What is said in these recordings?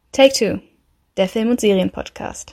Take Two, der Film- und Serienpodcast.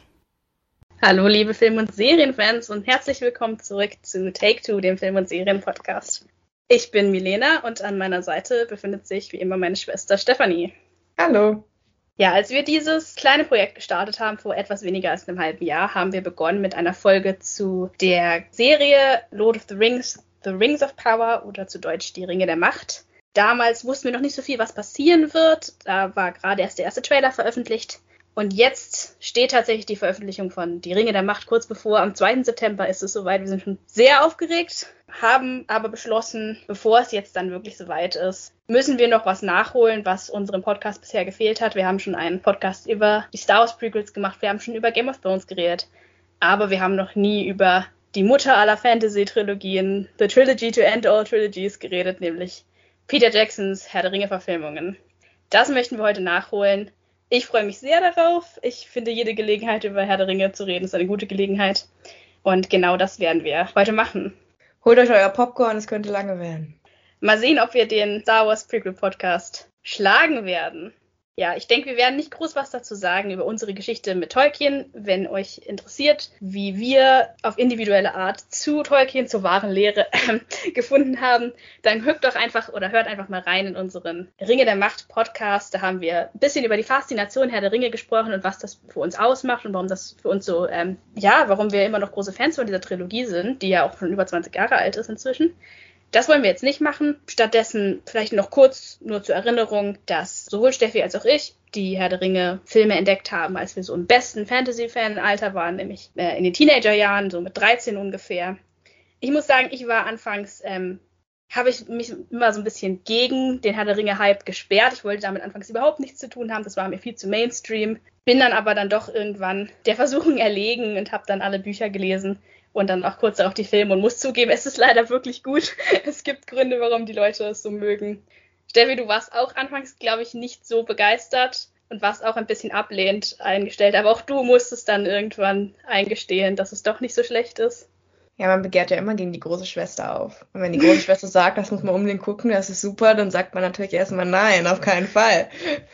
Hallo liebe Film- und Serienfans und herzlich willkommen zurück zu Take Two, dem Film- und Serienpodcast. Ich bin Milena und an meiner Seite befindet sich wie immer meine Schwester Stefanie. Hallo. Ja, als wir dieses kleine Projekt gestartet haben, vor etwas weniger als einem halben Jahr, haben wir begonnen mit einer Folge zu der Serie Lord of the Rings, The Rings of Power oder zu Deutsch Die Ringe der Macht. Damals wussten wir noch nicht so viel, was passieren wird. Da war gerade erst der erste Trailer veröffentlicht. Und jetzt steht tatsächlich die Veröffentlichung von Die Ringe der Macht kurz bevor. Am 2. September ist es soweit. Wir sind schon sehr aufgeregt, haben aber beschlossen, bevor es jetzt dann wirklich soweit ist, müssen wir noch was nachholen, was unserem Podcast bisher gefehlt hat. Wir haben schon einen Podcast über die Star Wars Prequels gemacht. Wir haben schon über Game of Thrones geredet. Aber wir haben noch nie über die Mutter aller Fantasy-Trilogien, The Trilogy to End All Trilogies, geredet, nämlich Peter Jacksons Herr der Ringe-Verfilmungen. Das möchten wir heute nachholen. Ich freue mich sehr darauf. Ich finde, jede Gelegenheit, über Herr der Ringe zu reden, ist eine gute Gelegenheit. Und genau das werden wir heute machen. Holt euch euer Popcorn, es könnte lange werden. Mal sehen, ob wir den Star Wars Prequel Podcast schlagen werden. Ja, ich denke, wir werden nicht groß was dazu sagen über unsere Geschichte mit Tolkien. Wenn euch interessiert, wie wir auf individuelle Art zu Tolkien, zur wahren Lehre gefunden haben, dann hört einfach mal rein in unseren Ringe der Macht Podcast. Da haben wir ein bisschen über die Faszination Herr der Ringe gesprochen und was das für uns ausmacht und warum das für uns so, warum wir immer noch große Fans von dieser Trilogie sind, die ja auch schon über 20 Jahre alt ist inzwischen. Das wollen wir jetzt nicht machen. Stattdessen vielleicht noch kurz nur zur Erinnerung, dass sowohl Steffi als auch ich die Herr der Ringe Filme entdeckt haben, als wir so im besten Fantasy-Fan-Alter waren, nämlich in den Teenagerjahren, so mit 13 ungefähr. Ich muss sagen, ich war anfangs, habe ich mich immer so ein bisschen gegen den Herr der Ringe-Hype gesperrt. Ich wollte damit anfangs überhaupt nichts zu tun haben. Das war mir viel zu Mainstream. Bin dann aber dann doch irgendwann der Versuchung erlegen und habe dann alle Bücher gelesen. Und dann auch kurz darauf die Filme und muss zugeben, es ist leider wirklich gut. Es gibt Gründe, warum die Leute es so mögen. Steffi, du warst auch anfangs, glaube ich, nicht so begeistert und warst auch ein bisschen ablehnend eingestellt. Aber auch du musstest dann irgendwann eingestehen, dass es doch nicht so schlecht ist. Ja, man begehrt ja immer gegen die große Schwester auf. Und wenn die große Schwester sagt, das muss man unbedingt gucken, das ist super, dann sagt man natürlich erstmal nein, auf keinen Fall.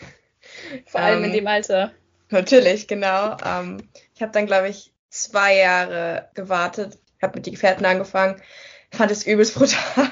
Vor allem in dem Alter. Natürlich, genau. Ich habe dann, glaube ich, 2 Jahre gewartet, habe mit die Gefährten angefangen, fand es übelst brutal.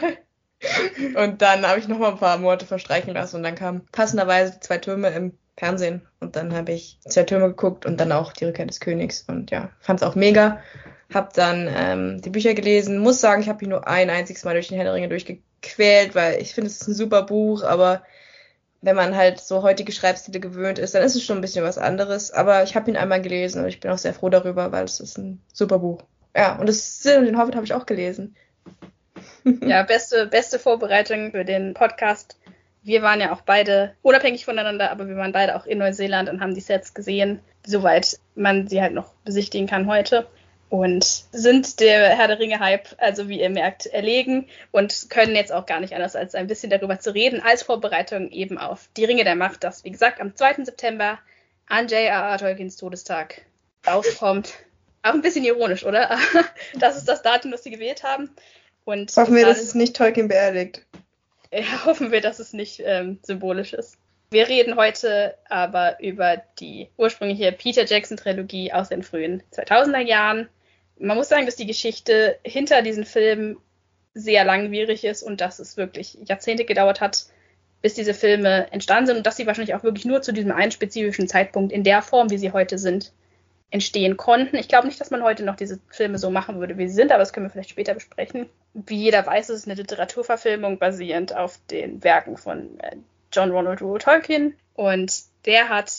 Und dann habe ich noch mal ein paar Monate verstreichen lassen und dann kamen passenderweise die 2 Türme im Fernsehen und dann habe ich 2 Türme geguckt und dann auch die Rückkehr des Königs und ja, fand es auch mega. Hab dann die Bücher gelesen, muss sagen, ich habe mich nur ein einziges Mal durch den Herr der Ringe durchgequält, weil ich finde, es ist ein super Buch, aber wenn man halt so heutige Schreibstile gewöhnt ist, dann ist es schon ein bisschen was anderes. Aber ich habe ihn einmal gelesen und ich bin auch sehr froh darüber, weil es ist ein super Buch. Ja, und Sin und den Hobbit habe ich auch gelesen. Ja, beste Vorbereitung für den Podcast. Wir waren ja auch beide unabhängig voneinander, aber wir waren beide auch in Neuseeland und haben die Sets gesehen, soweit man sie halt noch besichtigen kann heute. Und sind der Herr der Ringe-Hype, also wie ihr merkt, erlegen und können jetzt auch gar nicht anders, als ein bisschen darüber zu reden, als Vorbereitung eben auf die Ringe der Macht, das, wie gesagt, am 2. September an J.R.R. Tolkiens Todestag rauskommt. Auch ein bisschen ironisch, oder? Das ist das Datum, das sie gewählt haben. Und hoffen wir, dass es nicht Tolkien beerdigt. Ja, hoffen wir, dass es nicht symbolisch ist. Wir reden heute aber über die ursprüngliche Peter Jackson-Trilogie aus den frühen 2000er Jahren. Man muss sagen, dass die Geschichte hinter diesen Filmen sehr langwierig ist und dass es wirklich Jahrzehnte gedauert hat, bis diese Filme entstanden sind und dass sie wahrscheinlich auch wirklich nur zu diesem einen spezifischen Zeitpunkt in der Form, wie sie heute sind, entstehen konnten. Ich glaube nicht, dass man heute noch diese Filme so machen würde, wie sie sind, aber das können wir vielleicht später besprechen. Wie jeder weiß, ist es eine Literaturverfilmung basierend auf den Werken von John Ronald Reuel Tolkien und der hat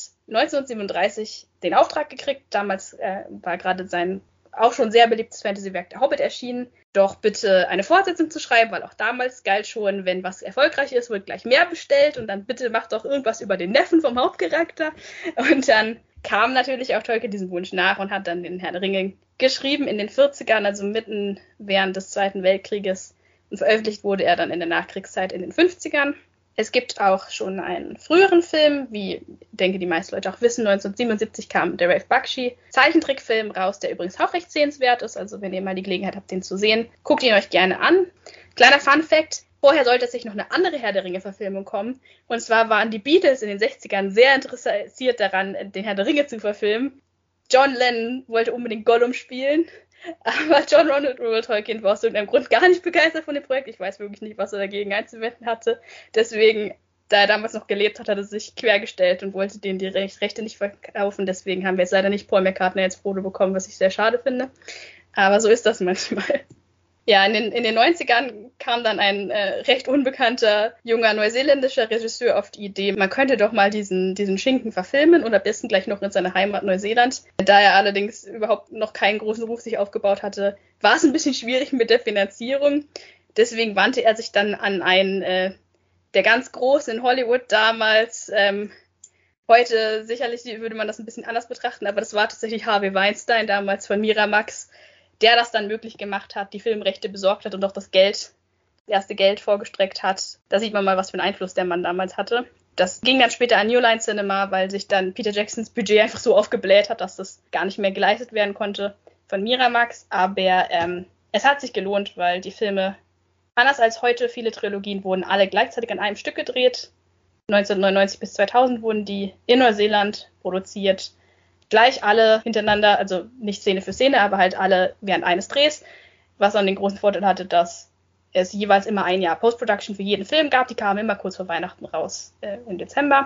1937 den Auftrag gekriegt. Damals war gerade sein auch schon sehr beliebtes Fantasy-Werk Der Hobbit erschienen, doch bitte eine Fortsetzung zu schreiben, weil auch damals galt schon, wenn was erfolgreich ist, wird gleich mehr bestellt und dann bitte macht doch irgendwas über den Neffen vom Hauptcharakter. Und dann kam natürlich auch Tolkien diesem Wunsch nach und hat dann den Herrn der Ringe geschrieben in den 40ern, also mitten während des Zweiten Weltkrieges. Und veröffentlicht wurde er dann in der Nachkriegszeit in den 50ern. Es gibt auch schon einen früheren Film, wie ich denke die meisten Leute auch wissen, 1977 kam der Rafe Bakshi Zeichentrickfilm raus, der übrigens auch recht sehenswert ist, also wenn ihr mal die Gelegenheit habt, den zu sehen, guckt ihn euch gerne an. Kleiner Fun-Fact, Vorher sollte tatsächlich noch eine andere Herr der Ringe-Verfilmung kommen. Und zwar waren die Beatles in den 60ern sehr interessiert daran, den Herr der Ringe zu verfilmen. John Lennon wollte unbedingt Gollum spielen, aber John Ronald Reuel Tolkien war aus irgendeinem Grund gar nicht begeistert von dem Projekt. Ich weiß wirklich nicht, was er dagegen einzuwenden hatte. Deswegen, da er damals noch gelebt hat, hat er sich quergestellt und wollte denen die Rechte nicht verkaufen. Deswegen haben wir jetzt leider nicht Paul McCartney als Frodo bekommen, was ich sehr schade finde. Aber so ist das manchmal. Ja, in den 90ern kam dann ein recht unbekannter, junger neuseeländischer Regisseur auf die Idee, man könnte doch mal diesen Schinken verfilmen und am besten gleich noch in seiner Heimat Neuseeland. Da er allerdings überhaupt noch keinen großen Ruf sich aufgebaut hatte, war es ein bisschen schwierig mit der Finanzierung. Deswegen wandte er sich dann an einen der ganz Großen in Hollywood damals. Heute sicherlich würde man das ein bisschen anders betrachten, aber das war tatsächlich Harvey Weinstein, damals von Miramax, der das dann möglich gemacht hat, die Filmrechte besorgt hat und auch das erste Geld vorgestreckt hat. Da sieht man mal, was für einen Einfluss der Mann damals hatte. Das ging dann später an New Line Cinema, weil sich dann Peter Jacksons Budget einfach so aufgebläht hat, dass das gar nicht mehr geleistet werden konnte von Miramax. Aber es hat sich gelohnt, weil die Filme, anders als heute, viele Trilogien wurden alle gleichzeitig an einem Stück gedreht. 1999 bis 2000 wurden die in Neuseeland produziert. Gleich alle hintereinander, also nicht Szene für Szene, aber halt alle während eines Drehs, was dann den großen Vorteil hatte, dass es jeweils immer ein Jahr Post-Production für jeden Film gab. Die kamen immer kurz vor Weihnachten raus, im Dezember.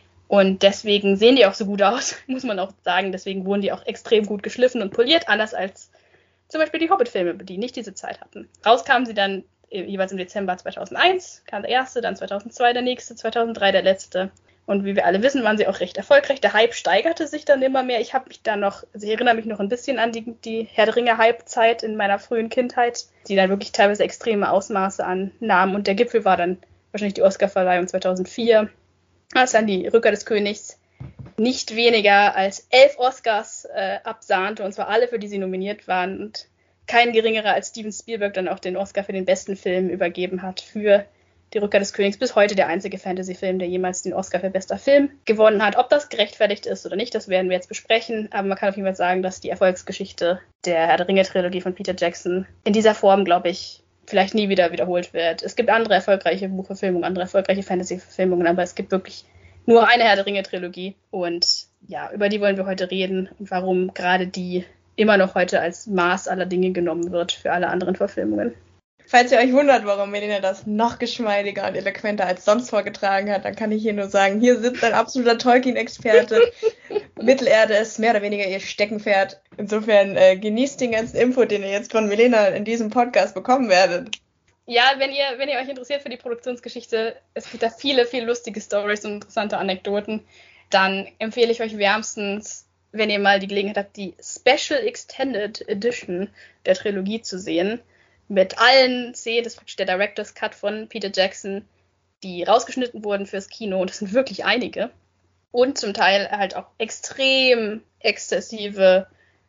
Und deswegen sehen die auch so gut aus, muss man auch sagen. Deswegen wurden die auch extrem gut geschliffen und poliert, anders als zum Beispiel die Hobbit-Filme, die nicht diese Zeit hatten. Rauskamen sie dann jeweils im Dezember 2001, kam der erste, dann 2002 der nächste, 2003 der letzte. Und wie wir alle wissen, waren sie auch recht erfolgreich. Der Hype steigerte sich dann immer mehr. Ich erinnere mich noch ein bisschen an die Herr der Ringe-Hype-Zeit in meiner frühen Kindheit, die dann wirklich teilweise extreme Ausmaße annahmen. Und der Gipfel war dann wahrscheinlich die Oscar-Verleihung 2004, als dann die Rückkehr des Königs nicht weniger als 11 Oscars absahnte, und zwar alle, für die sie nominiert waren. Und kein geringerer als Steven Spielberg dann auch den Oscar für den besten Film übergeben hat für die Rückkehr des Königs, bis heute der einzige Fantasy-Film, der jemals den Oscar für bester Film gewonnen hat. Ob das gerechtfertigt ist oder nicht, das werden wir jetzt besprechen. Aber man kann auf jeden Fall sagen, dass die Erfolgsgeschichte der Herr der Ringe-Trilogie von Peter Jackson in dieser Form, glaube ich, vielleicht nie wieder wiederholt wird. Es gibt andere erfolgreiche Buchverfilmungen, andere erfolgreiche Fantasy-Verfilmungen, aber es gibt wirklich nur eine Herr der Ringe-Trilogie. Und ja, über die wollen wir heute reden und warum gerade die immer noch heute als Maß aller Dinge genommen wird für alle anderen Verfilmungen. Falls ihr euch wundert, warum Melina das noch geschmeidiger und eloquenter als sonst vorgetragen hat, dann kann ich hier nur sagen, hier sitzt ein absoluter Tolkien-Experte. Mittelerde ist mehr oder weniger ihr Steckenpferd. Insofern genießt den ganzen Input, den ihr jetzt von Melina in diesem Podcast bekommen werdet. Ja, wenn ihr euch interessiert für die Produktionsgeschichte, es gibt da viele, viele lustige Storys und interessante Anekdoten, dann empfehle ich euch wärmstens, wenn ihr mal die Gelegenheit habt, die Special Extended Edition der Trilogie zu sehen. Mit allen Szenen, das ist praktisch der Director's Cut von Peter Jackson, die rausgeschnitten wurden fürs Kino. Und das sind wirklich einige. Und zum Teil halt auch extrem exzessive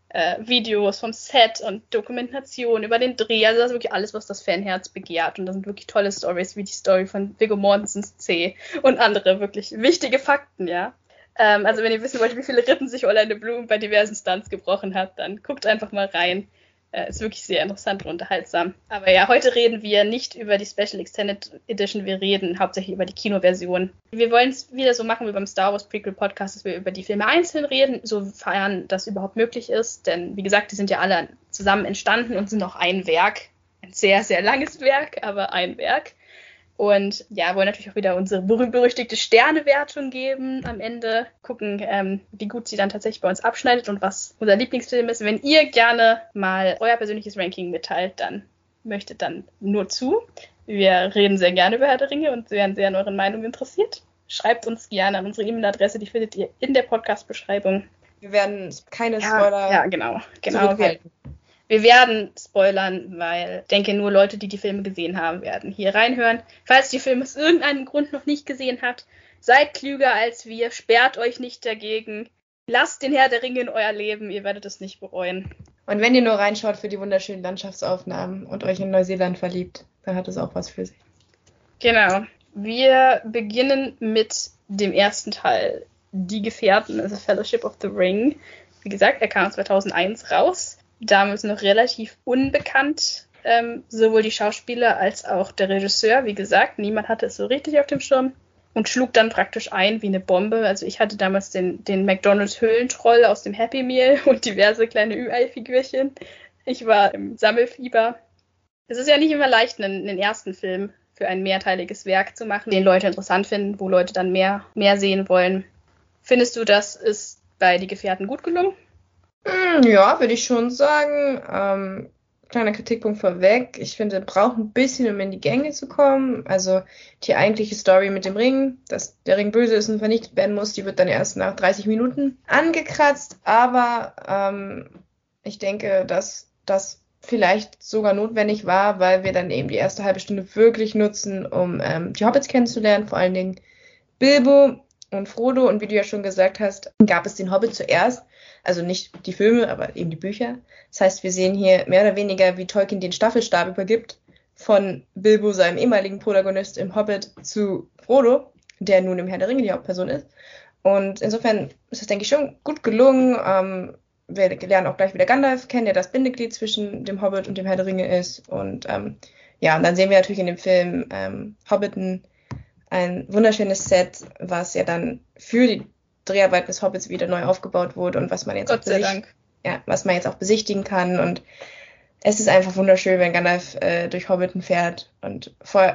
Videos vom Set und Dokumentation über den Dreh. Also das ist wirklich alles, was das Fanherz begehrt. Und das sind wirklich tolle Stories, wie die Story von Viggo Mortensens C und andere wirklich wichtige Fakten, ja. Also wenn ihr wissen wollt, wie viele Rippen sich Orlando Bloom bei diversen Stunts gebrochen hat, dann guckt einfach mal rein. Ist wirklich sehr interessant und unterhaltsam. Aber ja, heute reden wir nicht über die Special Extended Edition, wir reden hauptsächlich über die Kinoversion. Wir wollen es wieder so machen wie beim Star Wars Prequel Podcast, dass wir über die Filme einzeln reden, sofern das überhaupt möglich ist. Denn wie gesagt, die sind ja alle zusammen entstanden und sind auch ein Werk. Ein sehr, sehr langes Werk, aber ein Werk. Und ja, wollen natürlich auch wieder unsere berühmt-berüchtigte Sternewertung geben am Ende. Gucken, wie gut sie dann tatsächlich bei uns abschneidet und was unser Lieblingsfilm ist. Wenn ihr gerne mal euer persönliches Ranking mitteilt, dann nur zu. Wir reden sehr gerne über Herr der Ringe und wären sehr an euren Meinungen interessiert. Schreibt uns gerne an unsere E-Mail-Adresse, die findet ihr in der Podcast-Beschreibung. Wir werden keine Spoiler. Ja, genau. Wir werden spoilern, weil ich denke, nur Leute, die die Filme gesehen haben, werden hier reinhören. Falls ihr die Filme aus irgendeinem Grund noch nicht gesehen habt, seid klüger als wir, sperrt euch nicht dagegen. Lasst den Herr der Ringe in euer Leben, ihr werdet es nicht bereuen. Und wenn ihr nur reinschaut für die wunderschönen Landschaftsaufnahmen und euch in Neuseeland verliebt, dann hat es auch was für sich. Genau. Wir beginnen mit dem ersten Teil. Die Gefährten, also Fellowship of the Ring. Wie gesagt, er kam 2001 raus. Damals noch relativ unbekannt. sowohl die Schauspieler als auch der Regisseur. Wie gesagt, niemand hatte es so richtig auf dem Schirm und schlug dann praktisch ein wie eine Bombe. Also ich hatte damals den McDonald's Höhlentroll aus dem Happy Meal und diverse kleine Ü-Ei-Figürchen. Ich war im Sammelfieber. Es ist ja nicht immer leicht, einen ersten Film für ein mehrteiliges Werk zu machen, den Leute interessant finden, wo Leute dann mehr sehen wollen. Findest du, das ist bei Die Gefährten gut gelungen? Ja, würde ich schon sagen. Kleiner Kritikpunkt vorweg. Ich finde, braucht ein bisschen, um in die Gänge zu kommen. Also die eigentliche Story mit dem Ring, dass der Ring böse ist und vernichtet werden muss, die wird dann erst nach 30 Minuten angekratzt. Aber ich denke, dass das vielleicht sogar notwendig war, weil wir dann eben die erste halbe Stunde wirklich nutzen, um die Hobbits kennenzulernen, vor allen Dingen Bilbo und Frodo. Und wie du ja schon gesagt hast, gab es den Hobbit zuerst, also nicht die Filme, aber eben die Bücher. Das heißt, wir sehen hier mehr oder weniger, wie Tolkien den Staffelstab übergibt von Bilbo, seinem ehemaligen Protagonist im Hobbit, zu Frodo, der nun im Herr der Ringe die Hauptperson ist. Und insofern ist das, denke ich, schon gut gelungen. Wir lernen auch gleich wieder Gandalf kennen, der das Bindeglied zwischen dem Hobbit und dem Herr der Ringe ist. Und ja, und dann sehen wir natürlich in dem Film Hobbiton ein wunderschönes Set, was ja dann für die Dreharbeiten des Hobbits wieder neu aufgebaut wurde und was man jetzt was man jetzt auch besichtigen kann. Und es ist einfach wunderschön, wenn Gandalf durch Hobbiton fährt und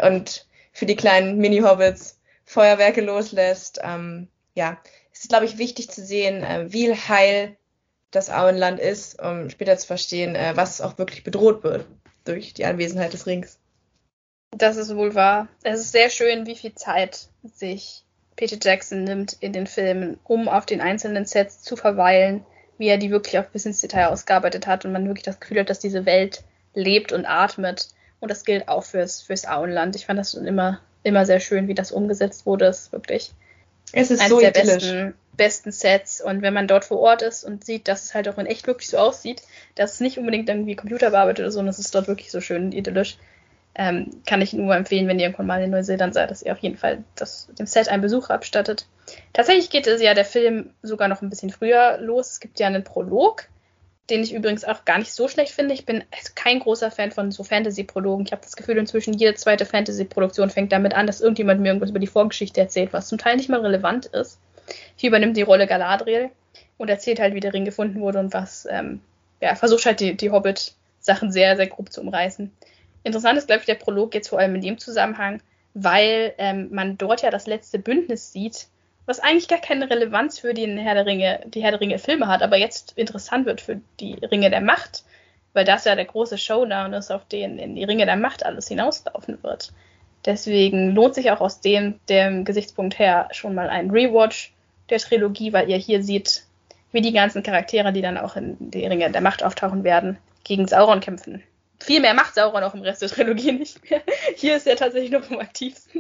für die kleinen Mini-Hobbits Feuerwerke loslässt. Ja, es ist, glaube ich, wichtig zu sehen, wie heil das Auenland ist, um später zu verstehen, was auch wirklich bedroht wird durch die Anwesenheit des Rings. Das ist wohl wahr. Es ist sehr schön, wie viel Zeit sich Peter Jackson nimmt in den Filmen, um auf den einzelnen Sets zu verweilen, wie er die wirklich auch bis ins Detail ausgearbeitet hat und man wirklich das Gefühl hat, dass diese Welt lebt und atmet. Und das gilt auch fürs Auenland. Ich fand das schon immer sehr schön, wie das umgesetzt wurde. Es ist wirklich eines so der besten Sets. Und wenn man dort vor Ort ist und sieht, dass es halt auch in echt wirklich so aussieht, dass es nicht unbedingt irgendwie computerbearbeitet oder so, und es ist dort wirklich so schön idyllisch, kann ich nur empfehlen, wenn ihr irgendwann mal in Neuseeland seid, dass ihr auf jeden Fall dem Set einen Besuch abstattet. Tatsächlich geht es ja der Film sogar noch ein bisschen früher los. Es gibt ja einen Prolog, den ich übrigens auch gar nicht so schlecht finde. Ich bin kein großer Fan von so Fantasy-Prologen. Ich habe das Gefühl, inzwischen jede zweite Fantasy-Produktion fängt damit an, dass irgendjemand mir irgendwas über die Vorgeschichte erzählt, was zum Teil nicht mal relevant ist. Hier übernimmt die Rolle Galadriel und erzählt halt, wie der Ring gefunden wurde und was, versucht halt die Hobbit-Sachen sehr, sehr grob zu umreißen. Interessant ist, glaube ich, der Prolog jetzt vor allem in dem Zusammenhang, weil man dort ja das letzte Bündnis sieht, was eigentlich gar keine Relevanz für die Herr der Ringe Filme hat, aber jetzt interessant wird für die Ringe der Macht, weil das ja der große Showdown ist, auf den in die Ringe der Macht alles hinauslaufen wird. Deswegen lohnt sich auch aus dem Gesichtspunkt her schon mal ein Rewatch der Trilogie, weil ihr hier seht, wie die ganzen Charaktere, die dann auch in die Ringe der Macht auftauchen werden, gegen Sauron kämpfen. Viel mehr macht Sauron auch im Rest der Trilogie nicht mehr. Hier ist er tatsächlich noch am aktivsten.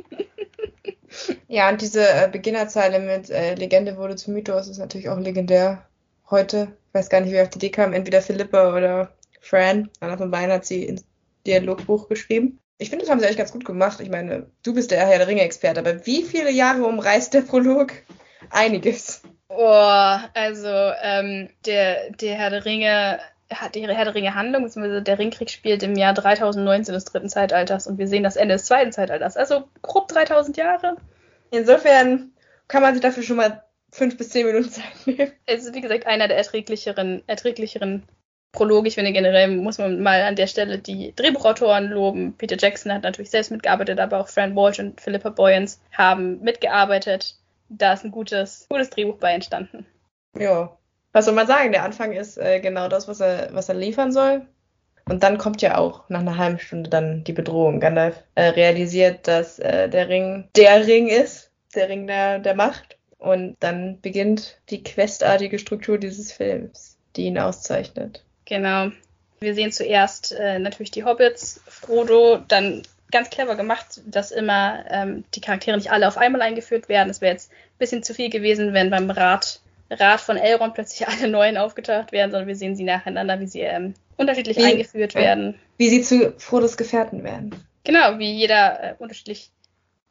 Ja, und diese Beginnerzeile mit Legende wurde zum Mythos ist natürlich auch legendär heute. Ich weiß gar nicht, wer auf die Idee kam. Entweder Philippa oder Fran. Einer von beiden hat sie ins Dialogbuch geschrieben. Ich finde, das haben sie eigentlich ganz gut gemacht. Ich meine, du bist der Herr der Ringe-Experte, aber wie viele Jahre umreißt der Prolog? Einiges. Oh, also der Herr der Ringe die Herr der Ringe Handlung, beziehungsweise der Ringkrieg spielt im Jahr 3019 des dritten Zeitalters und wir sehen das Ende des zweiten Zeitalters. Also grob 3000 Jahre. Insofern kann man sich dafür schon mal 5 bis 10 Minuten Zeit nehmen. Es ist, wie gesagt, einer der erträglicheren Prologe. Ich finde, generell muss man mal an der Stelle die Drehbuchautoren loben. Peter Jackson hat natürlich selbst mitgearbeitet, aber auch Fran Walsh und Philippa Boyens haben mitgearbeitet. Da ist ein gutes Drehbuch bei entstanden. Ja. Was soll man sagen? Der Anfang ist genau das, was er liefern soll. Und dann kommt ja auch nach einer halben Stunde dann die Bedrohung. Gandalf realisiert, dass der Ring ist, der Ring der Macht. Und dann beginnt die questartige Struktur dieses Films, die ihn auszeichnet. Genau. Wir sehen zuerst natürlich die Hobbits, Frodo, dann ganz clever gemacht, dass immer die Charaktere nicht alle auf einmal eingeführt werden. Es wäre jetzt ein bisschen zu viel gewesen, wenn beim Rat von Elrond plötzlich alle Neuen aufgetaucht werden, sondern wir sehen sie nacheinander, wie sie unterschiedlich eingeführt werden. Wie sie zu Frodos Gefährten werden. Genau, wie jeder unterschiedlich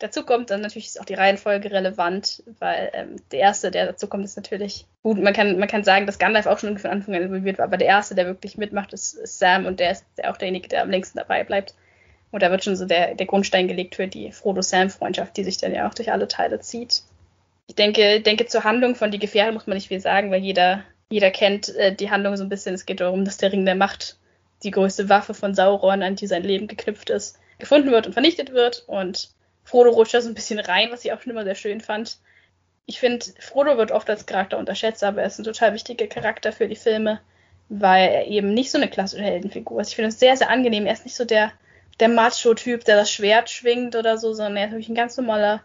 dazu kommt. Dann natürlich ist auch die Reihenfolge relevant, weil der Erste, der dazu kommt, ist natürlich gut. Man kann sagen, dass Gandalf auch schon von Anfang an involviert war, aber der Erste, der wirklich mitmacht, ist Sam und der ist auch derjenige, der am längsten dabei bleibt. Und da wird schon so der Grundstein gelegt für die Frodo-Sam-Freundschaft, die sich dann ja auch durch alle Teile zieht. Ich denke, zur Handlung von Die Gefährte muss man nicht viel sagen, weil jeder kennt die Handlung so ein bisschen. Es geht darum, dass der Ring der Macht, die größte Waffe von Sauron, an die sein Leben geknüpft ist, gefunden wird und vernichtet wird. Und Frodo rutscht da so ein bisschen rein, was ich auch schon immer sehr schön fand. Ich finde, Frodo wird oft als Charakter unterschätzt, aber er ist ein total wichtiger Charakter für die Filme, weil er eben nicht so eine klassische Heldenfigur ist. Ich finde es sehr, sehr angenehm. Er ist nicht so der Macho-Typ, der das Schwert schwingt oder so, sondern er ist wirklich ein ganz normaler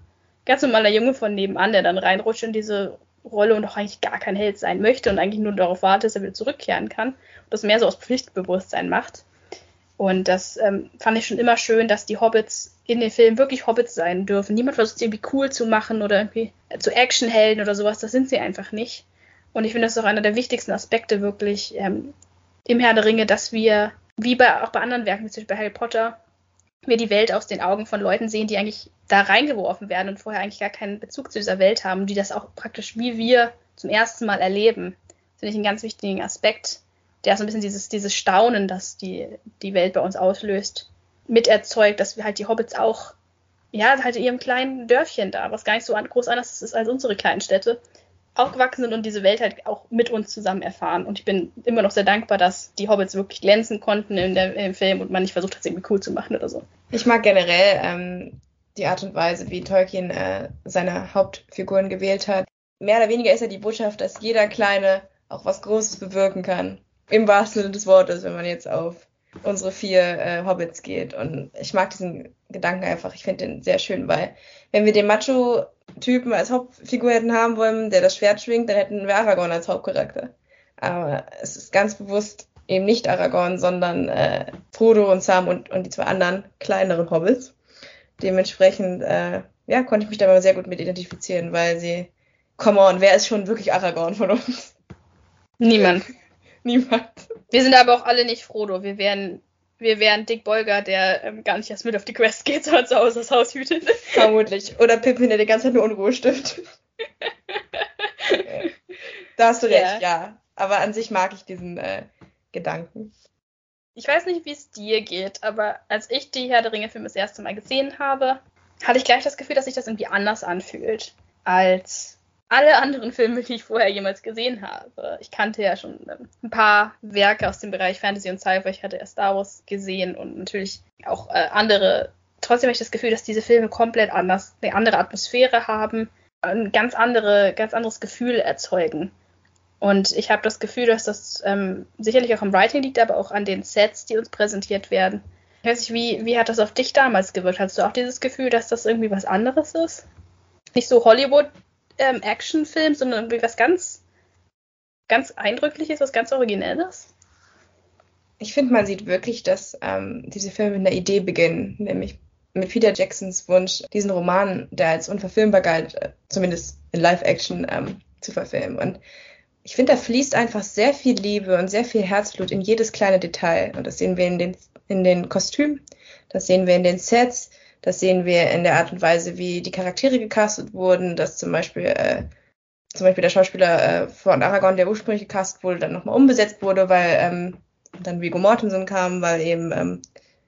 Junge von nebenan, der dann reinrutscht in diese Rolle und auch eigentlich gar kein Held sein möchte und eigentlich nur darauf wartet, dass er wieder zurückkehren kann und das mehr so aus Pflichtbewusstsein macht. Und das fand ich schon immer schön, dass die Hobbits in den Filmen wirklich Hobbits sein dürfen. Niemand versucht sie irgendwie cool zu machen oder irgendwie zu Actionhelden oder sowas. Das sind sie einfach nicht. Und ich finde, das ist auch einer der wichtigsten Aspekte wirklich im Herr der Ringe, dass wir, wie auch bei anderen Werken, wie zum Beispiel bei Harry Potter, wir die Welt aus den Augen von Leuten sehen, die eigentlich da reingeworfen werden und vorher eigentlich gar keinen Bezug zu dieser Welt haben, die das auch praktisch wie wir zum ersten Mal erleben. Das finde ich einen ganz wichtigen Aspekt, der so ein bisschen dieses Staunen, das die Welt bei uns auslöst, mit erzeugt, dass wir halt die Hobbits auch, ja, halt in ihrem kleinen Dörfchen da, was gar nicht so groß anders ist als unsere kleinen Städte, aufgewachsen sind und diese Welt halt auch mit uns zusammen erfahren. Und ich bin immer noch sehr dankbar, dass die Hobbits wirklich glänzen konnten im Film und man nicht versucht hat, es irgendwie cool zu machen oder so. Ich mag generell die Art und Weise, wie Tolkien seine Hauptfiguren gewählt hat. Mehr oder weniger ist ja die Botschaft, dass jeder Kleine auch was Großes bewirken kann. Im wahrsten Sinne des Wortes, wenn man jetzt auf unsere 4 Hobbits geht. Und ich mag diesen Gedanken einfach. Ich finde den sehr schön, weil wenn wir den Macho-Typen als Hauptfigur hätten haben wollen, der das Schwert schwingt, dann hätten wir Aragorn als Hauptcharakter. Aber es ist ganz bewusst eben nicht Aragorn, sondern Frodo und Sam und die 2 anderen kleineren Hobbits. Dementsprechend konnte ich mich da mal sehr gut mit identifizieren, weil come on, wer ist schon wirklich Aragorn von uns? Niemand. Niemand. Wir sind aber auch alle nicht Frodo. Wir wären Dick Bolger, der gar nicht erst mit auf die Quest geht, sondern zu Hause das Haus hütet. Vermutlich. Oder Pippin, der die ganze Zeit nur Unruhe stiftet. Da hast du recht, ja. Aber an sich mag ich diesen Gedanken. Ich weiß nicht, wie es dir geht, aber als ich die Herr der Ringe-Filme das erste Mal gesehen habe, hatte ich gleich das Gefühl, dass sich das irgendwie anders anfühlt als alle anderen Filme, die ich vorher jemals gesehen habe. Ich kannte ja schon ein paar Werke aus dem Bereich Fantasy und Sci-Fi. Ich hatte ja Star Wars gesehen und natürlich auch andere. Trotzdem habe ich das Gefühl, dass diese Filme komplett anders, eine andere Atmosphäre haben, ein ganz anderes Gefühl erzeugen. Und ich habe das Gefühl, dass das sicherlich auch am Writing liegt, aber auch an den Sets, die uns präsentiert werden. Ich weiß nicht, wie hat das auf dich damals gewirkt? Hattest du auch dieses Gefühl, dass das irgendwie was anderes ist? Nicht so Hollywood-Actionfilm, sondern irgendwie was ganz, ganz Eindrückliches, was ganz Originelles? Ich finde, man sieht wirklich, dass diese Filme mit einer Idee beginnen, nämlich mit Peter Jacksons Wunsch, diesen Roman, der als unverfilmbar galt, zumindest in Live-Action zu verfilmen. Und ich finde, da fließt einfach sehr viel Liebe und sehr viel Herzblut in jedes kleine Detail. Und das sehen wir in den Kostümen, das sehen wir in den Sets, das sehen wir in der Art und Weise, wie die Charaktere gecastet wurden, dass zum Beispiel der Schauspieler von Aragorn, der ursprünglich gecastet wurde, dann nochmal umbesetzt wurde, weil dann Viggo Mortensen kam, weil eben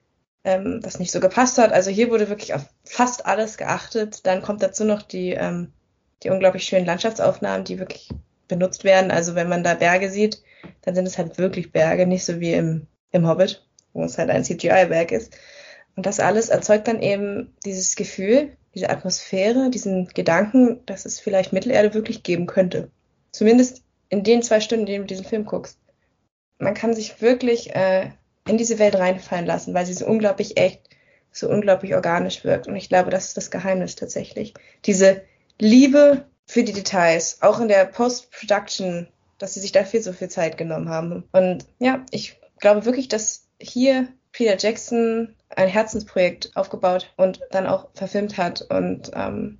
das nicht so gepasst hat. Also hier wurde wirklich auf fast alles geachtet. Dann kommt dazu noch die unglaublich schönen Landschaftsaufnahmen, die wirklich benutzt werden. Also wenn man da Berge sieht, dann sind es halt wirklich Berge, nicht so wie im Hobbit, wo es halt ein CGI-Berg ist. Und das alles erzeugt dann eben dieses Gefühl, diese Atmosphäre, diesen Gedanken, dass es vielleicht Mittelerde wirklich geben könnte. Zumindest in den 2 Stunden, in denen du diesen Film guckst. Man kann sich wirklich in diese Welt reinfallen lassen, weil sie so unglaublich echt, so unglaublich organisch wirkt. Und ich glaube, das ist das Geheimnis tatsächlich. Diese Liebe für die Details, auch in der Post-Production, dass sie sich dafür so viel Zeit genommen haben. Und ja, ich glaube wirklich, dass hier Peter Jackson ein Herzensprojekt aufgebaut und dann auch verfilmt hat. Und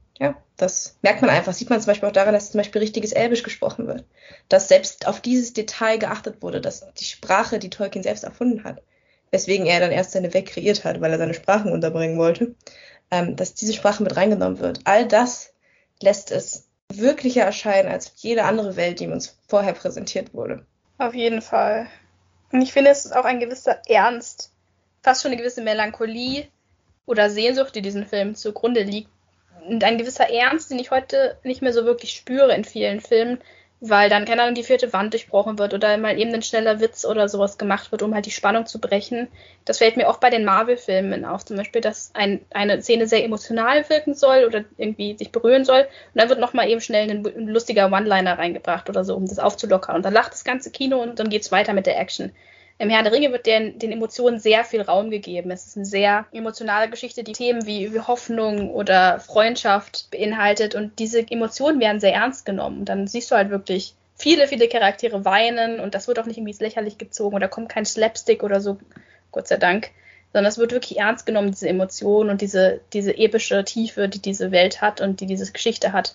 das merkt man einfach. Sieht man zum Beispiel auch daran, dass zum Beispiel richtiges Elbisch gesprochen wird. Dass selbst auf dieses Detail geachtet wurde, dass die Sprache, die Tolkien selbst erfunden hat, weswegen er dann erst seine Weg kreiert hat, weil er seine Sprachen unterbringen wollte, dass diese Sprache mit reingenommen wird. All das lässt es wirklicher erscheinen als jede andere Welt, die uns vorher präsentiert wurde. Auf jeden Fall. Und ich finde, es ist auch ein gewisser Ernst, fast schon eine gewisse Melancholie oder Sehnsucht, die diesem Film zugrunde liegt. Und ein gewisser Ernst, den ich heute nicht mehr so wirklich spüre in vielen Filmen, weil dann, keine Ahnung, die vierte Wand durchbrochen wird oder mal eben ein schneller Witz oder sowas gemacht wird, um halt die Spannung zu brechen. Das fällt mir oft bei den Marvel-Filmen auf, zum Beispiel, dass eine Szene sehr emotional wirken soll oder irgendwie sich berühren soll und dann wird nochmal eben schnell ein lustiger One-Liner reingebracht oder so, um das aufzulockern. Und dann lacht das ganze Kino und dann geht's weiter mit der Action. Im Herrn der Ringe wird den Emotionen sehr viel Raum gegeben. Es ist eine sehr emotionale Geschichte, die Themen wie Hoffnung oder Freundschaft beinhaltet. Und diese Emotionen werden sehr ernst genommen. Und dann siehst du halt wirklich viele, viele Charaktere weinen. Und das wird auch nicht irgendwie ins Lächerlich gezogen. Oder kommt kein Slapstick oder so, Gott sei Dank. Sondern es wird wirklich ernst genommen, diese Emotionen und diese epische Tiefe, die diese Welt hat und die diese Geschichte hat.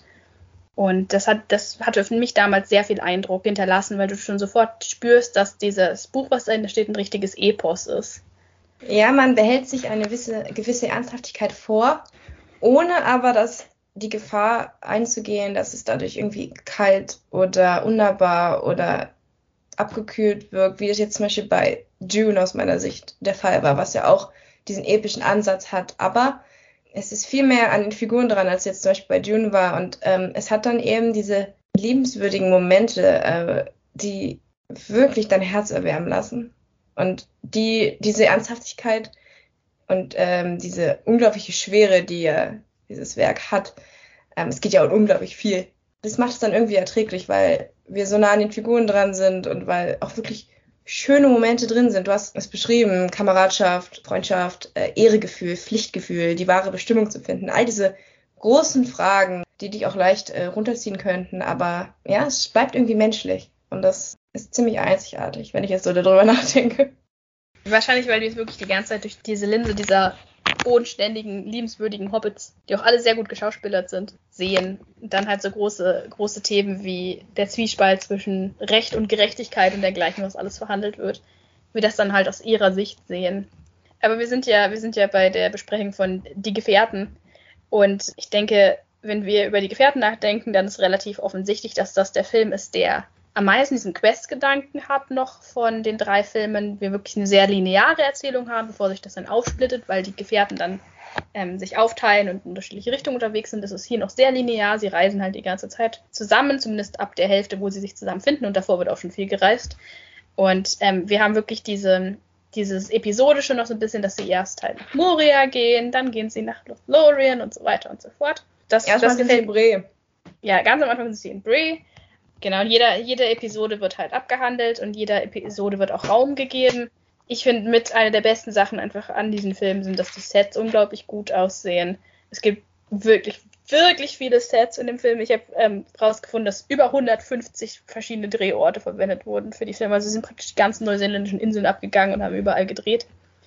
Und das hatte für mich damals sehr viel Eindruck hinterlassen, weil du schon sofort spürst, dass dieses Buch, was dahinter steht, ein richtiges Epos ist. Ja, man behält sich eine gewisse Ernsthaftigkeit vor, ohne aber die Gefahr einzugehen, dass es dadurch irgendwie kalt oder unnahbar oder abgekühlt wirkt, wie es jetzt zum Beispiel bei Dune aus meiner Sicht der Fall war, was ja auch diesen epischen Ansatz hat. Aber es ist viel mehr an den Figuren dran, als jetzt zum Beispiel bei Dune war. Und es hat dann eben diese liebenswürdigen Momente, die wirklich dein Herz erwärmen lassen. Und diese Ernsthaftigkeit und diese unglaubliche Schwere, die dieses Werk hat, es geht ja um unglaublich viel. Das macht es dann irgendwie erträglich, weil wir so nah an den Figuren dran sind und weil auch wirklich schöne Momente drin sind. Du hast es beschrieben, Kameradschaft, Freundschaft, Ehregefühl, Pflichtgefühl, die wahre Bestimmung zu finden. All diese großen Fragen, die dich auch leicht runterziehen könnten. Aber ja, es bleibt irgendwie menschlich. Und das ist ziemlich einzigartig, wenn ich jetzt so darüber nachdenke. Wahrscheinlich, weil wir es wirklich die ganze Zeit durch diese Linse dieser bodenständigen, liebenswürdigen Hobbits, die auch alle sehr gut geschauspielert sind, sehen. Und dann halt so große Themen wie der Zwiespalt zwischen Recht und Gerechtigkeit und dergleichen, was alles verhandelt wird. Wir das dann halt aus ihrer Sicht sehen. Aber wir sind ja bei der Besprechung von Die Gefährten. Und ich denke, wenn wir über Die Gefährten nachdenken, dann ist relativ offensichtlich, dass das der Film ist, der am meisten diesen Quest-Gedanken hat noch von den 3 Filmen. Wir wirklich eine sehr lineare Erzählung haben, bevor sich das dann aufsplittet, weil die Gefährten dann sich aufteilen und in unterschiedliche Richtungen unterwegs sind. Das ist hier noch sehr linear. Sie reisen halt die ganze Zeit zusammen, zumindest ab der Hälfte, wo sie sich zusammenfinden. Und davor wird auch schon viel gereist. Und wir haben wirklich dieses Episodische noch so ein bisschen, dass sie erst halt nach Moria gehen, dann gehen sie nach Lothlorien und so weiter und so fort. Erstmal sind sie in Bree. Ja, ganz am Anfang sind sie in Bree. Genau, und jede Episode wird halt abgehandelt und jeder Episode wird auch Raum gegeben. Ich finde, mit einer der besten Sachen einfach an diesen Filmen sind, dass die Sets unglaublich gut aussehen. Es gibt wirklich, wirklich viele Sets in dem Film. Ich habe rausgefunden, dass über 150 verschiedene Drehorte verwendet wurden für die Filme. Also sie sind praktisch die ganzen neuseeländischen Inseln abgegangen und haben überall gedreht.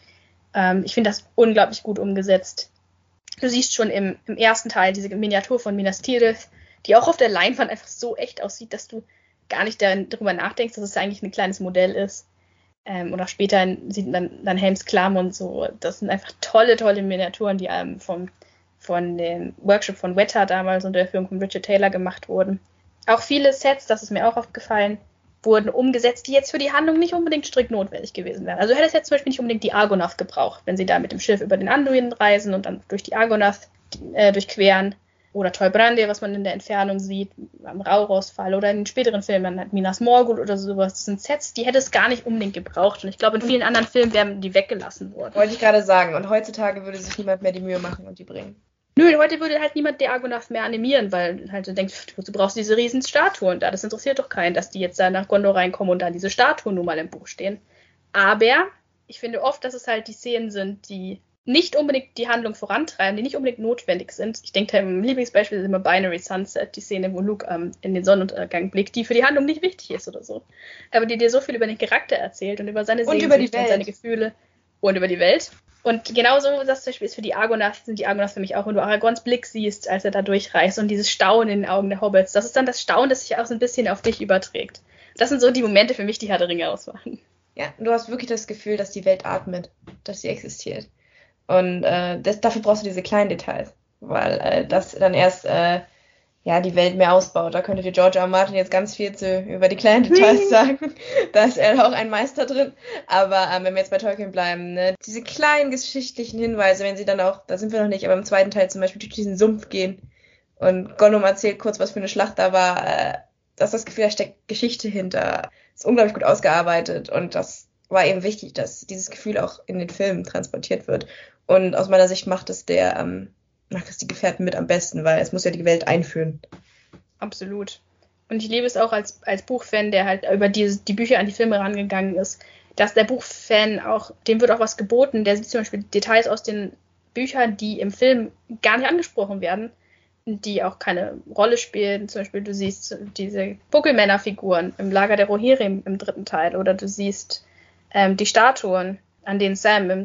Ich finde das unglaublich gut umgesetzt. Du siehst schon im ersten Teil diese Miniatur von Minas Tirith, die auch auf der Leinwand einfach so echt aussieht, dass du gar nicht darüber nachdenkst, dass es eigentlich ein kleines Modell ist. Und auch später sieht man dann Helms Klamm und so. Das sind einfach tolle, tolle Miniaturen, die von dem Workshop von Weta damals unter der Führung von Richard Taylor gemacht wurden. Auch viele Sets, das ist mir auch aufgefallen, wurden umgesetzt, die jetzt für die Handlung nicht unbedingt strikt notwendig gewesen wären. Also hätte es jetzt zum Beispiel nicht unbedingt die Argonath gebraucht, wenn sie da mit dem Schiff über den Anduin reisen und dann durch die Argonath durchqueren. Oder Tolbrandir, was man in der Entfernung sieht, am Rauhausfall oder in den späteren Filmen, dann hat Minas Morgul oder sowas. Das sind Sets, die hätte es gar nicht unbedingt gebraucht. Und ich glaube, in vielen anderen Filmen wären die weggelassen worden. Wollte ich gerade sagen. Und heutzutage würde sich niemand mehr die Mühe machen und die bringen. Nö, heute würde halt niemand die Argonath mehr animieren, weil halt du denkst, du brauchst diese riesen Statuen da. Das interessiert doch keinen, dass die jetzt da nach Gondor reinkommen und da diese Statuen nun mal im Buch stehen. Aber ich finde oft, dass es halt die Szenen sind, die nicht unbedingt die Handlung vorantreiben, die nicht unbedingt notwendig sind. Ich denke, mein Lieblingsbeispiel ist immer Binary Sunset, die Szene, wo Luke in den Sonnenuntergang blickt, die für die Handlung nicht wichtig ist oder so. Aber die dir so viel über den Charakter erzählt und über seine Sehnsucht und seine Gefühle und über die Welt. Und genauso, das zum Beispiel ist für die Argonath, sind die Argonath für mich auch, wenn du Aragorns Blick siehst, als er da durchreist und dieses Staunen in den Augen der Hobbits, das ist dann das Staunen, das sich auch so ein bisschen auf dich überträgt. Das sind so die Momente für mich, die Herr der Ringe ausmachen. Ja, du hast wirklich das Gefühl, dass die Welt atmet, dass sie existiert. Und dafür brauchst du diese kleinen Details, weil das dann erst die Welt mehr ausbaut. Da könnte dir George R. R. Martin jetzt ganz viel über die kleinen Details sagen. Da ist er auch ein Meister drin. Aber wenn wir jetzt bei Tolkien bleiben, ne, diese kleinen geschichtlichen Hinweise, wenn sie dann auch, da sind wir noch nicht, aber im zweiten Teil zum Beispiel durch diesen Sumpf gehen und Gollum erzählt kurz, was für eine Schlacht da war, dass das Gefühl, da steckt Geschichte hinter. Ist unglaublich gut ausgearbeitet und das war eben wichtig, dass dieses Gefühl auch in den Filmen transportiert wird. Und aus meiner Sicht macht es die Gefährten mit am besten, weil es muss ja die Welt einführen. Absolut. Und ich liebe es auch als Buchfan, der halt über die Bücher an die Filme rangegangen ist, dass der Buchfan auch, dem wird auch was geboten, der sieht zum Beispiel Details aus den Büchern, die im Film gar nicht angesprochen werden, die auch keine Rolle spielen. Zum Beispiel, du siehst diese Buckelmänner-Figuren im Lager der Rohirrim im 3. Teil oder du siehst die Statuen, an denen Sam im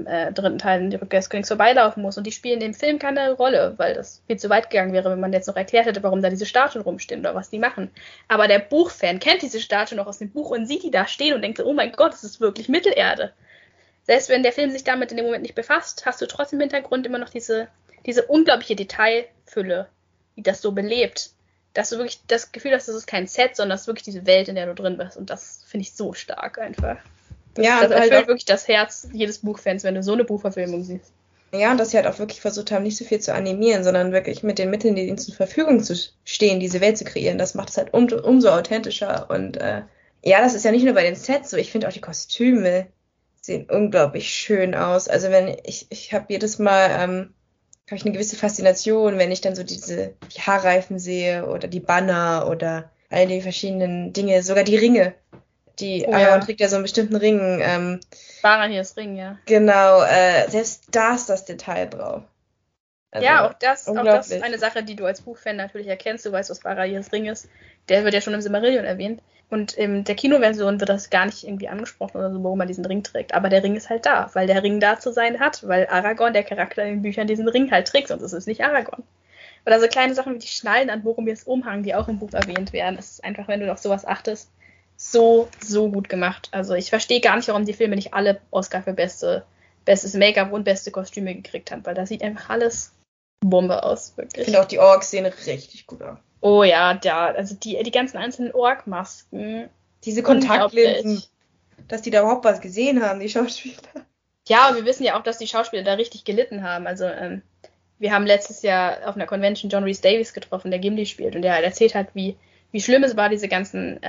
3. Teil in die Rückkehr des Königs vorbeilaufen muss. Und die spielen im Film keine Rolle, weil das viel zu weit gegangen wäre, wenn man jetzt noch erklärt hätte, warum da diese Statuen rumstehen oder was die machen. Aber der Buchfan kennt diese Statuen noch aus dem Buch und sieht die da stehen und denkt so, oh mein Gott, das ist wirklich Mittelerde. Selbst wenn der Film sich damit in dem Moment nicht befasst, hast du trotzdem im Hintergrund immer noch diese unglaubliche Detailfülle, die das so belebt. Dass du wirklich das Gefühl hast, das ist kein Set, sondern das ist wirklich diese Welt, in der du drin bist. Und das finde ich so stark einfach. Das erfüllt halt wirklich das Herz jedes Buchfans, wenn du so eine Buchverfilmung siehst. Ja, und dass sie halt auch wirklich versucht haben, nicht so viel zu animieren, sondern wirklich mit den Mitteln, die ihnen zur Verfügung zu stehen, diese Welt zu kreieren. Das macht es halt umso authentischer. Und das ist ja nicht nur bei den Sets so. Ich finde auch die Kostüme sehen unglaublich schön aus. Also wenn ich habe jedes Mal habe ich eine gewisse Faszination, wenn ich dann so die Haarreifen sehe oder die Banner oder all die verschiedenen Dinge, sogar die Ringe. Aragorn trägt ja so einen bestimmten Ring. Barahirs Ring, ja. Genau, selbst da ist das Detail drauf. Also, ja, auch das ist eine Sache, die du als Buchfan natürlich erkennst. Du weißt, was Barahirs Ring ist. Der wird ja schon im Silmarillion erwähnt. Und in der Kinoversion wird das gar nicht irgendwie angesprochen oder so, warum man diesen Ring trägt. Aber der Ring ist halt da, weil der Ring da zu sein hat, weil Aragorn, der Charakter in den Büchern, diesen Ring halt trägt, sonst ist es nicht Aragorn. Oder so kleine Sachen wie die Schnallen an Boromirs Umhang, die auch im Buch erwähnt werden. Es ist einfach, wenn du auf sowas achtest, so gut gemacht. Also ich verstehe gar nicht, warum die Filme nicht alle Oscar für bestes Make-up und beste Kostüme gekriegt haben, weil da sieht einfach alles Bombe aus, wirklich. Ich finde auch die Orks sehen richtig gut aus. Oh ja, also die ganzen einzelnen Ork-Masken. Diese Kontaktlinsen, dass die da überhaupt was gesehen haben, die Schauspieler. Ja, und wir wissen ja auch, dass die Schauspieler da richtig gelitten haben. Also wir haben letztes Jahr auf einer Convention John Rhys Davies getroffen, der Gimli spielt. Und der halt erzählt hat, wie schlimm es war, diese ganzen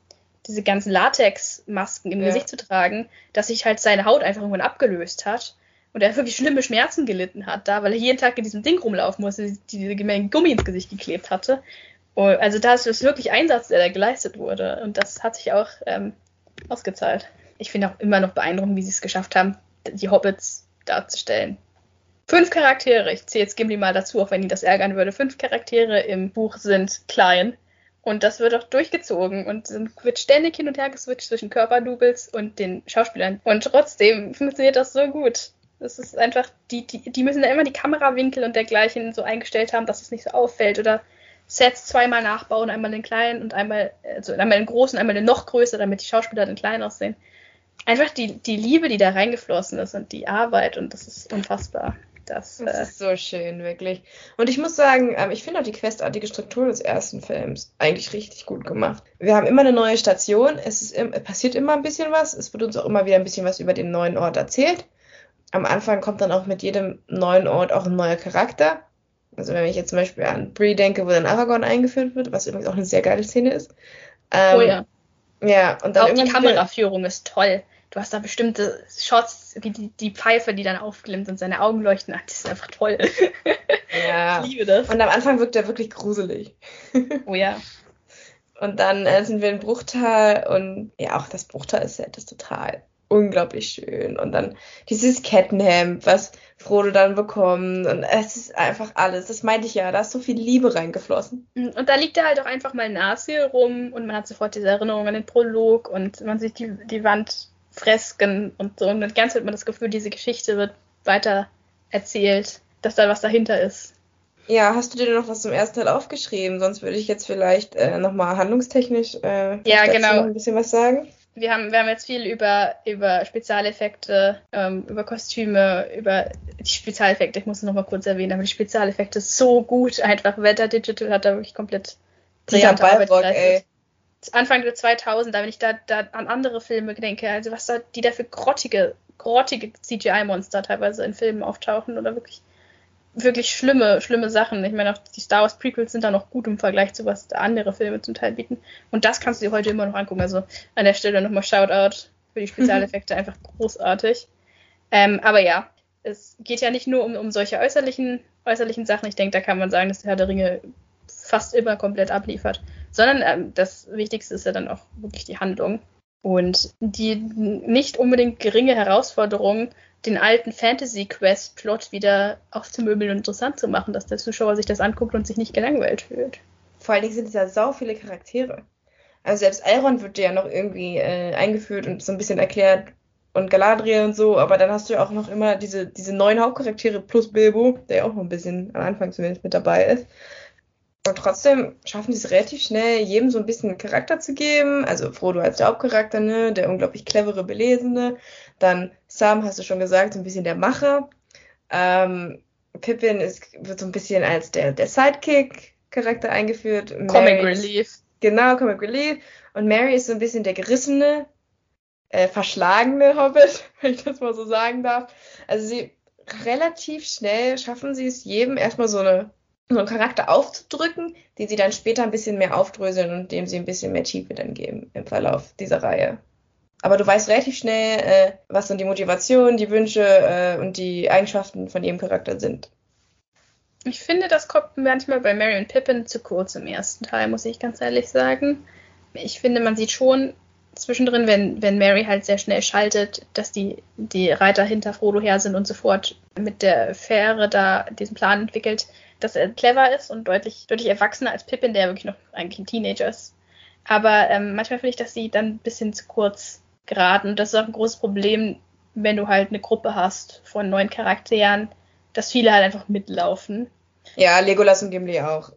Latex-Masken im Gesicht zu tragen, dass sich halt seine Haut einfach irgendwann abgelöst hat und er wirklich schlimme Schmerzen gelitten hat da, weil er jeden Tag in diesem Ding rumlaufen musste, die diese Menge Gummi ins Gesicht geklebt hatte. Und also da ist wirklich Einsatz, der da geleistet wurde und das hat sich auch ausgezahlt. Ich finde auch immer noch beeindruckend, wie sie es geschafft haben, die Hobbits darzustellen. 5 Charaktere, ich zähle jetzt Gimli mal dazu, auch wenn ihn das ärgern würde, 5 Charaktere im Buch sind klein. Und das wird auch durchgezogen und wird ständig hin und her geswitcht zwischen Körperdoubles und den Schauspielern. Und trotzdem funktioniert das so gut. Das ist einfach, die müssen da immer die Kamerawinkel und dergleichen so eingestellt haben, dass es nicht so auffällt. Oder Sets zweimal nachbauen, einmal den kleinen und einmal den großen, einmal den noch größer, damit die Schauspieler den kleinen aussehen. Einfach die Liebe, die da reingeflossen ist und die Arbeit und das ist unfassbar. Das ist so schön, wirklich. Und ich muss sagen, ich finde auch die questartige Struktur des ersten Films eigentlich richtig gut gemacht. Wir haben immer eine neue Station, es passiert immer ein bisschen was, es wird uns auch immer wieder ein bisschen was über den neuen Ort erzählt. Am Anfang kommt dann auch mit jedem neuen Ort auch ein neuer Charakter. Also wenn ich jetzt zum Beispiel an Bree denke, wo dann Aragorn eingeführt wird, was übrigens auch eine sehr geile Szene ist. Oh ja. Ja, und dann auch die Kameraführung ist toll. Du hast da bestimmte Shots, wie die Pfeife, die dann aufglimmt und seine Augen leuchten. Ach, das ist einfach toll. Ja. Ich liebe das. Und am Anfang wirkt er wirklich gruselig. Oh ja. Und dann sind wir in Bruchtal und ja, auch das Bruchtal-Set ist total unglaublich schön. Und dann dieses Kettenhemd, was Frodo dann bekommt. Und es ist einfach alles. Das meinte ich ja, da ist so viel Liebe reingeflossen. Und da liegt er halt auch einfach mal Narsil rum und man hat sofort diese Erinnerung an den Prolog und man sieht die Wandfresken und so. Und die ganze Zeit hat man das Gefühl, diese Geschichte wird weiter erzählt, dass da was dahinter ist. Ja, hast du dir noch was zum ersten Teil aufgeschrieben? Sonst würde ich jetzt vielleicht nochmal handlungstechnisch genau. noch ein bisschen was sagen. Wir haben jetzt viel über Spezialeffekte, über Kostüme, über die Spezialeffekte, ich muss es nochmal kurz erwähnen, aber die Spezialeffekte so gut einfach. Weta Digital hat da wirklich komplett Dieser Arbeit Balrog, geleistet. Anfang der 2000, wenn ich da an andere Filme denke, also was die da für grottige CGI-Monster teilweise in Filmen auftauchen oder wirklich schlimme Sachen. Ich meine, auch die Star Wars Prequels sind da noch gut im Vergleich zu was andere Filme zum Teil bieten. Und das kannst du dir heute immer noch angucken. Also an der Stelle nochmal Shoutout für die Spezialeffekte, einfach großartig. Aber ja, es geht ja nicht nur um solche äußerlichen Sachen. Ich denke, da kann man sagen, dass der Herr der Ringe fast immer komplett abliefert. Sondern das Wichtigste ist ja dann auch wirklich die Handlung. Und die nicht unbedingt geringe Herausforderung, den alten Fantasy-Quest-Plot wieder aufzumöbeln und interessant zu machen, dass der Zuschauer sich das anguckt und sich nicht gelangweilt fühlt. Vor allen Dingen sind es ja sau viele Charaktere. Also selbst Elrond wird dir ja noch irgendwie eingeführt und so ein bisschen erklärt und Galadriel und so, aber dann hast du ja auch noch immer diese 9 Hauptcharaktere plus Bilbo, der ja auch noch ein bisschen am Anfang zumindest mit dabei ist. Und trotzdem schaffen sie es relativ schnell, jedem so ein bisschen Charakter zu geben. Also Frodo als der Hauptcharakter, ne, der unglaublich clevere, belesene. Dann Sam, hast du schon gesagt, so ein bisschen der Macher. Pippin wird so ein bisschen als der Sidekick-Charakter eingeführt. Comic Relief. Genau, Comic Relief. Und Merry ist so ein bisschen der gerissene, verschlagene Hobbit, wenn ich das mal so sagen darf. Also relativ schnell schaffen sie es, jedem erstmal so einen Charakter aufzudrücken, den sie dann später ein bisschen mehr aufdröseln und dem sie ein bisschen mehr Tiefe dann geben im Verlauf dieser Reihe. Aber du weißt relativ schnell, was so die Motivation, die Wünsche und die Eigenschaften von jedem Charakter sind. Ich finde, das kommt manchmal bei Merry und Pippin zu kurz im ersten Teil, muss ich ganz ehrlich sagen. Ich finde, man sieht schon zwischendrin, wenn Merry halt sehr schnell schaltet, dass die Reiter hinter Frodo her sind und sofort mit der Fähre da diesen Plan entwickelt, dass er clever ist und deutlich erwachsener als Pippin, der wirklich noch eigentlich ein Teenager ist. Aber manchmal finde ich, dass sie dann ein bisschen zu kurz geraten. Und das ist auch ein großes Problem, wenn du halt eine Gruppe hast von 9 Charakteren, dass viele halt einfach mitlaufen. Ja, Legolas und Gimli auch.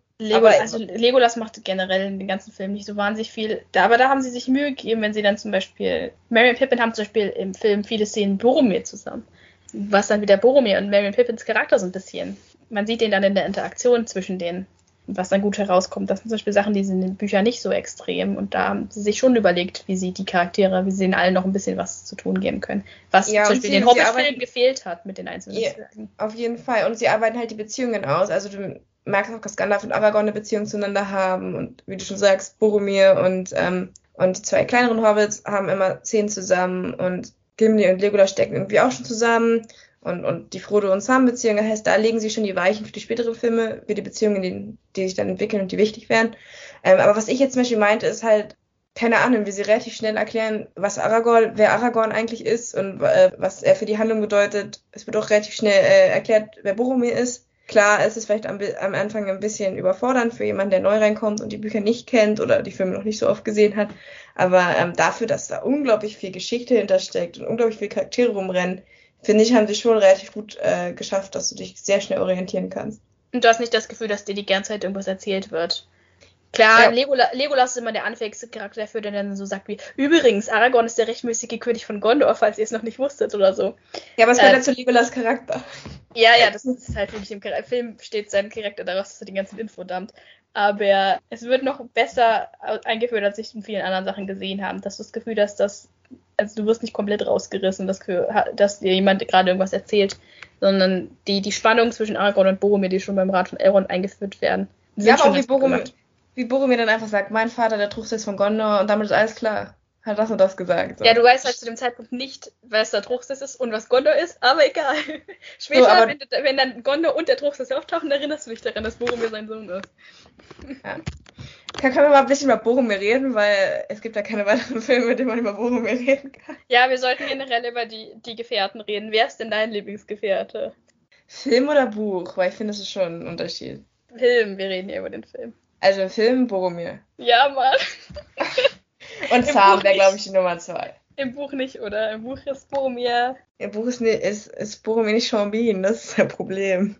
Legolas macht generell in den ganzen Film nicht so wahnsinnig viel. Aber da haben sie sich Mühe gegeben, wenn sie dann zum Beispiel Merry und Pippin haben zum Beispiel im Film viele Szenen Boromir zusammen. Was dann wieder Boromir und Merry und Pippins Charakter so ein bisschen. Man sieht den dann in der Interaktion zwischen denen, was dann gut herauskommt. Das sind zum Beispiel Sachen, die sind in den Büchern nicht so extrem. Und da haben sie sich schon überlegt, wie sie denen allen noch ein bisschen was zu tun geben können. Was zum Beispiel den Hobbit-Film gefehlt hat mit den einzelnen Zwergen. Auf jeden Fall. Und sie arbeiten halt die Beziehungen aus. Also du merkst auch, dass Gandalf und Aragorn eine Beziehung zueinander haben. Und wie du schon sagst, Boromir und die 2 kleineren Hobbits haben immer Szenen zusammen. Und Gimli und Legolas stecken irgendwie auch schon zusammen. Und die Frodo- und Sam-Beziehung, das heißt, da legen sie schon die Weichen für die späteren Filme, für die Beziehungen, die sich dann entwickeln und die wichtig werden. Aber was ich jetzt zum Beispiel meinte, ist halt, keine Ahnung, wie sie relativ schnell erklären, wer Aragorn eigentlich ist und was er für die Handlung bedeutet. Es wird auch relativ schnell erklärt, wer Boromir ist. Klar, es ist vielleicht am Anfang ein bisschen überfordernd für jemanden, der neu reinkommt und die Bücher nicht kennt oder die Filme noch nicht so oft gesehen hat. Aber dafür, dass da unglaublich viel Geschichte hintersteckt und unglaublich viele Charaktere rumrennen, finde ich, haben sie schon relativ gut geschafft, dass du dich sehr schnell orientieren kannst. Und du hast nicht das Gefühl, dass dir die ganze Zeit irgendwas erzählt wird. Klar, ja. Legolas ist immer der anfälligste Charakter dafür, der dann so sagt wie, übrigens, Aragorn ist der rechtmäßige König von Gondor, falls ihr es noch nicht wusstet oder so. Ja, aber es gehört ja zu Legolas Charakter. Ja, das ist halt wirklich im Film steht sein Charakter daraus, dass er den ganzen Info dumpt. Aber es wird noch besser eingeführt, als ich in vielen anderen Sachen gesehen habe. Dass du das Gefühl hast, also du wirst nicht komplett rausgerissen, dass dir jemand gerade irgendwas erzählt, sondern die Spannung zwischen Aragorn und Boromir, die schon beim Rat von Elrond eingeführt werden. Ja, aber auch wie Boromir dann einfach sagt, mein Vater, der Truchsess von Gondor und damit ist alles klar. Hat das und das gesagt. So. Ja, du weißt halt zu dem Zeitpunkt nicht, was der Truchsess ist und was Gondor ist, aber egal. Später, wenn dann Gondor und der Truchsess auftauchen, erinnerst du dich daran, dass Boromir sein Sohn ist. Ja. Können wir mal ein bisschen über Boromir reden, weil es gibt ja keine weiteren Filme, mit denen man über Boromir reden kann. Ja, wir sollten generell über die Gefährten reden. Wer ist denn dein Lieblingsgefährte? Film oder Buch? Weil ich finde, das ist schon ein Unterschied. Film, wir reden ja über den Film. Also im Film Boromir. Ja, Mann. Und Sam wäre, glaube ich, die Nummer 2. Im Buch nicht, oder? Im Buch ist Boromir... Im Buch ist Boromir nicht Sean Bean, das ist ein Problem.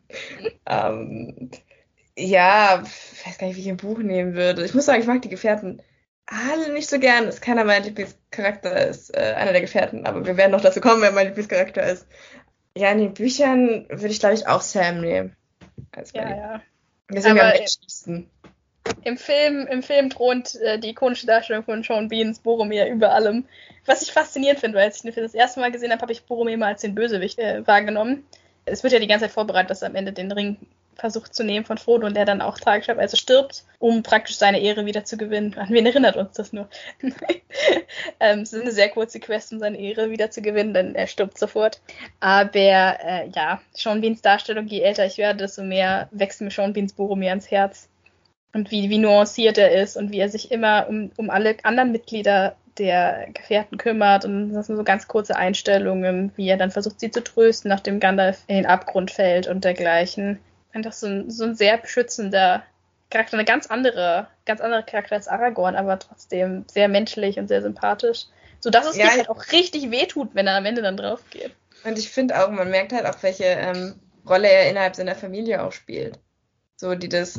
Ja, ich weiß gar nicht, wie ich ein Buch nehmen würde. Ich muss sagen, ich mag die Gefährten alle nicht so gern. Ist keiner mein Lieblingscharakter, ist einer der Gefährten, aber wir werden noch dazu kommen, wer mein Lieblingscharakter ist. Ja, in den Büchern würde ich, glaube ich, auch Sam nehmen. Ja. Wir sind ja am menschlichsten. Im Film thront die ikonische Darstellung von Sean Beans Boromir über allem. Was ich faszinierend finde, weil als ich den Film das erste Mal gesehen habe, habe ich Boromir mal als den Bösewicht wahrgenommen. Es wird ja die ganze Zeit vorbereitet, dass er am Ende den Ring versucht zu nehmen von Frodo und der dann auch tragisch stirbt, um praktisch seine Ehre wieder zu gewinnen. An wen erinnert uns das nur? Es ist eine sehr kurze Quest, um seine Ehre wieder zu gewinnen, denn er stirbt sofort. Aber Sean Beans Darstellung, je älter ich werde, desto mehr wächst mir Sean Beans Boromir ans Herz. Und wie nuanciert er ist und wie er sich immer um alle anderen Mitglieder der Gefährten kümmert. Und das sind so ganz kurze Einstellungen, wie er dann versucht, sie zu trösten, nachdem Gandalf in den Abgrund fällt und dergleichen. Einfach so ein sehr beschützender Charakter, eine ganz andere Charakter als Aragorn, aber trotzdem sehr menschlich und sehr sympathisch. Sodass es mir halt auch richtig wehtut, wenn er am Ende dann drauf geht. Und ich finde auch, man merkt halt auch, welche Rolle er innerhalb seiner Familie auch spielt. So die des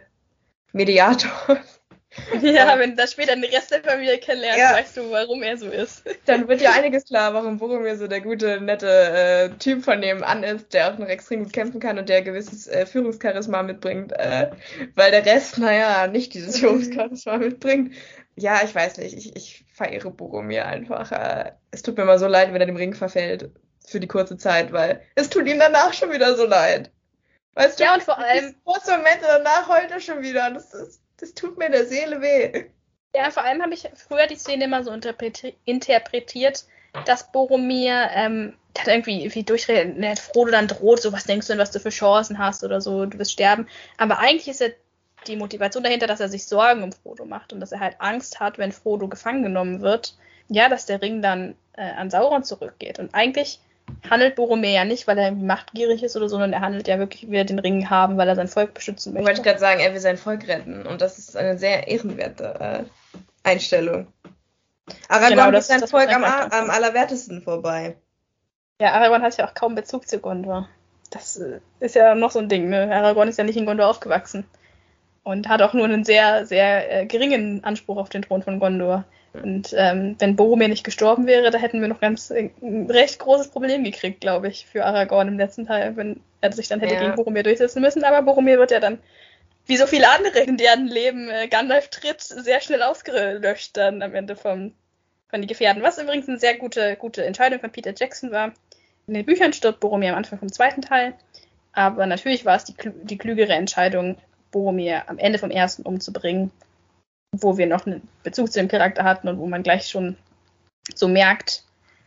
Mediators. Ja, wenn du da später den Rest der Familie kennenlernst, weißt du, warum er so ist. Dann wird ja einiges klar, warum Boromir so der gute, nette Typ von nebenan ist, der auch noch extrem gut kämpfen kann und der gewisses Führungscharisma mitbringt, weil der Rest, nicht dieses Führungscharisma mitbringt. Ja, ich weiß nicht, ich verehre Boromir einfach. Es tut mir immer so leid, wenn er dem Ring verfällt für die kurze Zeit, weil es tut ihm danach schon wieder so leid. Weißt du, und vor allem kurze Momente danach heult er schon wieder. Das tut mir der Seele weh. Ja, vor allem habe ich früher die Szene immer so interpretiert, dass Boromir hat irgendwie durchredet, Frodo dann droht, so was denkst du denn, was du für Chancen hast oder so, du wirst sterben. Aber eigentlich ist ja die Motivation dahinter, dass er sich Sorgen um Frodo macht und dass er halt Angst hat, wenn Frodo gefangen genommen wird, dass der Ring dann an Sauron zurückgeht. Und eigentlich handelt Boromir ja nicht, weil er irgendwie machtgierig ist oder so, sondern er handelt ja wirklich, will den Ring haben, weil er sein Volk beschützen möchte. Ich wollte gerade sagen, er will sein Volk retten und das ist eine sehr ehrenwerte Einstellung. Aragorn geht sein Volk am allerwertesten vorbei. Ja, Aragorn hat ja auch kaum Bezug zu Gondor. Das ist ja noch so ein Ding, ne? Aragorn ist ja nicht in Gondor aufgewachsen und hat auch nur einen sehr, sehr geringen Anspruch auf den Thron von Gondor. Und wenn Boromir nicht gestorben wäre, da hätten wir noch ein recht großes Problem gekriegt, glaube ich, für Aragorn im letzten Teil, wenn er sich dann hätte gegen Boromir durchsetzen müssen. Aber Boromir wird ja dann, wie so viele andere, in deren Leben Gandalf tritt, sehr schnell ausgelöscht dann am Ende von die Gefährten. Was übrigens eine sehr gute Entscheidung von Peter Jackson war. In den Büchern stirbt Boromir am Anfang vom zweiten Teil. Aber natürlich war es die klügere Entscheidung, Boromir am Ende vom ersten umzubringen, wo wir noch einen Bezug zu dem Charakter hatten und wo man gleich schon so merkt,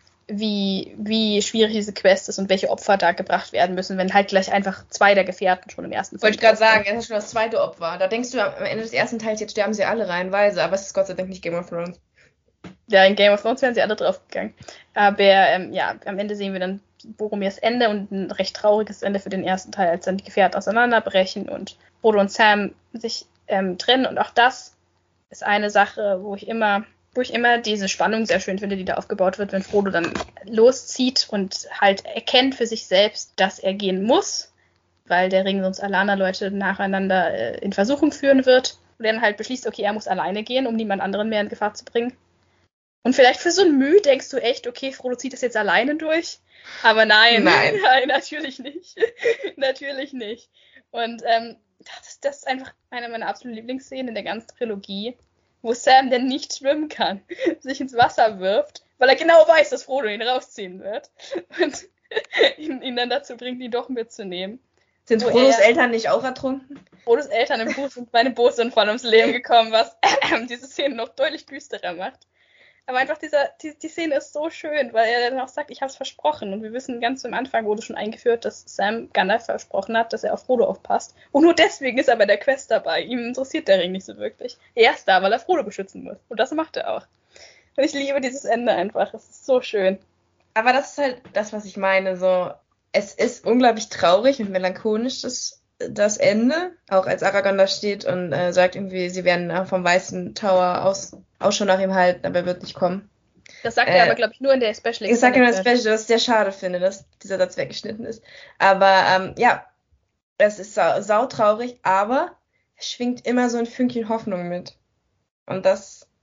wie schwierig diese Quest ist und welche Opfer da gebracht werden müssen, wenn halt gleich einfach 2 der Gefährten schon im ersten Film. Wollte ich gerade sagen, er ist schon das zweite Opfer. Da denkst du am Ende des ersten Teils, jetzt sterben sie alle reihenweise, aber es ist Gott sei Dank nicht Game of Thrones. Ja, in Game of Thrones wären sie alle draufgegangen. Aber am Ende sehen wir dann Boromirs Ende und ein recht trauriges Ende für den ersten Teil, als dann die Gefährten auseinanderbrechen und Frodo und Sam sich trennen. Und auch das ist eine Sache, wo ich immer diese Spannung sehr schön finde, die da aufgebaut wird, wenn Frodo dann loszieht und halt erkennt für sich selbst, dass er gehen muss, weil der Ring sonst alle anderen Leute nacheinander in Versuchung führen wird. Und er dann halt beschließt, okay, er muss alleine gehen, um niemand anderen mehr in Gefahr zu bringen. Und vielleicht für so ein Mühe denkst du echt, okay, Frodo zieht das jetzt alleine durch. Aber nein, natürlich nicht. Natürlich nicht. Und das ist einfach eine meiner absoluten Lieblingsszenen in der ganzen Trilogie, wo Sam, der nicht schwimmen kann, sich ins Wasser wirft, weil er genau weiß, dass Frodo ihn rausziehen wird und ihn dann dazu bringt, ihn doch mitzunehmen. Sind Frodos Eltern nicht auch ertrunken? Frodos Eltern im Buch sind bei einem Bootsunfall ums Leben gekommen, was diese Szene noch deutlich düsterer macht. Aber einfach die Szene ist so schön, weil er dann auch sagt, ich habe es versprochen. Und wir wissen ganz am Anfang wurde schon eingeführt, dass Sam Gandalf versprochen hat, dass er auf Frodo aufpasst. Und nur deswegen ist er bei der Quest dabei. Ihm interessiert der Ring nicht so wirklich. Er ist da, weil er Frodo beschützen muss. Und das macht er auch. Und ich liebe dieses Ende einfach. Es ist so schön. Aber das ist halt das, was ich meine. So, es ist unglaublich traurig und melancholisch, das Ende. Auch als Aragorn da steht und sagt irgendwie, sie werden vom Weißen Tower Ausschau nach ihm halten, aber er wird nicht kommen. Das sagt er aber, glaube ich, nur in der Special. Ich sage nur in der Special, was ich sehr schade finde, dass dieser Satz weggeschnitten ist. Aber es ist sautraurig, aber es schwingt immer so ein Fünkchen Hoffnung mit. Und das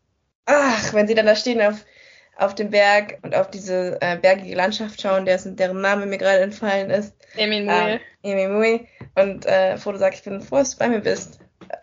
Ach, wenn sie dann da stehen auf dem Berg und auf diese bergige Landschaft schauen, deren Name mir gerade entfallen ist. Emil Emimui. Und Frodo sagt, ich bin froh, dass du bei mir bist.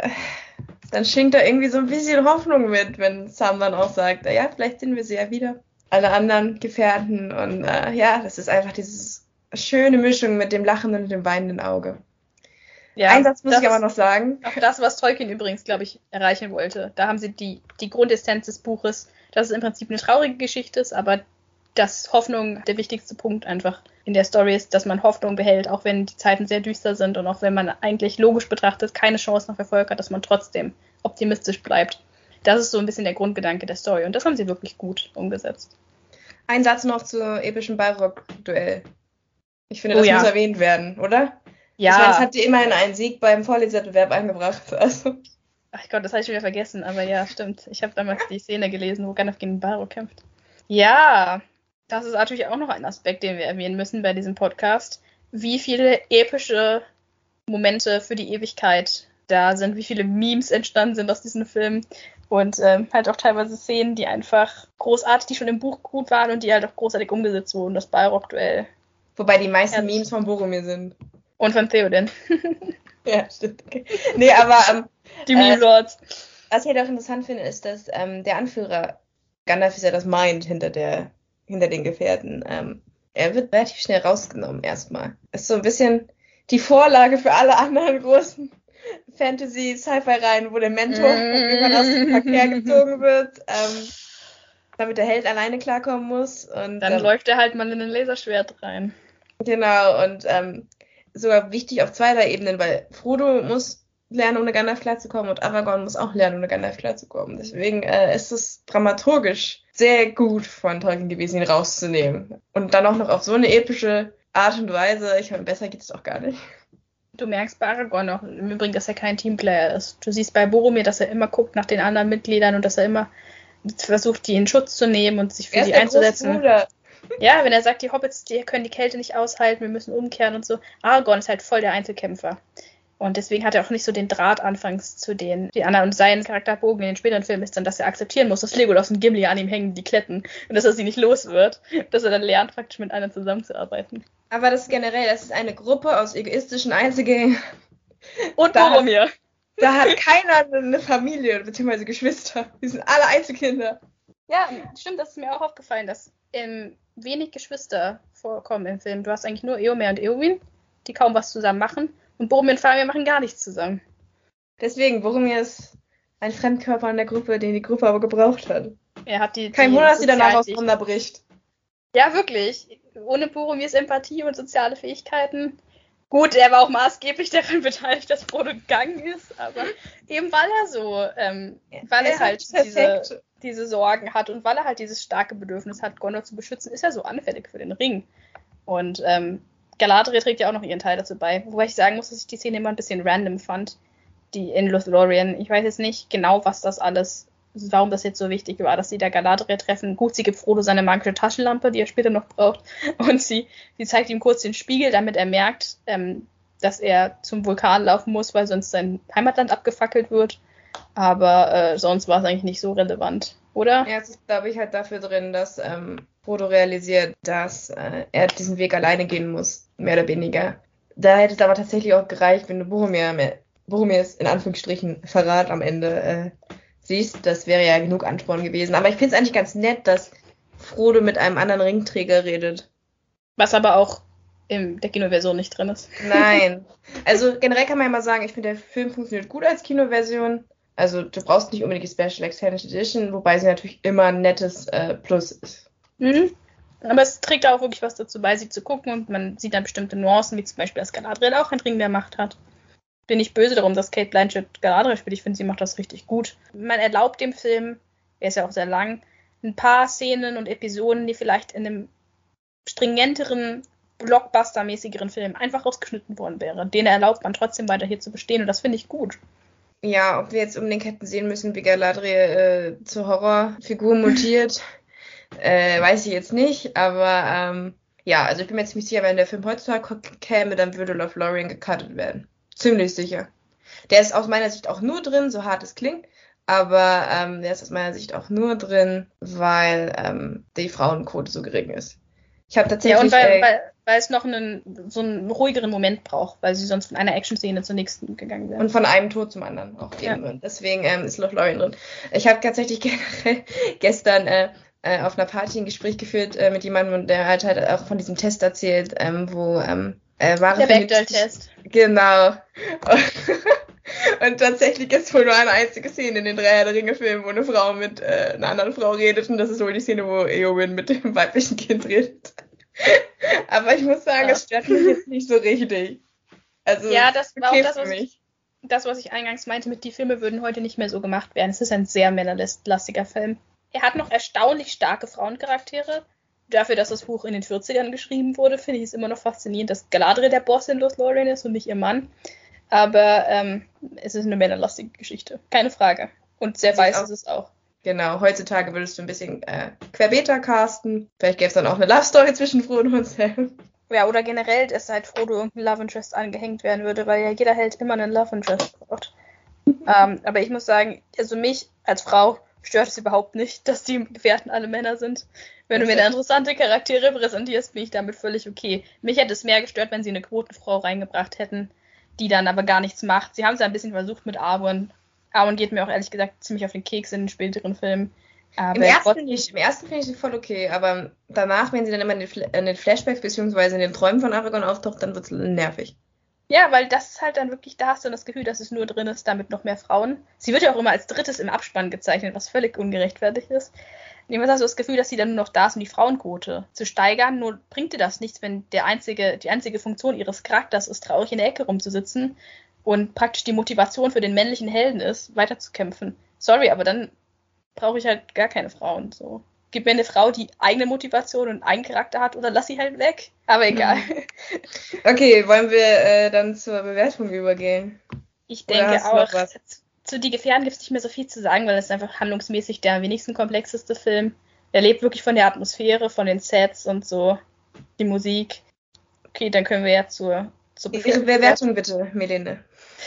Dann schwingt da irgendwie so ein bisschen Hoffnung mit, wenn Sam dann auch sagt, ja, vielleicht sehen wir sie ja wieder. Alle anderen Gefährten. Und ja, das ist einfach diese schöne Mischung mit dem lachenden und dem weinenden Auge. Ja, Einen Satz muss ich aber noch sagen. Auch das, was Tolkien übrigens, glaube ich, erreichen wollte. Da haben sie die Grundessenz des Buches, dass es im Prinzip eine traurige Geschichte ist, aber dass Hoffnung der wichtigste Punkt einfach in der Story ist, dass man Hoffnung behält, auch wenn die Zeiten sehr düster sind und auch wenn man eigentlich logisch betrachtet keine Chance auf Erfolg hat, dass man trotzdem optimistisch bleibt. Das ist so ein bisschen der Grundgedanke der Story und das haben sie wirklich gut umgesetzt. Ein Satz noch zur epischen Balrog-Duell. Ich finde, das muss erwähnt werden, oder? Ja. Ich meine, es hat dir immerhin einen Sieg beim Vorlesewettbewerb eingebracht. Also. Ach Gott, das habe ich schon wieder vergessen, aber ja, stimmt. Ich habe damals die Szene gelesen, wo Gandalf gegen Balrog kämpft. Ja, das ist natürlich auch noch ein Aspekt, den wir erwähnen müssen bei diesem Podcast. Wie viele epische Momente für die Ewigkeit da sind, wie viele Memes entstanden sind aus diesem Film und halt auch teilweise Szenen, die einfach großartig, die schon im Buch gut waren und die halt auch großartig umgesetzt wurden, das Balrog-Duell. Wobei die meisten Memes von Boromir sind. Und von Theoden. Ja, stimmt. Okay. Nee, aber die Meme-Lords. Was ich halt auch interessant finde, ist, dass der Anführer, Gandalf ist ja das Mind hinter den Gefährten, er wird relativ schnell rausgenommen erstmal. Ist so ein bisschen die Vorlage für alle anderen großen Fantasy-Sci-Fi-Reihen, wo der Mentor irgendwann aus dem Verkehr gezogen wird, damit der Held alleine klarkommen muss. Und dann läuft er halt mal in ein Laserschwert rein. Genau, und sogar wichtig auf zweiter Ebene, weil Frodo muss lernen, ohne Gandalf klarzukommen und Aragorn muss auch lernen, ohne Gandalf klarzukommen. Deswegen ist es dramaturgisch sehr gut von Tolkien gewesen, ihn rauszunehmen. Und dann auch noch auf so eine epische Art und Weise. Ich meine, besser geht es doch gar nicht. Du merkst bei Aragorn auch im Übrigen, dass er kein Teamplayer ist. Du siehst bei Boromir, dass er immer guckt nach den anderen Mitgliedern und dass er immer versucht, die in Schutz zu nehmen und sich für sie einzusetzen. Ja, wenn er sagt, die Hobbits, die können die Kälte nicht aushalten, wir müssen umkehren und so. Aragorn ist halt voll der Einzelkämpfer. Und deswegen hat er auch nicht so den Draht anfangs zu den anderen. Und sein Charakterbogen in den späteren Filmen ist dann, dass er akzeptieren muss, dass Legolas und Gimli an ihm hängen, die Kletten. Und dass er sie nicht los wird. Dass er dann lernt, praktisch mit anderen zusammenzuarbeiten. Aber das ist eine Gruppe aus egoistischen Einzelgängern. Und Boromir. Da hat keiner eine Familie bzw. Geschwister. Die sind alle Einzelkinder. Ja, stimmt, das ist mir auch aufgefallen, dass wenig Geschwister vorkommen im Film. Du hast eigentlich nur Eomer und Eowyn, die kaum was zusammen machen. Und Boromir und Faramir machen gar nichts zusammen. Deswegen, Boromir ist ein Fremdkörper in der Gruppe, den die Gruppe aber gebraucht hat. Er hat kein Wunder, dass sie danach auseinanderbricht. Ja, wirklich. Ohne Boromirs Empathie und soziale Fähigkeiten. Gut, er war auch maßgeblich daran beteiligt, dass Frodo gegangen ist, aber eben weil er so, weil er halt diese Sorgen hat und weil er halt dieses starke Bedürfnis hat, Gondor zu beschützen, ist er so anfällig für den Ring. Und Galadriel trägt ja auch noch ihren Teil dazu bei. Wobei ich sagen muss, dass ich die Szene immer ein bisschen random fand, die in Lothlorien. Ich weiß jetzt nicht genau, warum das jetzt so wichtig war, dass sie da Galadriel treffen. Gut, sie gibt Frodo seine magische Taschenlampe, die er später noch braucht. Und sie zeigt ihm kurz den Spiegel, damit er merkt, dass er zum Vulkan laufen muss, weil sonst sein Heimatland abgefackelt wird. Aber sonst war es eigentlich nicht so relevant, oder? Ja, es ist, glaube ich, halt dafür drin, dass Frodo realisiert, dass er diesen Weg alleine gehen muss, mehr oder weniger. Da hätte es aber tatsächlich auch gereicht, wenn du Boromirs in Anführungsstrichen Verrat am Ende siehst. Das wäre ja genug Ansporn gewesen. Aber ich finde es eigentlich ganz nett, dass Frodo mit einem anderen Ringträger redet. Was aber auch in der Kinoversion nicht drin ist. Nein. Also generell kann man ja mal sagen, ich finde, der Film funktioniert gut als Kinoversion. Also du brauchst nicht unbedingt die Special Extended Edition, wobei sie natürlich immer ein nettes Plus ist. Mhm. Aber es trägt auch wirklich was dazu bei, sie zu gucken und man sieht dann bestimmte Nuancen, wie zum Beispiel, dass Galadriel auch einen Ring der Macht hat. Bin nicht böse darum, dass Cate Blanchett Galadriel spielt. Ich finde, sie macht das richtig gut. Man erlaubt dem Film, er ist ja auch sehr lang, ein paar Szenen und Episoden, die vielleicht in einem stringenteren, Blockbuster-mäßigeren Film einfach rausgeschnitten worden wäre. Denen erlaubt man trotzdem weiter hier zu bestehen und das finde ich gut. Ja, ob wir jetzt unbedingt hätten sehen müssen, wie Galadriel zur Horrorfigur mutiert, weiß ich jetzt nicht, aber ja, also ich bin mir ziemlich sicher, wenn der Film heutzutage käme, dann würde Lothlorien gecuttet werden. Ziemlich sicher. Der ist aus meiner Sicht auch nur drin, so hart es klingt, Aber der ist aus meiner Sicht auch nur drin, weil die Frauenquote so gering ist. Ich habe tatsächlich... Ja, und weil es noch so einen ruhigeren Moment braucht, weil sie sonst von einer Action-Szene zur nächsten gegangen wäre. Und von einem Tod zum anderen auch eben. Ja. Und deswegen ist Lothlorien drin. Ich habe tatsächlich generell gestern auf einer Party ein Gespräch geführt mit jemandem, und der hat halt auch von diesem Test erzählt, wo wahre der Bechdel-Test. Genau. Und tatsächlich ist wohl nur eine einzige Szene in den 3 Herr der Ringe-Filmen, wo eine Frau mit einer anderen Frau redet, und das ist wohl die Szene, wo Eowyn mit dem weiblichen Kind redet. Aber ich muss sagen, es stört mich jetzt nicht so richtig. Also, ja, das war okay auch das, was ich eingangs meinte, die Filme würden heute nicht mehr so gemacht werden. Es ist ein sehr männerlastiger Film. Er hat noch erstaunlich starke Frauencharaktere. Dafür, dass das Buch in den 40ern geschrieben wurde, finde ich es immer noch faszinierend, dass Galadriel der Boss in Lothlorien ist und nicht ihr Mann. Aber es ist eine männerlastige Geschichte, keine Frage. Und sehr weiß ist es auch. Genau, heutzutage würdest du ein bisschen querbeter casten. Vielleicht gäbe es dann auch eine Love-Story zwischen Frodo und Sam. Ja, oder generell, dass halt Frodo irgendein Love Interest angehängt werden würde, weil ja jeder Held immer einen Love Interest braucht. Aber ich muss sagen, also mich als Frau stört es überhaupt nicht, dass die Gefährten alle Männer sind. Wenn du mir da interessante Charaktere präsentierst, bin ich damit völlig okay. Mich hätte es mehr gestört, wenn sie eine Quotenfrau reingebracht hätten, die dann aber gar nichts macht. Sie haben es ja ein bisschen versucht mit Arwen. Arwen geht mir auch ehrlich gesagt ziemlich auf den Keks in den späteren Filmen. Aber Im ersten finde ich sie voll okay, aber danach, wenn sie dann immer in den Flashbacks bzw. in den Träumen von Aragorn auftaucht, dann wird es nervig. Ja, weil das ist halt dann wirklich, da hast du das Gefühl, dass es nur drin ist, damit noch mehr Frauen. Sie wird ja auch immer als drittes im Abspann gezeichnet, was völlig ungerechtfertigt ist. Jedenfalls hast du das Gefühl, dass sie dann nur noch da ist, um die Frauenquote zu steigern. Nur bringt dir das nichts, wenn die einzige Funktion ihres Charakters ist, traurig in der Ecke rumzusitzen und praktisch die Motivation für den männlichen Helden ist, weiterzukämpfen. Sorry, aber dann brauche ich halt gar keine Frauen. So. Gib mir eine Frau, die eigene Motivation und einen Charakter hat, oder lass sie halt weg. Aber egal. Okay, wollen wir dann zur Bewertung übergehen? Ich denke auch. Zu Die Gefährten gibt es nicht mehr so viel zu sagen, weil es einfach handlungsmäßig der am wenigsten komplexeste Film. Er lebt wirklich von der Atmosphäre, von den Sets und so, die Musik. Okay, dann können wir ja zur Ihre Bewertung bitte, Melene.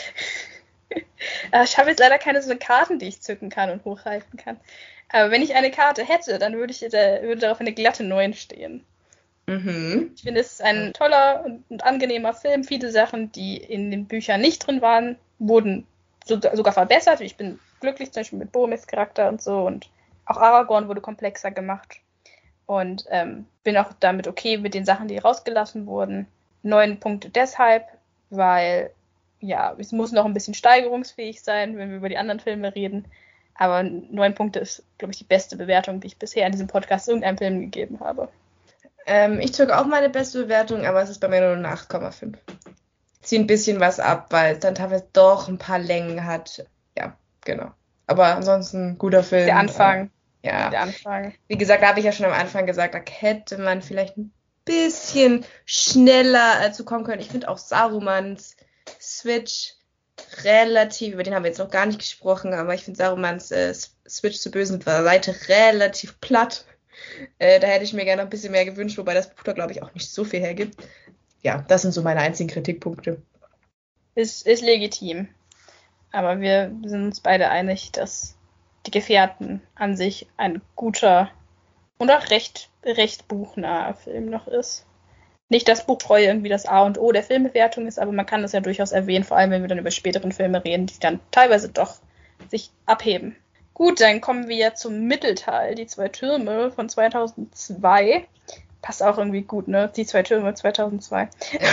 Ich habe jetzt leider keine so Karten, die ich zücken kann und hochhalten kann. Aber wenn ich eine Karte hätte, dann würde darauf eine glatte 9 stehen. Mhm. Ich finde, es ist ein toller und angenehmer Film. Viele Sachen, die in den Büchern nicht drin waren, wurden sogar verbessert. Ich bin glücklich, zum Beispiel mit Boromirs Charakter und so. Und auch Aragorn wurde komplexer gemacht. Und bin auch damit okay mit den Sachen, die rausgelassen wurden. 9 Punkte deshalb, weil ja, es muss noch ein bisschen steigerungsfähig sein, wenn wir über die anderen Filme reden. Aber 9 Punkte ist, glaube ich, die beste Bewertung, die ich bisher in diesem Podcast irgendeinem Film gegeben habe. Ich drücke auch meine beste Bewertung, aber es ist bei mir nur eine 8,5. Ziehe ein bisschen was ab, weil es dann teilweise doch ein paar Längen hat. Ja, genau. Aber ansonsten guter Film. Der Anfang. Ja. Der Anfang. Wie gesagt, da habe ich ja schon am Anfang gesagt, da hätte man vielleicht ein bisschen schneller zu kommen können. Ich finde auch Sarumans Switch relativ, über den haben wir jetzt noch gar nicht gesprochen, aber ich finde Sarumans Switch zur bösen Seite relativ platt. Da hätte ich mir gerne ein bisschen mehr gewünscht, wobei das Buch da, glaube ich, auch nicht so viel hergibt. Ja, das sind so meine einzigen Kritikpunkte. Ist legitim. Aber wir sind uns beide einig, dass Die Gefährten an sich ein guter und auch recht buchnaher Film noch ist. Nicht, dass Buchtreue irgendwie das A und O der Filmbewertung ist, aber man kann das ja durchaus erwähnen, vor allem wenn wir dann über späteren Filme reden, die dann teilweise doch sich abheben. Gut, dann kommen wir zum Mittelteil, Die 2 Türme von 2002. Passt auch irgendwie gut, ne? Die 2 Türme 2002.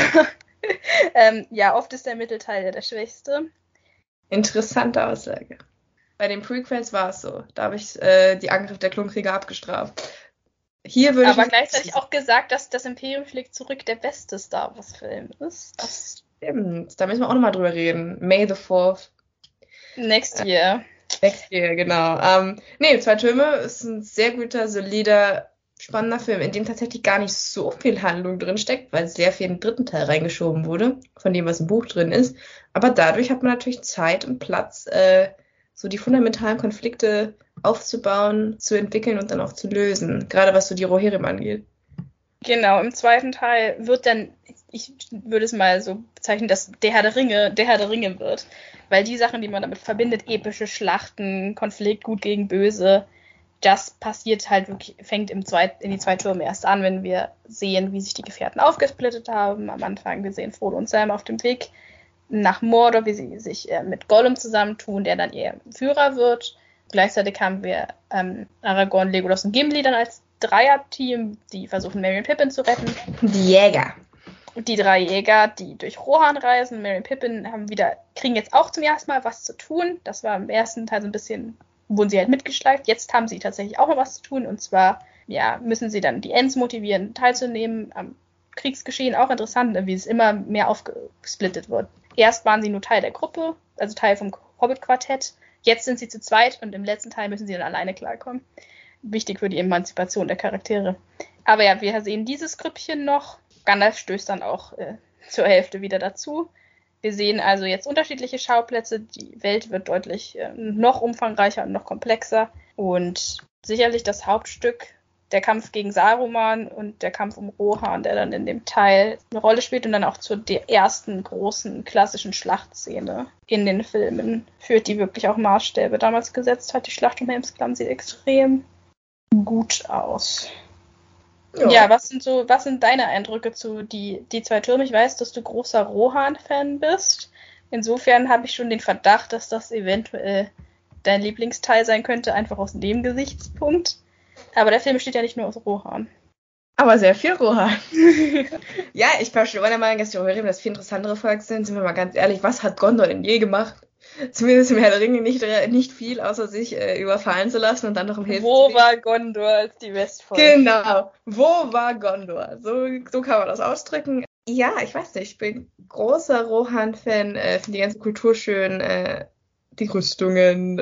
Ja, oft ist der Mittelteil ja der schwächste. Interessante Aussage. Bei den Prequels war es so. Da habe ich die Angriff der Klonkrieger abgestraft. Hier würde aber gleichzeitig auch gesagt, dass das Imperium schlägt zurück der beste Star Wars-Film ist. Das stimmt. Da müssen wir auch nochmal drüber reden. May the 4th. Next year. Next year, genau. 2 Türme ist ein sehr guter, solider, spannender Film, in dem tatsächlich gar nicht so viel Handlung drin steckt, weil sehr viel in den 3. Teil reingeschoben wurde, von dem, was im Buch drin ist. Aber dadurch hat man natürlich Zeit und Platz, so die fundamentalen Konflikte aufzubauen, zu entwickeln und dann auch zu lösen. Gerade was so die Rohirrim angeht. Genau, im 2. Teil wird dann, ich würde es mal so bezeichnet, dass der Herr der Ringe wird. Weil die Sachen, die man damit verbindet, epische Schlachten, Konflikt, gut gegen böse, das passiert halt wirklich, fängt in die zwei Türme erst an, wenn wir sehen, wie sich die Gefährten aufgesplittet haben. Am Anfang, wir sehen Frodo und Sam auf dem Weg nach Mordor, wie sie sich mit Gollum zusammentun, der dann ihr Führer wird. Gleichzeitig haben wir Aragorn, Legolas und Gimli dann als Dreierteam, die versuchen, Merry und Pippin zu retten. Die Jäger. Und die 3 Jäger, die durch Rohan reisen. Merry und Pippin kriegen jetzt auch zum ersten Mal was zu tun. Das war im ersten Teil so ein bisschen, wurden sie halt mitgeschleift. Jetzt haben sie tatsächlich auch mal was zu tun. Und zwar, müssen sie dann die Ents motivieren, teilzunehmen am Kriegsgeschehen. Auch interessant, wie es immer mehr aufgesplittet wird. Erst waren sie nur Teil der Gruppe, also Teil vom Hobbit-Quartett. Jetzt sind sie zu zweit und im letzten Teil müssen sie dann alleine klarkommen. Wichtig für die Emanzipation der Charaktere. Aber ja, wir sehen dieses Grüppchen noch. Gandalf stößt dann auch zur Hälfte wieder dazu. Wir sehen also jetzt unterschiedliche Schauplätze. Die Welt wird deutlich noch umfangreicher und noch komplexer. Und sicherlich das Hauptstück, der Kampf gegen Saruman und der Kampf um Rohan, der dann in dem Teil eine Rolle spielt und dann auch zur der ersten großen klassischen Schlachtszene in den Filmen führt, die wirklich auch Maßstäbe damals gesetzt hat. Die Schlacht um Helmsklamm sieht extrem gut aus. Ja, was sind deine Eindrücke zu die 2 Türme? Ich weiß, dass du großer Rohan-Fan bist. Insofern habe ich schon den Verdacht, dass das eventuell dein Lieblingsteil sein könnte, einfach aus dem Gesichtspunkt. Aber der Film besteht ja nicht nur aus Rohan. Aber sehr viel Rohan. Ja, ich war schon der Meinung, dass die Rohirrim das viel interessantere Volk sind. Sind wir mal ganz ehrlich, was hat Gondor denn je gemacht? Zumindest im Herr der Ringe nicht viel, außer sich überfallen zu lassen und dann noch im Hilfe. Wo war Gondor als die Westfolk? Genau, wo war Gondor? So kann man das ausdrücken. Ja, ich weiß nicht, ich bin großer Rohan-Fan, finde die ganze Kultur schön, die Rüstungen,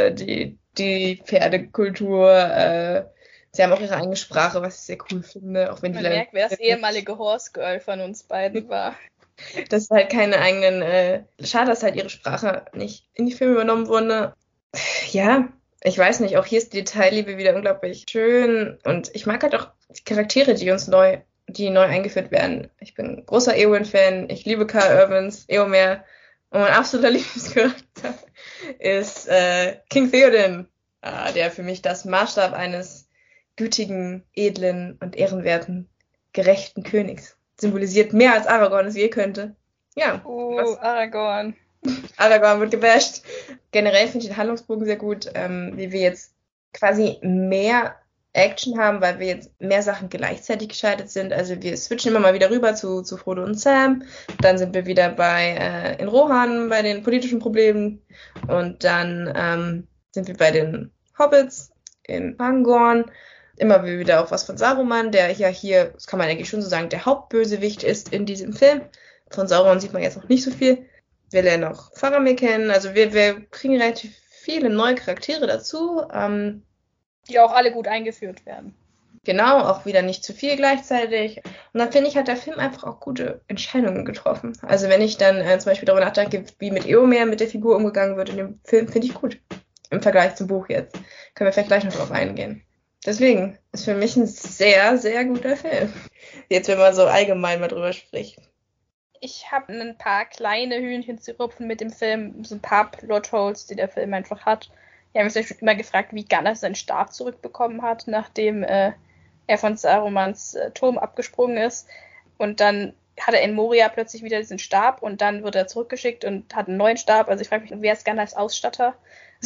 die Pferdekultur, sie haben auch ihre eigene Sprache, was ich sehr cool finde. Auch wenn Man merkt, wer das ehemalige Horse Girl von uns beiden war. Dass halt keine eigenen, schade, dass halt ihre Sprache nicht in die Filme übernommen wurde. Ja, ich weiß nicht, auch hier ist die Detailliebe wieder unglaublich schön und ich mag halt auch die Charaktere, die neu eingeführt werden. Ich bin großer Eowyn-Fan, ich liebe Karl Urban, Eomer und mein absoluter Lieblingscharakter ist King Theoden, der für mich das Maßstab eines gütigen, edlen und ehrenwerten, gerechten Königs symbolisiert, mehr als Aragorn es je könnte. Ja. Aragorn. Aragorn wird gebasht. Generell finde ich den Handlungsbogen sehr gut, wie wir jetzt quasi mehr Action haben, weil wir jetzt mehr Sachen gleichzeitig geschaltet sind. Also wir switchen immer mal wieder rüber zu Frodo und Sam. Dann sind wir wieder in Rohan bei den politischen Problemen. Und dann sind wir bei den Hobbits in Aragorn. Immer wieder auch was von Saruman, der ja hier, das kann man eigentlich schon so sagen, der Hauptbösewicht ist in diesem Film. Von Sauron sieht man jetzt noch nicht so viel. Wir lernen auch Faramir kennen. Also wir kriegen relativ viele neue Charaktere dazu. Die auch alle gut eingeführt werden. Genau, auch wieder nicht zu viel gleichzeitig. Und dann finde ich, hat der Film einfach auch gute Entscheidungen getroffen. Also wenn ich dann zum Beispiel darüber nachdenke, wie mit Eomer mit der Figur umgegangen wird in dem Film, finde ich gut. Im Vergleich zum Buch jetzt. Können wir vielleicht gleich noch drauf eingehen. Deswegen ist für mich ein sehr, sehr guter Film. Jetzt, wenn man so allgemein mal drüber spricht. Ich habe ein paar kleine Hühnchen zu rupfen mit dem Film, so ein paar Plotholes, die der Film einfach hat. Ich habe mich schon immer gefragt, wie Gandalf seinen Stab zurückbekommen hat, nachdem er von Sarumans Turm abgesprungen ist. Und dann hat er in Moria plötzlich wieder diesen Stab und dann wird er zurückgeschickt und hat einen neuen Stab. Also ich frage mich, wer ist Gandalfs Ausstatter?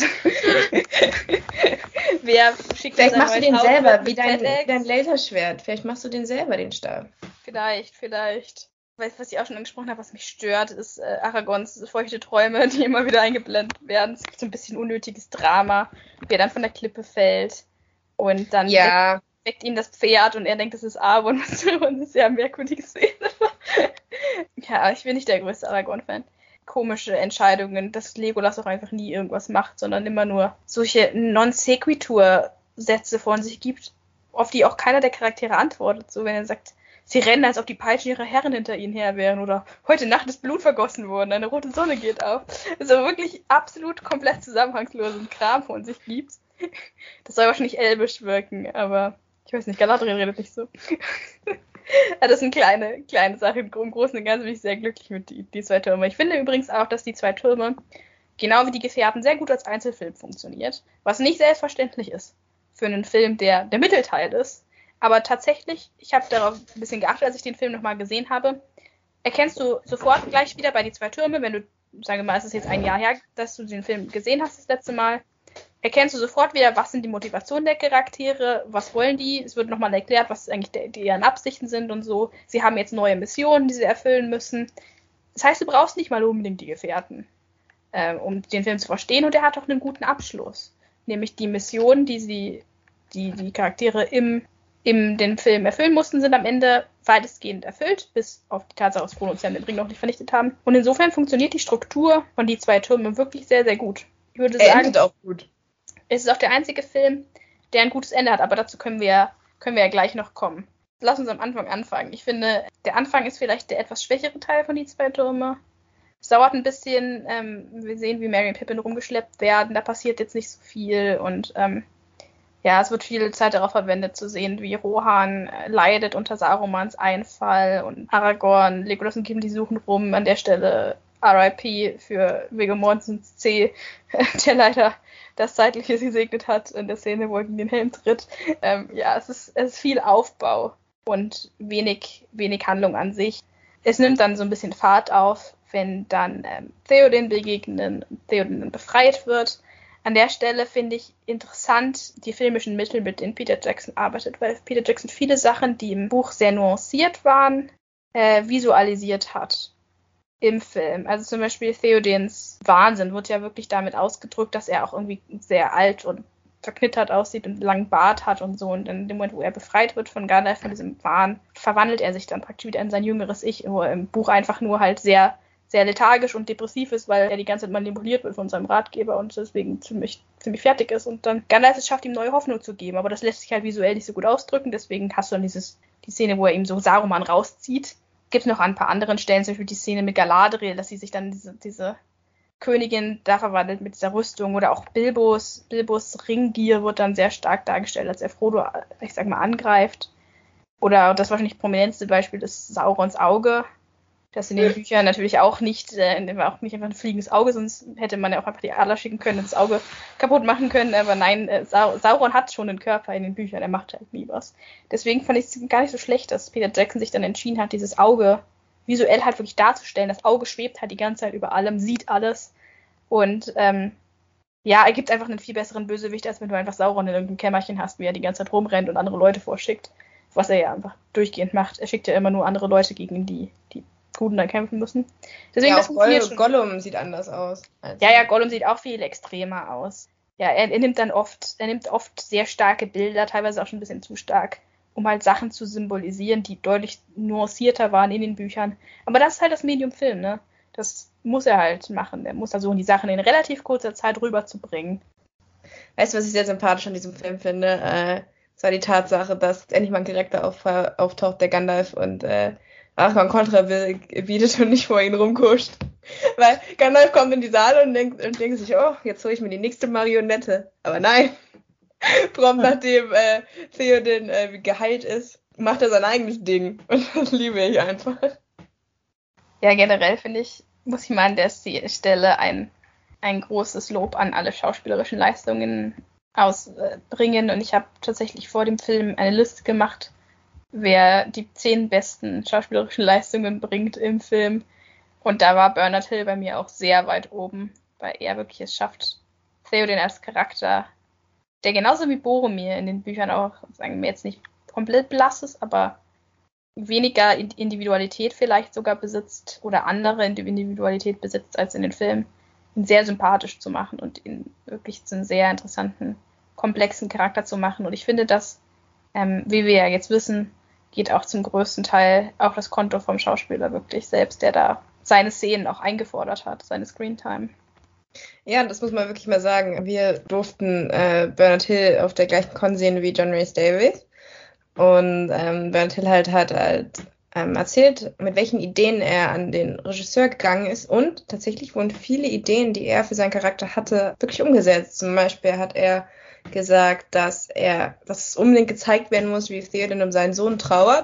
Wer schickt Vielleicht machst du den selber, wie dein Laserschwert. Vielleicht machst du den selber, den Stab. Vielleicht. Was ich auch schon angesprochen habe, was mich stört, ist Aragorns feuchte Träume, die immer wieder eingeblendet werden. Es gibt so ein bisschen unnötiges Drama, wie er dann von der Klippe fällt und dann weckt ihn das Pferd und er denkt, das ist Arwen und eine sehr merkwürdige Szene. Ja, ich bin nicht der größte Aragorn-Fan. Komische Entscheidungen, dass Legolas auch einfach nie irgendwas macht, sondern immer nur solche Non-Sequitur-Sätze von sich gibt, auf die auch keiner der Charaktere antwortet. So, wenn er sagt, sie rennen, als ob die Peitschen ihrer Herren hinter ihnen her wären oder heute Nacht ist Blut vergossen worden, eine rote Sonne geht auf. Also wirklich absolut komplett zusammenhangslosen Kram von sich gibt. Das soll wahrscheinlich elbisch wirken, aber ich weiß nicht, Galadriel redet nicht so. Das sind kleine Sachen. Im Großen und Ganzen bin ich sehr glücklich mit die zwei Türme. Ich finde übrigens auch, dass die zwei Türme, genau wie die Gefährten, sehr gut als Einzelfilm funktioniert. Was nicht selbstverständlich ist für einen Film, der Mittelteil ist. Aber tatsächlich, ich habe darauf ein bisschen geachtet, als ich den Film nochmal gesehen habe, erkennst du sofort gleich wieder bei die zwei Türme, wenn du, sagen wir mal, es ist jetzt ein Jahr her, dass du den Film gesehen hast das letzte Mal, erkennst du sofort wieder, was sind die Motivationen der Charaktere, was wollen die, es wird nochmal erklärt, was eigentlich deren Absichten sind und so. Sie haben jetzt neue Missionen, die sie erfüllen müssen. Das heißt, du brauchst nicht mal unbedingt die Gefährten, um den Film zu verstehen, und er hat auch einen guten Abschluss. Nämlich die Missionen, die Charaktere im den Film erfüllen mussten, sind am Ende weitestgehend erfüllt, bis auf die Tatsache, dass Frodo und Sam den Ring noch nicht vernichtet haben. Und insofern funktioniert die Struktur von die zwei Türmen wirklich sehr, sehr gut. Ich würde sagen, endet auch gut. Es ist auch der einzige Film, der ein gutes Ende hat, aber dazu können wir ja gleich noch kommen. Lass uns am Anfang anfangen. Ich finde, der Anfang ist vielleicht der etwas schwächere Teil von die zwei Türme. Es dauert ein bisschen, wir sehen, wie Merry und Pippin rumgeschleppt werden, da passiert jetzt nicht so viel und es wird viel Zeit darauf verwendet, zu sehen, wie Rohan leidet unter Sarumans Einfall und Aragorn, Legolas und Gimli suchen rum. An der Stelle RIP für Viggo Mortensens C, der leider das Zeitliche gesegnet hat in der Szene, wo er gegen den Helm tritt. Es ist viel Aufbau und wenig Handlung an sich. Es nimmt dann so ein bisschen Fahrt auf, wenn dann Theoden begegnen und Theoden dann befreit wird. An der Stelle finde ich interessant die filmischen Mittel, mit denen Peter Jackson arbeitet, weil Peter Jackson viele Sachen, die im Buch sehr nuanciert waren, visualisiert hat im Film. Also zum Beispiel Theodens Wahnsinn wird ja wirklich damit ausgedrückt, dass er auch irgendwie sehr alt und verknittert aussieht und einen langen Bart hat und so. Und in dem Moment, wo er befreit wird von Gandalf, von diesem Wahn, verwandelt er sich dann praktisch wieder in sein jüngeres Ich, wo er im Buch einfach nur halt sehr sehr lethargisch und depressiv ist, weil er die ganze Zeit manipuliert wird von seinem Ratgeber und deswegen ziemlich fertig ist. Und dann Gandalf es schafft, ihm neue Hoffnung zu geben. Aber das lässt sich halt visuell nicht so gut ausdrücken. Deswegen hast du dann die Szene, wo er ihm so Saruman rauszieht. Gibt es noch an ein paar anderen Stellen, zum Beispiel die Szene mit Galadriel, dass sie sich dann diese Königin da verwandelt mit dieser Rüstung. Oder auch Bilbos Ringgier wird dann sehr stark dargestellt, als er Frodo, ich sag mal, angreift. Oder das wahrscheinlich prominenteste Beispiel ist Saurons Auge. Das in den Büchern natürlich auch nicht einfach ein fliegendes Auge, sonst hätte man ja auch einfach die Adler schicken können und das Auge kaputt machen können. Aber nein, Sauron hat schon einen Körper in den Büchern, er macht halt nie was. Deswegen fand ich es gar nicht so schlecht, dass Peter Jackson sich dann entschieden hat, dieses Auge visuell halt wirklich darzustellen. Das Auge schwebt halt die ganze Zeit über allem, sieht alles und ergibt einfach einen viel besseren Bösewicht, als wenn du einfach Sauron in irgendeinem Kämmerchen hast, wie er die ganze Zeit rumrennt und andere Leute vorschickt. Was er ja einfach durchgehend macht. Er schickt ja immer nur andere Leute gegen die Guten dann kämpfen müssen. Deswegen, ja, auch Gollum sieht anders aus. Gollum sieht auch viel extremer aus. Ja, er nimmt oft sehr starke Bilder, teilweise auch schon ein bisschen zu stark, um halt Sachen zu symbolisieren, die deutlich nuancierter waren in den Büchern. Aber das ist halt das Medium Film, ne? Das muss er halt machen. Er muss versuchen, die Sachen in relativ kurzer Zeit rüberzubringen. Weißt du, was ich sehr sympathisch an diesem Film finde? Das war die Tatsache, dass endlich mal ein Charakter auftaucht, der Gandalf und Aragorn Kontra bietet und nicht vor ihn rumkuscht. Weil Gandalf kommt in die Saale und denkt sich, oh, jetzt hole ich mir die nächste Marionette. Aber nein, prompt nachdem Theoden geheilt ist, macht er sein eigenes Ding. Und das liebe ich einfach. Ja, generell muss ich mal an der Stelle ein großes Lob an alle schauspielerischen Leistungen ausbringen. Und ich habe tatsächlich vor dem Film eine Liste gemacht, wer die 10 besten schauspielerischen Leistungen bringt im Film. Und da war Bernard Hill bei mir auch sehr weit oben, weil er wirklich es schafft, Theoden als Charakter, der genauso wie Boromir in den Büchern auch, sagen wir jetzt nicht komplett blass ist, aber weniger Individualität vielleicht sogar besitzt oder andere Individualität besitzt als in den Filmen, ihn sehr sympathisch zu machen und ihn wirklich zu einem sehr interessanten, komplexen Charakter zu machen. Und ich finde, dass, wie wir ja jetzt wissen, geht auch zum größten Teil auf das Konto vom Schauspieler wirklich selbst, der da seine Szenen auch eingefordert hat, seine Screentime. Ja, das muss man wirklich mal sagen. Wir durften Bernard Hill auf der gleichen Con sehen wie John Rhys Davies. Und Bernard Hill hat erzählt, mit welchen Ideen er an den Regisseur gegangen ist. Und tatsächlich wurden viele Ideen, die er für seinen Charakter hatte, wirklich umgesetzt. Zum Beispiel hat er gesagt, dass es unbedingt gezeigt werden muss, wie Theoden um seinen Sohn trauert.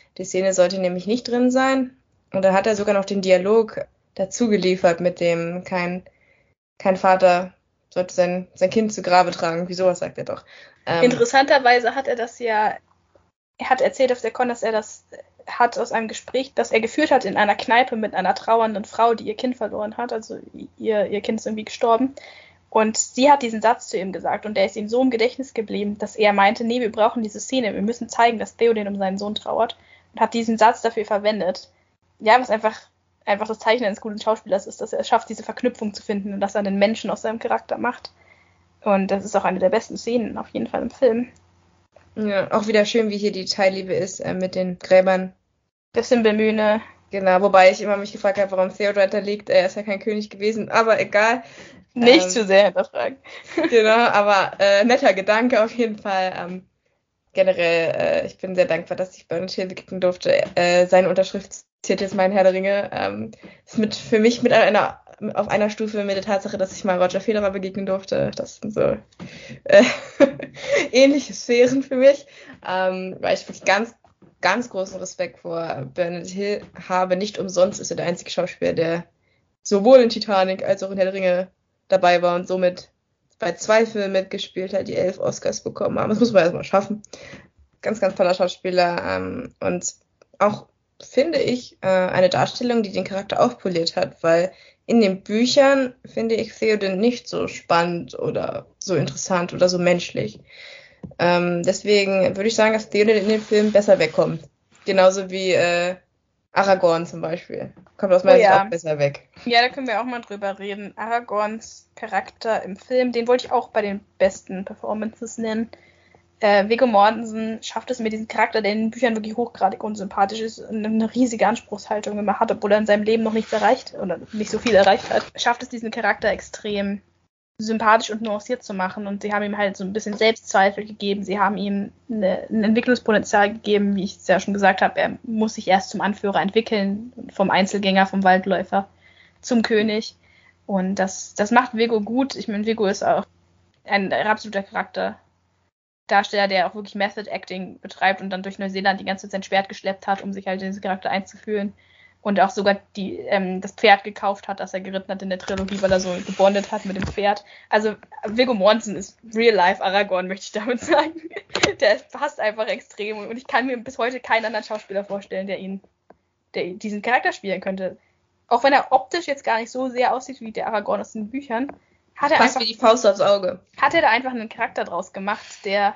Die Szene sollte nämlich nicht drin sein. Und da hat er sogar noch den Dialog dazu geliefert mit dem, kein Vater sollte sein Kind zu Grabe tragen. Wie sowas sagt er doch. Interessanterweise hat er das ja, er hat erzählt auf der Con, dass er das hat aus einem Gespräch, das er geführt hat in einer Kneipe mit einer trauernden Frau, die ihr Kind verloren hat. Also ihr Kind ist irgendwie gestorben. Und sie hat diesen Satz zu ihm gesagt und der ist ihm so im Gedächtnis geblieben, dass er meinte, nee, wir brauchen diese Szene, wir müssen zeigen, dass Theoden um seinen Sohn trauert und hat diesen Satz dafür verwendet. Ja, was einfach das Zeichen eines guten Schauspielers ist, dass er es schafft, diese Verknüpfung zu finden und dass er den Menschen aus seinem Charakter macht. Und das ist auch eine der besten Szenen auf jeden Fall im Film. Ja, auch wieder schön, wie hier die Detailliebe ist mit den Gräbern. Der Simbelmühne. Genau, wobei ich immer mich gefragt habe, warum Theodred da liegt. Er ist ja kein König gewesen, aber egal. Nicht zu sehr hinterfragen. Genau, aber netter Gedanke auf jeden Fall. Generell, ich bin sehr dankbar, dass ich bei Thiel begegnen durfte. Seine Unterschrift zählt jetzt mein Herr der Ringe. Ist für mich auf einer Stufe mit der Tatsache, dass ich mal Roger Federer begegnen durfte. Das sind so ähnliche Sphären für mich, weil ich wirklich ganz, ganz großen Respekt vor Bernard Hill habe. Nicht umsonst ist er der einzige Schauspieler, der sowohl in Titanic als auch in Herr der Ringe dabei war und somit bei 2 Filmen mitgespielt hat, die 11 Oscars bekommen haben. Das muss man erstmal schaffen. Ganz, ganz toller Schauspieler und auch, finde ich, eine Darstellung, die den Charakter aufpoliert hat, weil in den Büchern finde ich Theoden nicht so spannend oder so interessant oder so menschlich. Deswegen würde ich sagen, dass Theoden in den Filmen besser wegkommt. Genauso wie Aragorn zum Beispiel. Kommt aus meiner Sicht auch besser weg. Ja, da können wir auch mal drüber reden. Aragorns Charakter im Film, den wollte ich auch bei den besten Performances nennen. Viggo Mortensen schafft es mit diesem Charakter, der in den Büchern wirklich hochgradig unsympathisch ist und eine riesige Anspruchshaltung immer hat, obwohl er in seinem Leben noch nichts erreicht oder nicht so viel erreicht hat, schafft es diesen Charakter extrem sympathisch und nuanciert zu machen und sie haben ihm halt so ein bisschen Selbstzweifel gegeben, sie haben ihm ein Entwicklungspotenzial gegeben, wie ich es ja schon gesagt habe, er muss sich erst zum Anführer entwickeln, vom Einzelgänger, vom Waldläufer zum König und das macht Viggo gut. Ich meine, Viggo ist auch ein absoluter Charakterdarsteller, der auch wirklich Method Acting betreibt und dann durch Neuseeland die ganze Zeit sein Schwert geschleppt hat, um sich halt in diesen Charakter einzufühlen. Und auch sogar das Pferd gekauft hat, das er geritten hat in der Trilogie, weil er so gebondet hat mit dem Pferd. Also Viggo Mortensen ist Real-Life Aragorn, möchte ich damit sagen. Der passt einfach extrem und ich kann mir bis heute keinen anderen Schauspieler vorstellen, der diesen Charakter spielen könnte. Auch wenn er optisch jetzt gar nicht so sehr aussieht wie der Aragorn aus den Büchern, hat er passt einfach wie die Faust aufs Auge. Hat er da einfach einen Charakter draus gemacht, der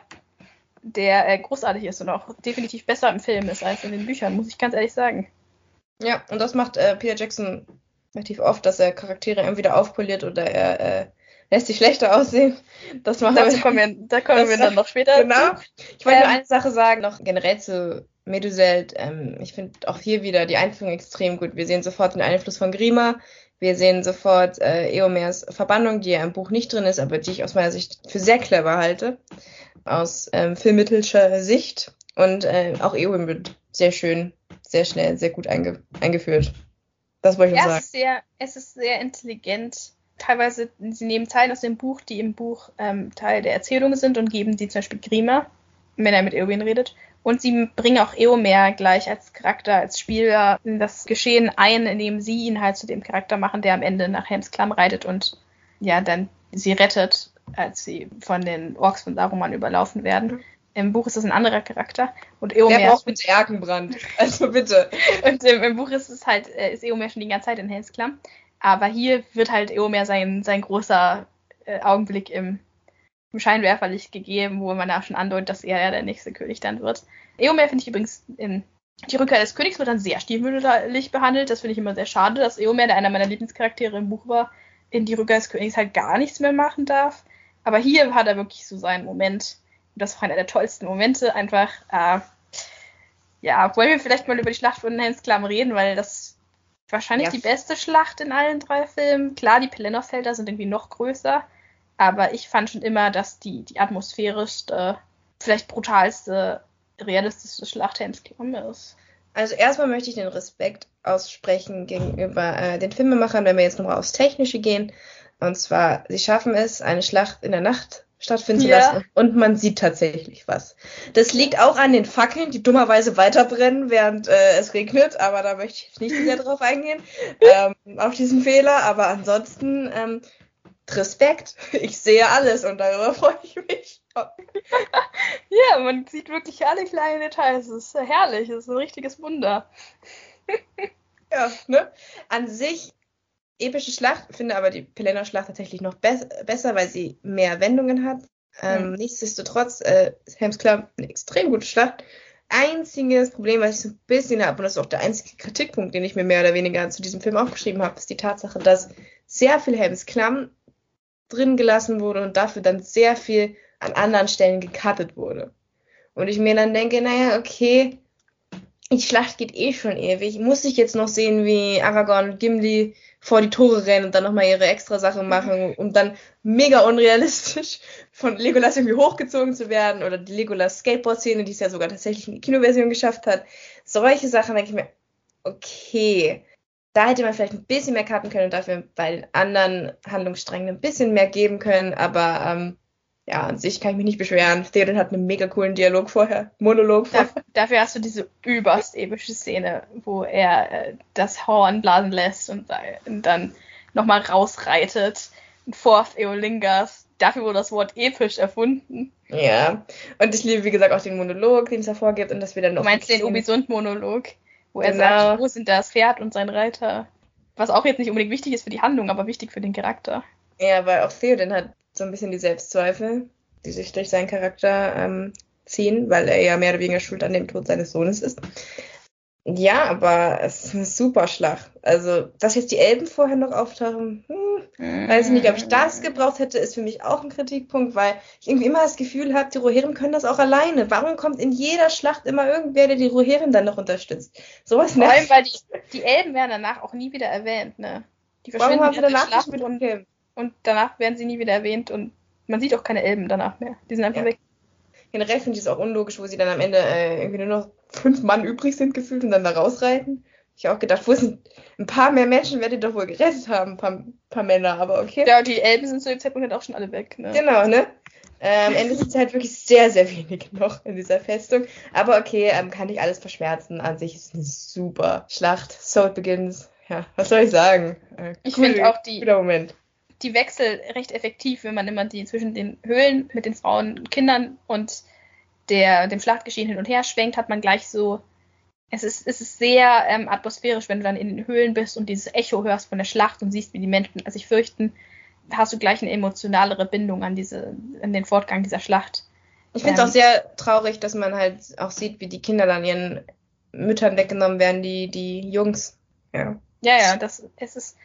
großartig ist und auch definitiv besser im Film ist als in den Büchern, muss ich ganz ehrlich sagen. Ja, und das macht Peter Jackson relativ oft, dass er Charaktere entweder aufpoliert oder er lässt sie schlechter aussehen. Da kommen wir dann noch später. Genau. Ich wollte nur eine Sache sagen, noch generell zu Meduseld. Ich finde auch hier wieder die Einführung extrem gut. Wir sehen sofort den Einfluss von Grima. Wir sehen sofort Eomers Verbannung, die ja im Buch nicht drin ist, aber die ich aus meiner Sicht für sehr clever halte. Aus filmmittelscher Sicht. Und auch Eowyn wird sehr schön, sehr schnell, sehr gut eingeführt. Das wollte ich noch sagen. Es ist sehr intelligent. Teilweise, sie nehmen Zeilen aus dem Buch, die im Buch Teil der Erzählung sind und geben die zum Beispiel Grima, wenn er mit Eowyn redet. Und sie bringen auch Eomer gleich als Charakter, als Spieler in das Geschehen ein, indem sie ihn halt zu dem Charakter machen, der am Ende nach Helms Klamm reitet und ja, dann sie rettet, als sie von den Orks von Saruman überlaufen werden. Im Buch ist das ein anderer Charakter. Und Eomer. Der braucht bitte Erkenbrand. Also bitte. Und im Buch ist Eomer schon die ganze Zeit in Helms Klamm. Aber hier wird halt Eomer sein großer Augenblick im Scheinwerferlicht gegeben, wo man auch schon andeutet, dass er ja der nächste König dann wird. Eomer finde ich übrigens in Die Rückkehr des Königs wird dann sehr stiefmütterlich behandelt. Das finde ich immer sehr schade, dass Eomer, der einer meiner Lieblingscharaktere im Buch war, in Die Rückkehr des Königs halt gar nichts mehr machen darf. Aber hier hat er wirklich so seinen Moment. Das war einer der tollsten Momente. Einfach, wollen wir vielleicht mal über die Schlacht von Helms Klamm reden, weil das wahrscheinlich die beste Schlacht in allen 3 Filmen. Klar, die Pelennor-Felder sind irgendwie noch größer, aber ich fand schon immer, dass die atmosphärischste, vielleicht brutalste, realistischste Schlacht Helms Klamm ist. Also erstmal möchte ich den Respekt aussprechen gegenüber den Filmemachern, wenn wir jetzt nochmal aufs Technische gehen. Und zwar, sie schaffen es, eine Schlacht in der Nacht stattfinden zu lassen. Und man sieht tatsächlich was. Das liegt auch an den Fackeln, die dummerweise weiterbrennen, während es regnet. Aber da möchte ich jetzt nicht sehr drauf eingehen, auf diesen Fehler. Aber ansonsten Respekt. Ich sehe alles und darüber freue ich mich. Ja, man sieht wirklich alle kleinen Details. Es ist herrlich, es ist ein richtiges Wunder. Ja, ne? An sich epische Schlacht, finde aber die Pelennor-Schlacht tatsächlich noch besser, weil sie mehr Wendungen hat. Nichtsdestotrotz, Helms Klamm, eine extrem gute Schlacht. Einziges Problem, was ich so ein bisschen habe, und das ist auch der einzige Kritikpunkt, den ich mir mehr oder weniger zu diesem Film aufgeschrieben habe, ist die Tatsache, dass sehr viel Helms Klamm drin gelassen wurde und dafür dann sehr viel an anderen Stellen gecuttet wurde. Und ich mir dann denke, naja, okay, die Schlacht geht eh schon ewig. Muss ich jetzt noch sehen, wie Aragorn und Gimli vor die Tore rennen und dann nochmal ihre Extrasache machen, um dann mega unrealistisch von Legolas irgendwie hochgezogen zu werden, oder die Legolas-Skateboard-Szene, die es ja sogar tatsächlich in die Kinoversion geschafft hat. Solche Sachen denke ich mir, okay, da hätte man vielleicht ein bisschen mehr cutten können und dafür bei den anderen Handlungssträngen ein bisschen mehr geben können, aber ja, an sich kann ich mich nicht beschweren. Theoden hat einen mega coolen Monolog vorher. Dafür hast du diese überst epische Szene, wo er das Horn blasen lässt und dann nochmal rausreitet. Vor Eolingas. Dafür wurde das Wort episch erfunden. Ja, und ich liebe, wie gesagt, auch den Monolog, den es hervorgibt und dass wir dann noch... Du meinst den Obisund-Monolog, wo er sagt, wo sind das Pferd und sein Reiter? Was auch jetzt nicht unbedingt wichtig ist für die Handlung, aber wichtig für den Charakter. Ja, weil auch Theoden hat so ein bisschen die Selbstzweifel, die sich durch seinen Charakter ziehen, weil er ja mehr oder weniger schuld an dem Tod seines Sohnes ist. Ja, aber es ist eine super Schlacht. Also, dass jetzt die Elben vorher noch auftauchen, weiß ich nicht, ob ich das gebraucht hätte, ist für mich auch ein Kritikpunkt, weil ich irgendwie immer das Gefühl habe, die Rohirrim können das auch alleine. Warum kommt in jeder Schlacht immer irgendwer, der die Rohirrim dann noch unterstützt? Sowas Vor allem, weil die Elben werden danach auch nie wieder erwähnt, ne? Die verschwinden warum haben sie danach Schlacht nicht mit und danach werden sie nie wieder erwähnt und man sieht auch keine Elben danach mehr. Die sind einfach weg. Generell finde ich es auch unlogisch, wo sie dann am Ende irgendwie nur noch 5 Mann übrig sind gefühlt und dann da rausreiten. Ich habe auch gedacht, wo sind ein paar mehr Menschen, werdet ihr doch wohl gerettet haben, ein paar Männer, aber okay. Ja, die Elben sind zu dem Zeitpunkt halt auch schon alle weg, ne? Genau, ne? Am Ende sind sie halt wirklich sehr, sehr wenig noch in dieser Festung. Aber okay, kann ich alles verschmerzen. An sich ist es eine super Schlacht. So it begins. Ja, was soll ich sagen? Ich finde auch guter Moment. Die Wechsel recht effektiv, wenn man immer die zwischen den Höhlen mit den Frauen und Kindern und dem Schlachtgeschehen hin und her schwenkt, hat man gleich so, es ist sehr atmosphärisch, wenn du dann in den Höhlen bist und dieses Echo hörst von der Schlacht und siehst, wie die Menschen sich fürchten, hast du gleich eine emotionalere Bindung an den Fortgang dieser Schlacht. Ich finde es auch sehr traurig, dass man halt auch sieht, wie die Kinder dann ihren Müttern weggenommen werden, die Jungs. Ja. Ja, das ist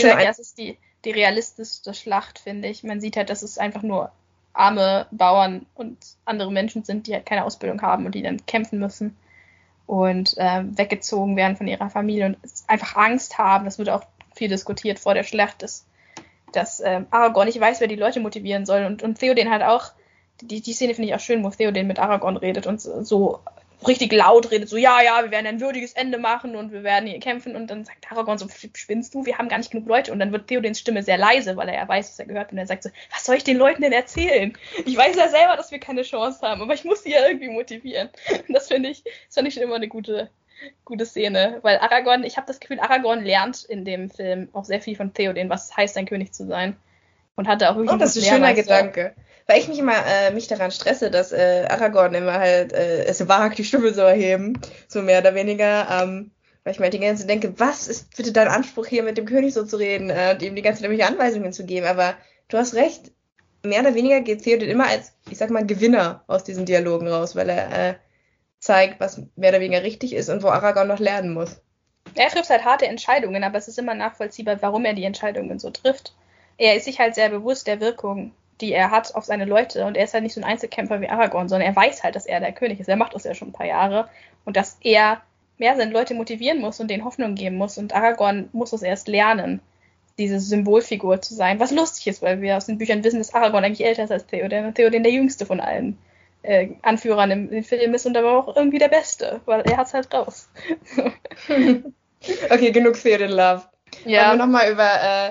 die realistischste Schlacht, finde ich. Man sieht halt, dass es einfach nur arme Bauern und andere Menschen sind, die halt keine Ausbildung haben und die dann kämpfen müssen und weggezogen werden von ihrer Familie und einfach Angst haben. Das wird auch viel diskutiert vor der Schlacht, dass Aragorn nicht weiß, wer die Leute motivieren soll. Und Theoden halt auch, die Szene finde ich auch schön, wo Theoden mit Aragorn redet und so richtig laut redet, so, ja, wir werden ein würdiges Ende machen und wir werden hier kämpfen. Und dann sagt Aragorn so, spinnst du, wir haben gar nicht genug Leute. Und dann wird Theodens Stimme sehr leise, weil er ja weiß, was er gehört. Und er sagt so, was soll ich den Leuten denn erzählen? Ich weiß ja selber, dass wir keine Chance haben, aber ich muss sie ja irgendwie motivieren. Und das fand ich schon immer eine gute Szene, weil Aragorn, ich habe das Gefühl, Aragorn lernt in dem Film auch sehr viel von Theoden, was es heißt, ein König zu sein. Und hatte auch wirklich das ist ein schöner Gedanke. Weil ich mich immer mich daran stresse, dass Aragorn immer halt es wagt, die Stimme zu erheben, so mehr oder weniger. Weil ich mir halt die ganze Zeit denke, was ist bitte dein Anspruch hier mit dem König so zu reden und ihm die ganze Zeit irgendwelche Anweisungen zu geben. Aber du hast recht, mehr oder weniger geht Theoden immer als, ich sag mal, Gewinner aus diesen Dialogen raus, weil er zeigt, was mehr oder weniger richtig ist und wo Aragorn noch lernen muss. Er trifft halt harte Entscheidungen, aber es ist immer nachvollziehbar, warum er die Entscheidungen so trifft. Er ist sich halt sehr bewusst der Wirkung, die er hat auf seine Leute. Und er ist halt nicht so ein Einzelkämpfer wie Aragorn, sondern er weiß halt, dass er der König ist. Er macht das ja schon ein paar Jahre. Und dass er mehr seine Leute motivieren muss und denen Hoffnung geben muss. Und Aragorn muss es erst lernen, diese Symbolfigur zu sein. Was lustig ist, weil wir aus den Büchern wissen, dass Aragorn eigentlich älter ist als Theoden. Und Theoden der jüngste von allen Anführern im Film ist und aber auch irgendwie der Beste, weil er hat's halt raus. Okay, genug Theoden Love. Ja. Wollen wir nochmal über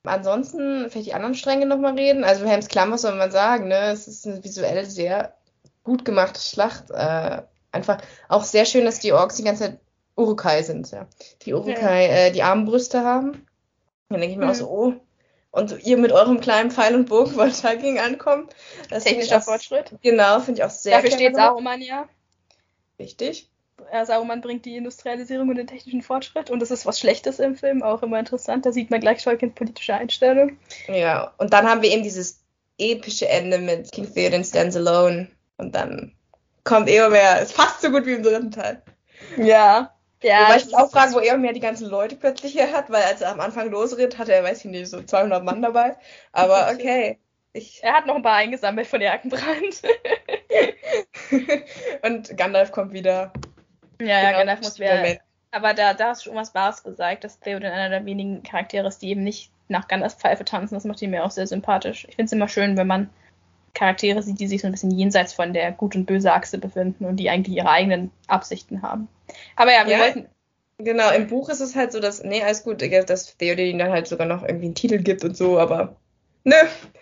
Ansonsten vielleicht die anderen Stränge nochmal reden. Also Helms Klamm, was soll man sagen, ne? Es ist eine visuell sehr gut gemachte Schlacht. Einfach auch sehr schön, dass die Orks die ganze Zeit Uruk-hai sind, ja. Die Uruk-hai die Armbrüste haben. Dann denke ich mir auch so, oh, und ihr mit eurem kleinen Pfeil und Bogen wollt dagegen ankommen. Das Technischer Fortschritt. Genau, finde ich auch sehr Dafür steht Saruman ja. Richtig. Saruman bringt die Industrialisierung und den technischen Fortschritt und das ist was Schlechtes im Film, auch immer interessant. Da sieht man gleich Tolkiens politische Einstellung. Ja, und dann haben wir eben dieses epische Ende mit King Theoden Stands Alone und dann kommt Eomer. Ist fast so gut wie im dritten Teil. Ja. Wobei ich mich auch frage, wo Eomer die ganzen Leute plötzlich her hat, weil als er am Anfang losritt, hatte er, weiß ich nicht, so 200 Mann dabei. Aber okay. Er hat noch ein paar eingesammelt von Jagdbrand. Und Gandalf kommt wieder. Ja, genau, Gandalf muss wieder. Aber da hast du schon was Wahres gesagt, dass Theoden einer der wenigen Charaktere ist, die eben nicht nach Gandalfs Pfeife tanzen. Das macht ihn mir auch sehr sympathisch. Ich finde es immer schön, wenn man Charaktere sieht, die sich so ein bisschen jenseits von der Gut- und Böse-Achse befinden und die eigentlich ihre eigenen Absichten haben. Aber ja, wir wollten... Genau, im Buch ist es halt so, dass... Nee, alles gut, dass Theoden ihm dann halt sogar noch irgendwie einen Titel gibt und so, aber... Nö,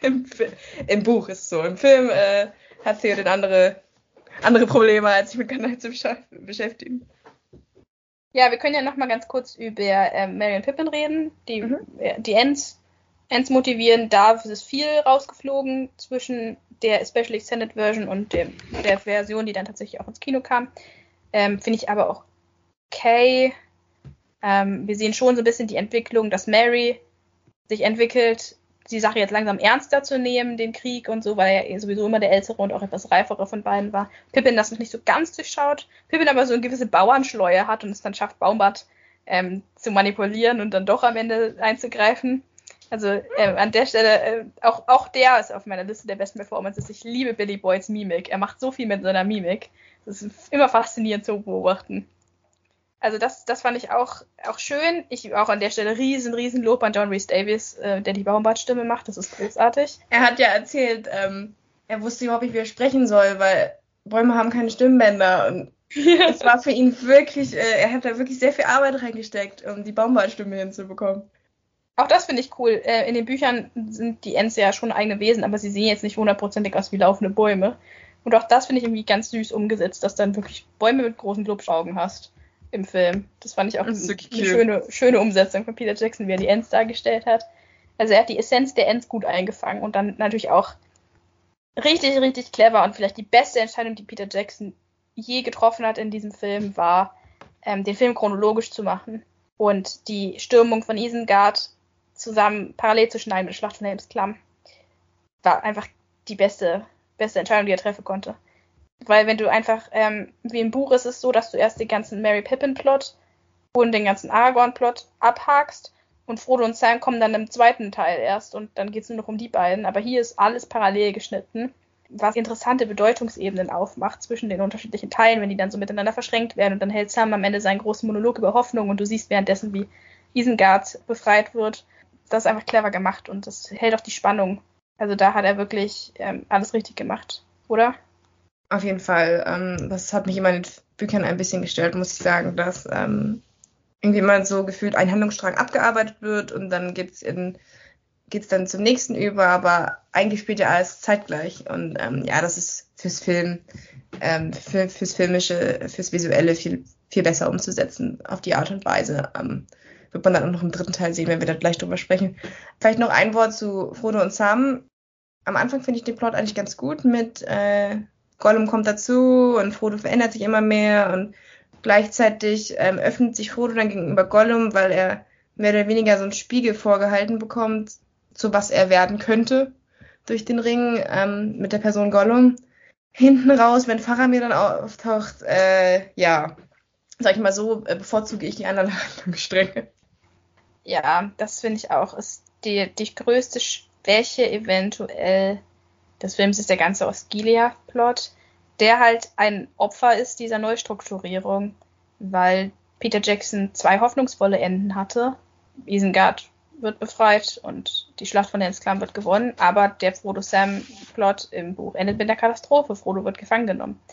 im Buch ist es so. Im Film hat Theoden andere Probleme, als sich mit Gandalf zu beschäftigen. Ja, wir können ja noch mal ganz kurz über Merry und Pippin reden, die Ents motivieren. Da ist viel rausgeflogen zwischen der Special Extended Version und der Version, die dann tatsächlich auch ins Kino kam. Finde ich aber auch okay. Wir sehen schon so ein bisschen die Entwicklung, dass Merry sich entwickelt, die Sache jetzt langsam ernster zu nehmen, den Krieg und so, weil er sowieso immer der ältere und auch etwas reifere von beiden war. Pippin das noch nicht so ganz durchschaut. Pippin aber so eine gewisse Bauernschleue hat und es dann schafft, Baumbart zu manipulieren und dann doch am Ende einzugreifen. Also an der Stelle, auch der ist auf meiner Liste der besten Performances. Ich liebe Billy Boyds Mimik. Er macht so viel mit seiner Mimik. Das ist immer faszinierend zu beobachten. Also das fand ich auch schön. Ich auch an der Stelle riesen Lob an John Rhys-Davies, der die Baumbart-Stimme macht. Das ist großartig. Er hat ja erzählt, er wusste überhaupt nicht, wie er sprechen soll, weil Bäume haben keine Stimmbänder. Und es war für ihn wirklich, er hat da wirklich sehr viel Arbeit reingesteckt, um die Baumbart-Stimme hinzubekommen. Auch das finde ich cool. In den Büchern sind die Ents ja schon eigene Wesen, aber sie sehen jetzt nicht hundertprozentig aus wie laufende Bäume. Und auch das finde ich irgendwie ganz süß umgesetzt, dass du dann wirklich Bäume mit großen Glubschaugen hast im Film. Das fand ich auch eine schöne Umsetzung von Peter Jackson, wie er die Ents dargestellt hat. Also er hat die Essenz der Ents gut eingefangen und dann natürlich auch richtig clever und vielleicht die beste Entscheidung, die Peter Jackson je getroffen hat in diesem Film, war, den Film chronologisch zu machen und die Stürmung von Isengard zusammen parallel zu schneiden mit der Schlacht von Helms Klamm. War einfach die beste Entscheidung, die er treffen konnte. Weil wenn du einfach, wie im Buch ist es so, dass du erst den ganzen Merry-Pippin-Plot und den ganzen Aragorn-Plot abhakst und Frodo und Sam kommen dann im zweiten Teil erst und dann geht es nur noch um die beiden. Aber hier ist alles parallel geschnitten, was interessante Bedeutungsebenen aufmacht zwischen den unterschiedlichen Teilen, wenn die dann so miteinander verschränkt werden und dann hält Sam am Ende seinen großen Monolog über Hoffnung und du siehst währenddessen, wie Isengard befreit wird. Das ist einfach clever gemacht und das hält auch die Spannung. Also da hat er wirklich alles richtig gemacht, oder? Auf jeden Fall. Das hat mich in meinen Büchern ein bisschen gestört, muss ich sagen, dass irgendwie mal so gefühlt ein Handlungsstrang abgearbeitet wird und dann geht's dann zum nächsten über, aber eigentlich spielt ja alles zeitgleich. Und das ist fürs Film, fürs Filmische, fürs Visuelle viel besser umzusetzen auf die Art und Weise. Wird man dann auch noch im dritten Teil sehen, wenn wir da gleich drüber sprechen. Vielleicht noch ein Wort zu Frodo und Sam. Am Anfang finde ich den Plot eigentlich ganz gut mit Gollum kommt dazu und Frodo verändert sich immer mehr und gleichzeitig öffnet sich Frodo dann gegenüber Gollum, weil er mehr oder weniger so einen Spiegel vorgehalten bekommt, zu was er werden könnte durch den Ring mit der Person Gollum. Hinten raus, wenn Faramir dann auftaucht, sag ich mal so, bevorzuge ich die anderen Handlungsstränge. Ja, das finde ich auch. Ist die größte Schwäche eventuell des Films ist der ganze Osgiliath-Plot, der halt ein Opfer ist dieser Neustrukturierung, weil Peter Jackson 2 hoffnungsvolle Enden hatte. Isengard wird befreit und die Schlacht von Helms Klamm wird gewonnen, aber der Frodo-Sam-Plot im Buch endet mit der Katastrophe. Frodo wird gefangen genommen.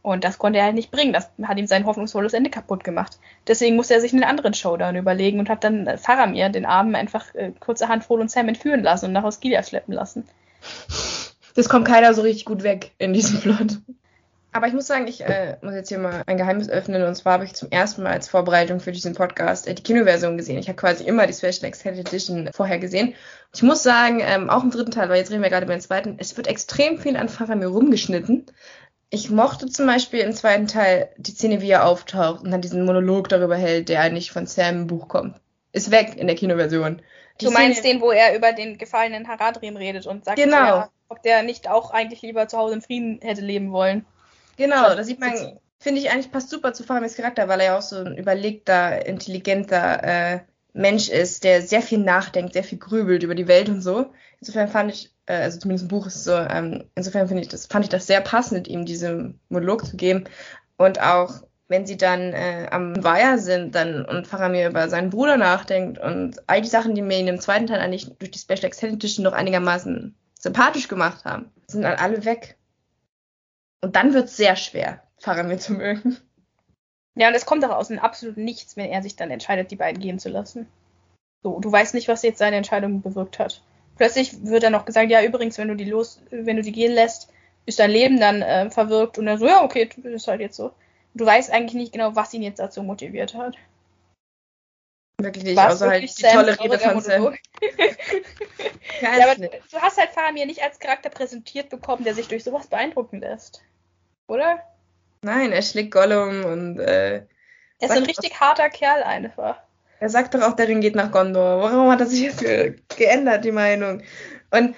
Und das konnte er halt nicht bringen. Das hat ihm sein hoffnungsvolles Ende kaputt gemacht. Deswegen musste er sich einen anderen Showdown überlegen und hat dann Faramir, den Armen, einfach kurzerhand Frodo und Sam entführen lassen und nach Osgiliath schleppen lassen. Das kommt keiner so richtig gut weg in diesem Plot. Aber ich muss sagen, ich muss jetzt hier mal ein Geheimnis öffnen. Und zwar habe ich zum ersten Mal als Vorbereitung für diesen Podcast die Kinoversion gesehen. Ich habe quasi immer die Special Extended Edition vorher gesehen. Ich muss sagen, auch im dritten Teil, weil jetzt reden wir gerade über den zweiten, es wird extrem viel an Faramir rumgeschnitten. Ich mochte zum Beispiel im zweiten Teil die Szene, wie er auftaucht und dann diesen Monolog darüber hält, der eigentlich von Sam im Buch kommt. Ist weg in der Kinoversion. Du meinst den, wo er über den gefallenen Haradrim redet und sagt, genau, ob der nicht auch eigentlich lieber zu Hause in Frieden hätte leben wollen. Genau, da sieht man, finde ich eigentlich passt super zu Faramirs Charakter, weil er ja auch so ein überlegter, intelligenter Mensch ist, der sehr viel nachdenkt, sehr viel grübelt über die Welt und so. Insofern fand ich, also zumindest im Buch ist es so, insofern fand ich das sehr passend, ihm diesen Monolog zu geben. Und auch, wenn sie dann am Weiher sind dann und Faramir über seinen Bruder nachdenkt und all die Sachen, die mir in dem zweiten Teil eigentlich durch die Special Extended Edition noch einigermaßen sympathisch gemacht haben, sind dann alle weg. Und dann wird es sehr schwer, Faramir zu mögen. Ja, und es kommt auch aus dem absoluten Nichts, wenn er sich dann entscheidet, die beiden gehen zu lassen. So, du weißt nicht, was jetzt seine Entscheidung bewirkt hat. Plötzlich wird dann noch gesagt, ja, übrigens, wenn du die gehen lässt, ist dein Leben dann verwirkt. Und er so, ja, okay, das ist halt jetzt so. Du weißt eigentlich nicht genau, was ihn jetzt dazu motiviert hat. Wirklich nicht, außer halt die tolle Rede von Sam. Ja, aber du hast halt Faramir nicht als Charakter präsentiert bekommen, der sich durch sowas beeindrucken lässt. Oder? Nein, er schlägt Gollum und er ist ein richtig harter Kerl einfach. Er sagt doch auch, der Ring geht nach Gondor. Warum hat er sich jetzt geändert, die Meinung? Und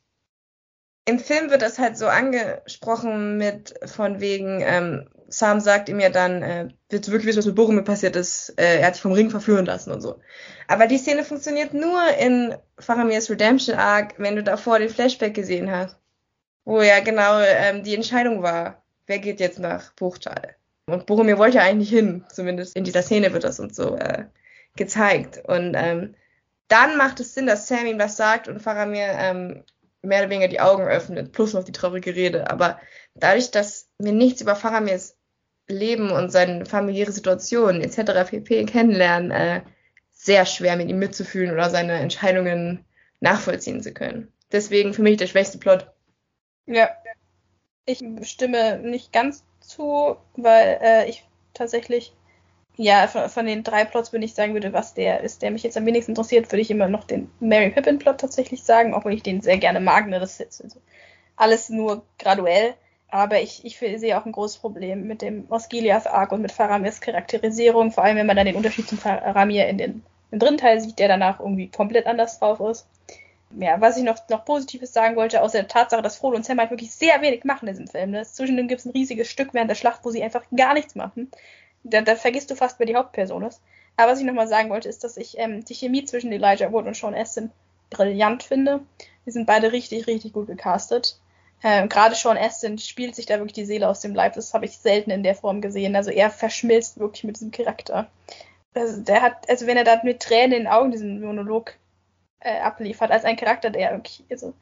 im Film wird das halt so angesprochen mit von wegen, Sam sagt ihm ja dann, willst du wirklich wissen, was mit Boromir passiert ist? Er hat sich vom Ring verführen lassen und so. Aber die Szene funktioniert nur in Faramirs Redemption Arc, wenn du davor den Flashback gesehen hast. Wo ja genau die Entscheidung war, wer geht jetzt nach Bruchtal. Und Boromir wollte ja eigentlich nicht hin, zumindest in dieser Szene wird das uns so gezeigt. Und dann macht es Sinn, dass Sam ihm das sagt und Faramir mehr oder weniger die Augen öffnet, plus noch die traurige Rede. Aber dadurch, dass wir nichts über Faramirs Leben und seine familiäre Situation etc. pp. Kennenlernen, sehr schwer mit ihm mitzufühlen oder seine Entscheidungen nachvollziehen zu können. Deswegen für mich der schwächste Plot. Ja, ich stimme nicht ganz zu, weil ich tatsächlich, ja, von den 3 Plots, wenn ich sagen würde, was der ist, der mich jetzt am wenigsten interessiert, würde ich immer noch den Merry-Pippin-Plot tatsächlich sagen, auch wenn ich den sehr gerne mag, ne? Das ist jetzt also alles nur graduell, aber ich sehe auch ein großes Problem mit dem Osgiliath-Arc und mit Faramirs Charakterisierung, vor allem wenn man dann den Unterschied zum Faramir im dritten Teil sieht, der danach irgendwie komplett anders drauf ist. Ja, was ich noch Positives sagen wollte, außer der Tatsache, dass Frodo und Sam halt wirklich sehr wenig machen in diesem Film. Ne? Zwischendrin gibt es ein riesiges Stück während der Schlacht, wo sie einfach gar nichts machen. Da vergisst du fast, wer die Hauptperson ist. Aber was ich nochmal sagen wollte, ist, dass ich die Chemie zwischen Elijah Wood und Sean Astin brillant finde. Die sind beide richtig, richtig gut gecastet. Gerade Sean Astin spielt sich da wirklich die Seele aus dem Leib. Das habe ich selten in der Form gesehen. Also er verschmilzt wirklich mit diesem Charakter. Also wenn er da mit Tränen in den Augen diesen Monolog abliefert, als ein Charakter, der wirklich, also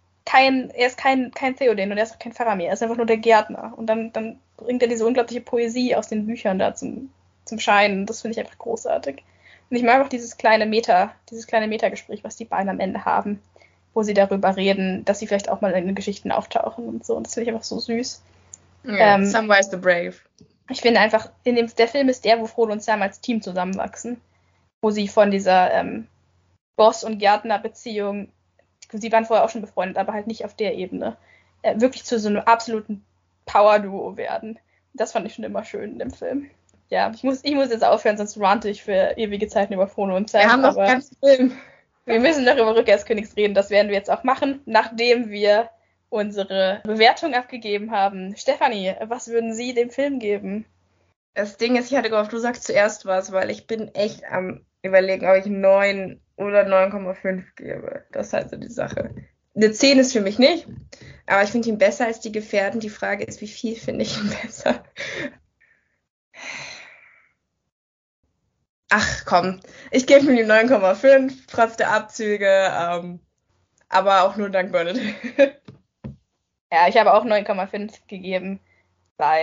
er ist kein Theoden und er ist auch kein Faramir, er ist einfach nur der Gärtner. Und dann bringt er diese unglaubliche Poesie aus den Büchern da zum Scheinen. Das finde ich einfach großartig. Und ich mag auch dieses kleine Meta-Gespräch, was die beiden am Ende haben, wo sie darüber reden, dass sie vielleicht auch mal in den Geschichten auftauchen und so. Und das finde ich einfach so süß. Yeah, Samwise the Brave. Ich finde einfach, der Film ist der, wo Frodo und Sam als Team zusammenwachsen. Wo sie von dieser Boss- und Gärtner-Beziehung, sie waren vorher auch schon befreundet, aber halt nicht auf der Ebene, wirklich zu so einem absoluten Power-Duo werden. Das fand ich schon immer schön in dem Film. Ja, ich muss jetzt aufhören, sonst rante ich für ewige Zeiten über Frodo und Sam. Wir haben noch einen ganzen Film. Wir müssen noch über Rückkehr des Königs reden, das werden wir jetzt auch machen, nachdem wir unsere Bewertung abgegeben haben. Stefanie, was würden Sie dem Film geben? Das Ding ist, ich hatte gehofft, du sagst zuerst was, weil ich bin echt am Überlegen, ob ich 9 oder 9,5 gebe. Das ist halt so die Sache. Eine 10 ist für mich nicht, aber ich finde ihn besser als die Gefährten. Die Frage ist, wie viel finde ich ihn besser? Ach komm, ich gebe ihm die 9,5, trotz der Abzüge, aber auch nur dank Bernadette. Ja, ich habe auch 9,5 gegeben, weil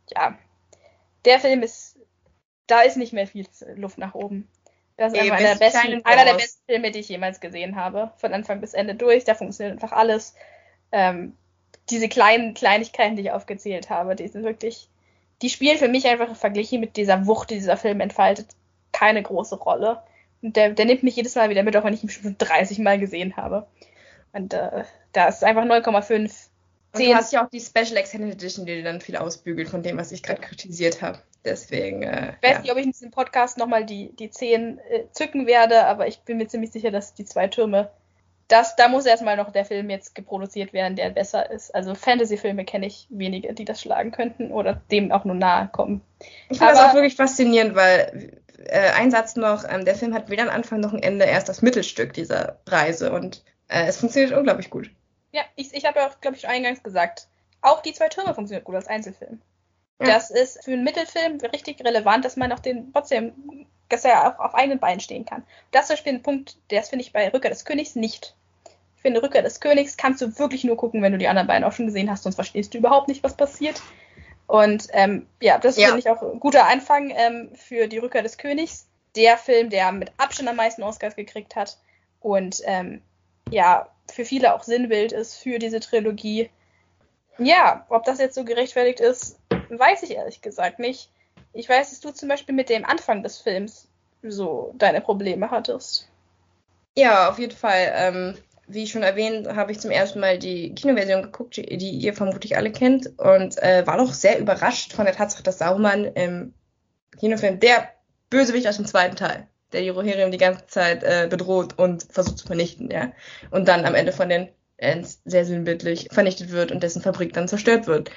ja, der Film da ist nicht mehr viel Luft nach oben. Das ist einfach einer der besten Filme, die ich jemals gesehen habe. Von Anfang bis Ende durch, da funktioniert einfach alles. Diese kleinen Kleinigkeiten, die ich aufgezählt habe, die spielen für mich einfach verglichen mit dieser Wucht, die dieser Film entfaltet, keine große Rolle. Und der nimmt mich jedes Mal wieder mit, auch wenn ich ihn schon 30 Mal gesehen habe. Und da ist einfach 9,5. Und du hast ja auch die Special Extended Edition, die dir dann viel ausbügelt von dem, was ich gerade kritisiert habe. Deswegen, ich weiß nicht, ob ich in diesem Podcast nochmal die 10 zücken werde, aber ich bin mir ziemlich sicher, dass die 2 Türme, da muss erstmal noch der Film jetzt geproduziert werden, der besser ist. Also Fantasy-Filme kenne ich wenige, die das schlagen könnten oder dem auch nur nahe kommen. Ich finde das auch wirklich faszinierend, weil ein Satz noch, der Film hat weder ein Anfang noch ein Ende, erst das Mittelstück dieser Reise und es funktioniert unglaublich gut. Ja, ich habe ja auch, glaube ich, eingangs gesagt, auch die 2 Türme funktioniert gut als Einzelfilm. Ja. Das ist für einen Mittelfilm richtig relevant, dass man auch dass er auch auf eigenen Beinen stehen kann. Das ist zum Beispiel ein Punkt, das finde ich bei Rückkehr des Königs nicht. Ich finde, Rückkehr des Königs kannst du wirklich nur gucken, wenn du die anderen beiden auch schon gesehen hast, sonst verstehst du überhaupt nicht, was passiert. Und das finde ich auch ein guter Anfang für die Rückkehr des Königs. Der Film, der mit Abstand am meisten Oscars gekriegt hat und für viele auch Sinnbild ist für diese Trilogie. Ja, ob das jetzt so gerechtfertigt ist, weiß ich ehrlich gesagt nicht. Ich weiß, dass du zum Beispiel mit dem Anfang des Films so deine Probleme hattest. Ja, auf jeden Fall. Wie schon erwähnt, habe ich zum ersten Mal die Kinoversion geguckt, die ihr vermutlich alle kennt, und war doch sehr überrascht von der Tatsache, dass Saruman im Kinofilm der Bösewicht aus dem zweiten Teil, der die Rohirrim die ganze Zeit bedroht und versucht zu vernichten, ja. Und dann am Ende von den Ents sehr sinnbildlich vernichtet wird und dessen Fabrik dann zerstört wird.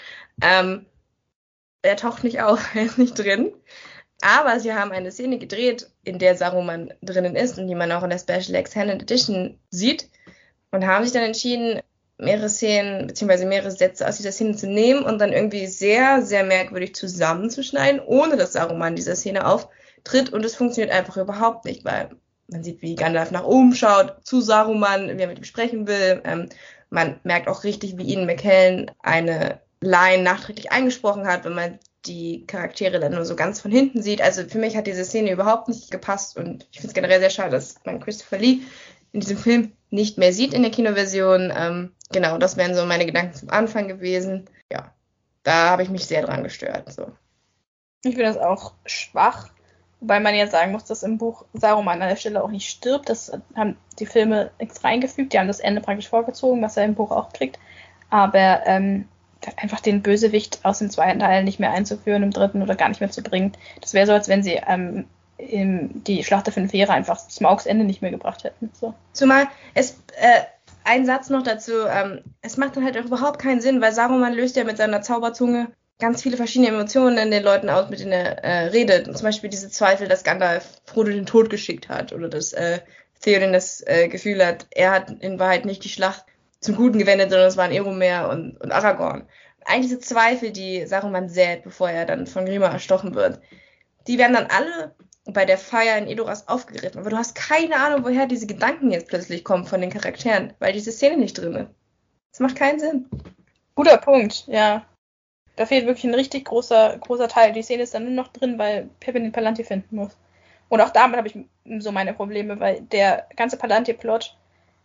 Er taucht nicht auf, er ist nicht drin. Aber sie haben eine Szene gedreht, in der Saruman drinnen ist und die man auch in der Special Extended Edition sieht. Und haben sich dann entschieden, mehrere Szenen bzw. mehrere Sätze aus dieser Szene zu nehmen und dann irgendwie sehr, sehr merkwürdig zusammenzuschneiden, ohne dass Saruman in dieser Szene auftritt. Und es funktioniert einfach überhaupt nicht, weil man sieht, wie Gandalf nach oben schaut zu Saruman, wie er mit ihm sprechen will. Man merkt auch richtig, wie Ian McKellen eine Line nachträglich eingesprochen hat, wenn man die Charaktere dann nur so ganz von hinten sieht. Also für mich hat diese Szene überhaupt nicht gepasst und ich finde es generell sehr schade, dass man Christopher Lee in diesem Film nicht mehr sieht in der Kinoversion. Genau, das wären so meine Gedanken zum Anfang gewesen. Ja, da habe ich mich sehr dran gestört. So. Ich finde das auch schwach, wobei man ja sagen muss, dass im Buch Saruman an der Stelle auch nicht stirbt. Das haben die Filme extra eingefügt, die haben das Ende praktisch vorgezogen, was er im Buch auch kriegt. Aber einfach den Bösewicht aus dem zweiten Teil nicht mehr einzuführen, im dritten oder gar nicht mehr zu bringen. Das wäre so, als wenn sie die Schlacht der 5 Heere einfach Smaugs Ende nicht mehr gebracht hätten. So. Zumal ein Satz noch dazu, es macht dann halt auch überhaupt keinen Sinn, weil Saruman löst ja mit seiner Zauberzunge ganz viele verschiedene Emotionen in den Leuten aus, mit denen er redet. Und zum Beispiel diese Zweifel, dass Gandalf Frodo den Tod geschickt hat oder dass Theoden das Gefühl hat, er hat in Wahrheit nicht die Schlacht zum Guten gewendet, sondern es waren Eomer und Aragorn. All diese Zweifel, die Saruman sät, bevor er dann von Grima erstochen wird, die werden dann alle bei der Feier in Edoras aufgegriffen. Aber du hast keine Ahnung, woher diese Gedanken jetzt plötzlich kommen von den Charakteren, weil diese Szene nicht drin ist. Das macht keinen Sinn. Guter Punkt, ja. Da fehlt wirklich ein richtig großer Teil. Die Szene ist dann nur noch drin, weil Pippin den Palantir finden muss. Und auch damit habe ich so meine Probleme, weil der ganze Palantir-Plot,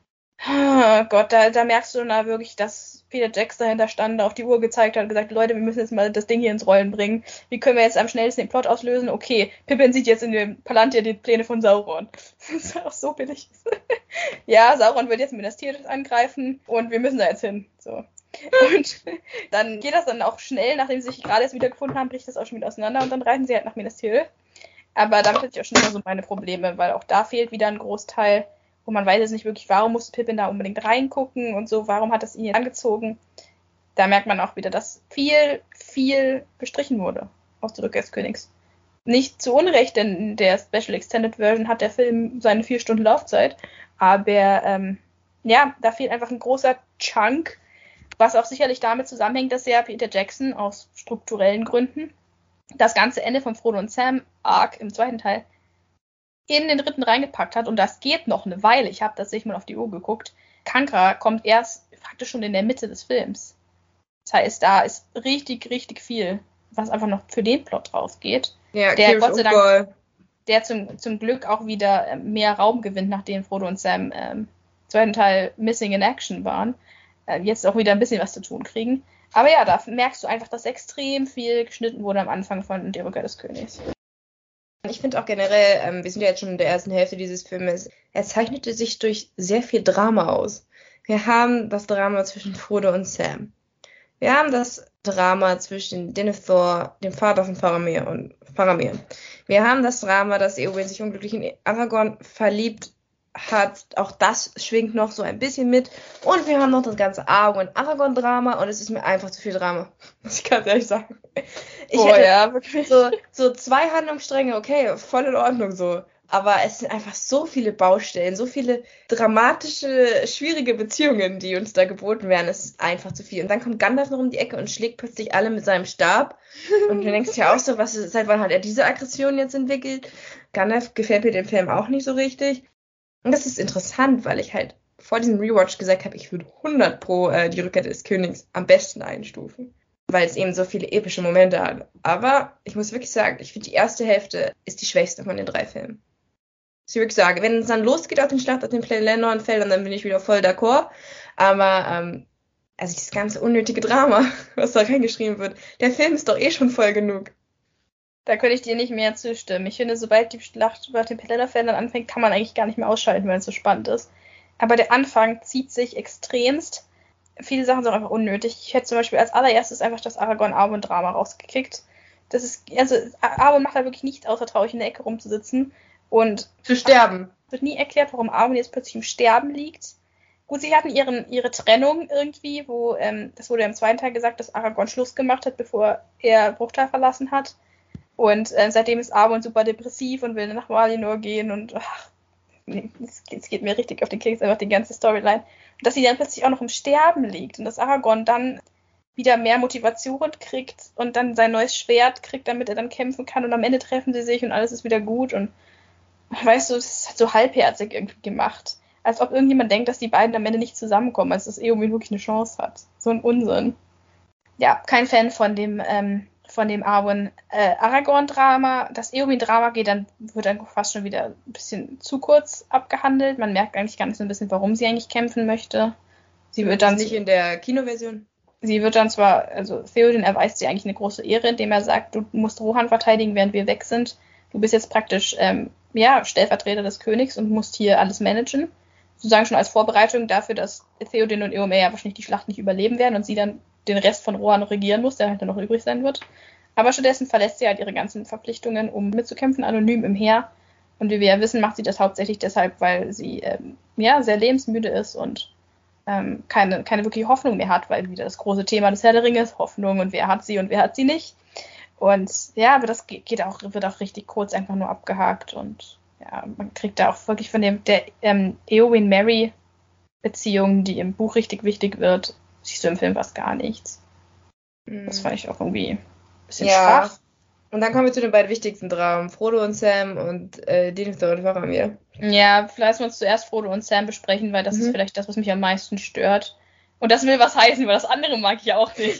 oh Gott, da merkst du dann wirklich, dass Peter Jackson dahinter stand, auf die Uhr gezeigt hat und gesagt, Leute, wir müssen jetzt mal das Ding hier ins Rollen bringen. Wie können wir jetzt am schnellsten den Plot auslösen? Okay, Pippin sieht jetzt in dem Palantir die Pläne von Sauron. Das ist auch so billig. Ja, Sauron wird jetzt Minas Tirith angreifen und wir müssen da jetzt hin. So. Und dann geht das dann auch schnell, nachdem sie sich gerade erst wiedergefunden haben, bricht das auch schon wieder auseinander und dann reiten sie halt nach Minas Tirith. Aber damit hatte ich auch schon immer so meine Probleme, weil auch da fehlt wieder ein Großteil, wo man weiß jetzt nicht wirklich, warum musste Pippin da unbedingt reingucken und so, warum hat das ihn jetzt angezogen. Da merkt man auch wieder, dass viel gestrichen wurde aus der Rückkehr des Königs. Nicht zu Unrecht, denn in der Special Extended Version hat der Film seine 4 Stunden Laufzeit, aber da fehlt einfach ein großer Chunk, was auch sicherlich damit zusammenhängt, dass ja Peter Jackson aus strukturellen Gründen das ganze Ende von Frodo und Sam Arc im zweiten Teil in den dritten reingepackt hat. Und das geht noch eine Weile. Ich habe tatsächlich mal auf die Uhr geguckt. Kankra kommt erst praktisch schon in der Mitte des Films. Das heißt, da ist richtig viel was einfach noch für den Plot drauf geht. Ja, Der Gott sei Dank, der zum Glück auch wieder mehr Raum gewinnt, nachdem Frodo und Sam im zweiten Teil Missing in Action waren. Jetzt auch wieder ein bisschen was zu tun kriegen. Aber ja, da merkst du einfach, dass extrem viel geschnitten wurde am Anfang von Die Rückkehr des Königs. Ich finde auch generell, wir sind ja jetzt schon in der ersten Hälfte dieses Filmes, er zeichnete sich durch sehr viel Drama aus. Wir haben das Drama zwischen Frodo und Sam. Wir haben das Drama zwischen Denethor, dem Vater von Faramir, und Faramir. Wir haben das Drama, dass Eowyn sich unglücklich in Aragorn verliebt hat. Auch das schwingt noch so ein bisschen mit. Und wir haben noch das ganze Aragorn-Drama und es ist mir einfach zu viel Drama. Muss ich ganz ehrlich sagen. Ich hätte wirklich. So 2 Handlungsstränge, okay, voll in Ordnung so. Aber es sind einfach so viele Baustellen, so viele dramatische, schwierige Beziehungen, die uns da geboten werden. Es ist einfach zu viel. Und dann kommt Gandalf noch um die Ecke und schlägt plötzlich alle mit seinem Stab. Und du denkst ja auch so, seit wann hat er diese Aggression jetzt entwickelt? Gandalf gefällt mir dem Film auch nicht so richtig. Und das ist interessant, weil ich halt vor diesem Rewatch gesagt habe, ich würde 100% die Rückkehr des Königs am besten einstufen. Weil es eben so viele epische Momente hat. Aber ich muss wirklich sagen, ich finde die erste Hälfte ist die schwächste von den 3 Filmen. Was ich wirklich sage, wenn es dann losgeht auf den Schlacht auf den Pelennor-Feldern, dann bin ich wieder voll d'accord. Aber, also dieses ganze unnötige Drama, was da reingeschrieben wird, der Film ist doch eh schon voll genug. Da könnte ich dir nicht mehr zustimmen. Ich finde, sobald die Schlacht auf den Pelennor-Feldern anfängt, kann man eigentlich gar nicht mehr ausschalten, weil es so spannend ist. Aber der Anfang zieht sich extremst. Viele Sachen sind einfach unnötig. Ich hätte zum Beispiel als allererstes einfach das Aragorn-Arwen-Drama rausgekickt. Das ist, also Arwen macht da wirklich nichts, außer traurig in der Ecke rumzusitzen und zu sterben. Es wird nie erklärt, warum Arwen jetzt plötzlich im Sterben liegt. Gut, sie hatten ihre Trennung irgendwie, wo, das wurde ja im zweiten Teil gesagt, dass Aragorn Schluss gemacht hat, bevor er Bruchtal verlassen hat. Und seitdem ist Arwen super depressiv und will nach Valinor gehen und es geht mir richtig auf den Keks, einfach die ganze Storyline. Und dass sie dann plötzlich auch noch im Sterben liegt und dass Aragorn dann wieder mehr Motivation kriegt und dann sein neues Schwert kriegt, damit er dann kämpfen kann und am Ende treffen sie sich und alles ist wieder gut und weißt du, es ist halt so halbherzig irgendwie gemacht. Als ob irgendjemand denkt, dass die beiden am Ende nicht zusammenkommen, als dass Eowyn wirklich eine Chance hat. So ein Unsinn. Ja, kein Fan von dem Arwen-Aragorn-Drama. Das Eowyn-Drama wird dann fast schon wieder ein bisschen zu kurz abgehandelt. Man merkt eigentlich gar nicht so ein bisschen, warum sie eigentlich kämpfen möchte. Sie wird dann nicht in der Kinoversion. Sie wird dann zwar, also Theoden erweist sie eigentlich eine große Ehre, indem er sagt, du musst Rohan verteidigen, während wir weg sind. Du bist jetzt praktisch Stellvertreter des Königs und musst hier alles managen. Sozusagen schon als Vorbereitung dafür, dass Theoden und Eomer ja wahrscheinlich die Schlacht nicht überleben werden und sie dann den Rest von Rohan regieren muss, der halt dann noch übrig sein wird. Aber stattdessen verlässt sie halt ihre ganzen Verpflichtungen, um mitzukämpfen, anonym im Heer. Und wie wir ja wissen, macht sie das hauptsächlich deshalb, weil sie sehr lebensmüde ist und keine wirkliche Hoffnung mehr hat, weil wieder das große Thema des Herr der Ringe ist Hoffnung und wer hat sie nicht. Und ja, aber das wird auch richtig kurz einfach nur abgehakt und ja, man kriegt da auch wirklich von der Eowyn-Merry-Beziehung, die im Buch richtig wichtig wird, siehst du im Film fast gar nichts. Das fand ich auch irgendwie ein bisschen schwach. Und dann kommen wir zu den beiden wichtigsten Dramen, Frodo und Sam und Denethor und Faramir. Ja, lassen wir uns zuerst Frodo und Sam besprechen, weil das ist vielleicht das, was mich am meisten stört. Und das will was heißen, weil das andere mag ich auch nicht.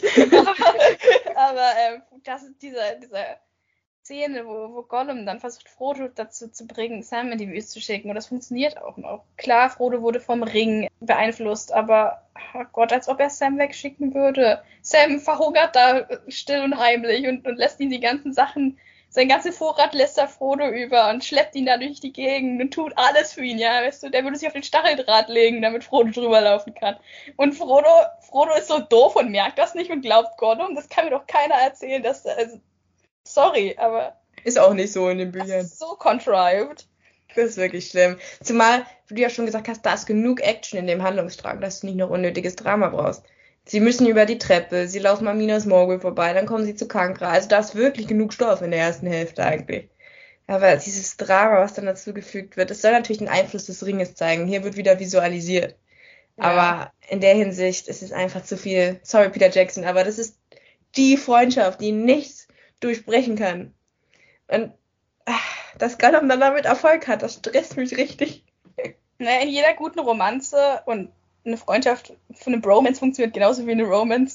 aber das ist diese Szene, wo Gollum dann versucht, Frodo dazu zu bringen, Sam in die Wüste zu schicken. Und das funktioniert auch noch. Klar, Frodo wurde vom Ring beeinflusst, aber oh Gott, als ob er Sam wegschicken würde. Sam verhungert da still und heimlich und lässt ihn die ganzen Sachen, sein ganzer Vorrat lässt er Frodo über und schleppt ihn da durch die Gegend und tut alles für ihn, ja, weißt du, der würde sich auf den Stacheldraht legen, damit Frodo drüber laufen kann. Und Frodo ist so doof und merkt das nicht und glaubt Gollum, das kann mir doch keiner erzählen, dass sorry, aber ist auch nicht so in den Büchern. Das ist so contrived. Das ist wirklich schlimm. Zumal, wie du ja schon gesagt hast, da ist genug Action in dem Handlungsstrang, dass du nicht noch unnötiges Drama brauchst. Sie müssen über die Treppe, sie laufen an Minas Morgul vorbei, dann kommen sie zu Kankra. Also da ist wirklich genug Stoff in der ersten Hälfte eigentlich. Aber dieses Drama, was dann dazu gefügt wird, das soll natürlich den Einfluss des Ringes zeigen. Hier wird wieder visualisiert. Ja. Aber in der Hinsicht ist es einfach zu viel. Sorry, Peter Jackson, aber das ist die Freundschaft, die nichts durchbrechen kann. Und dass Gollum dann damit Erfolg hat, das stresst mich richtig. Naja, in jeder guten Romanze und eine Freundschaft von einem Bromance funktioniert genauso wie eine Romance,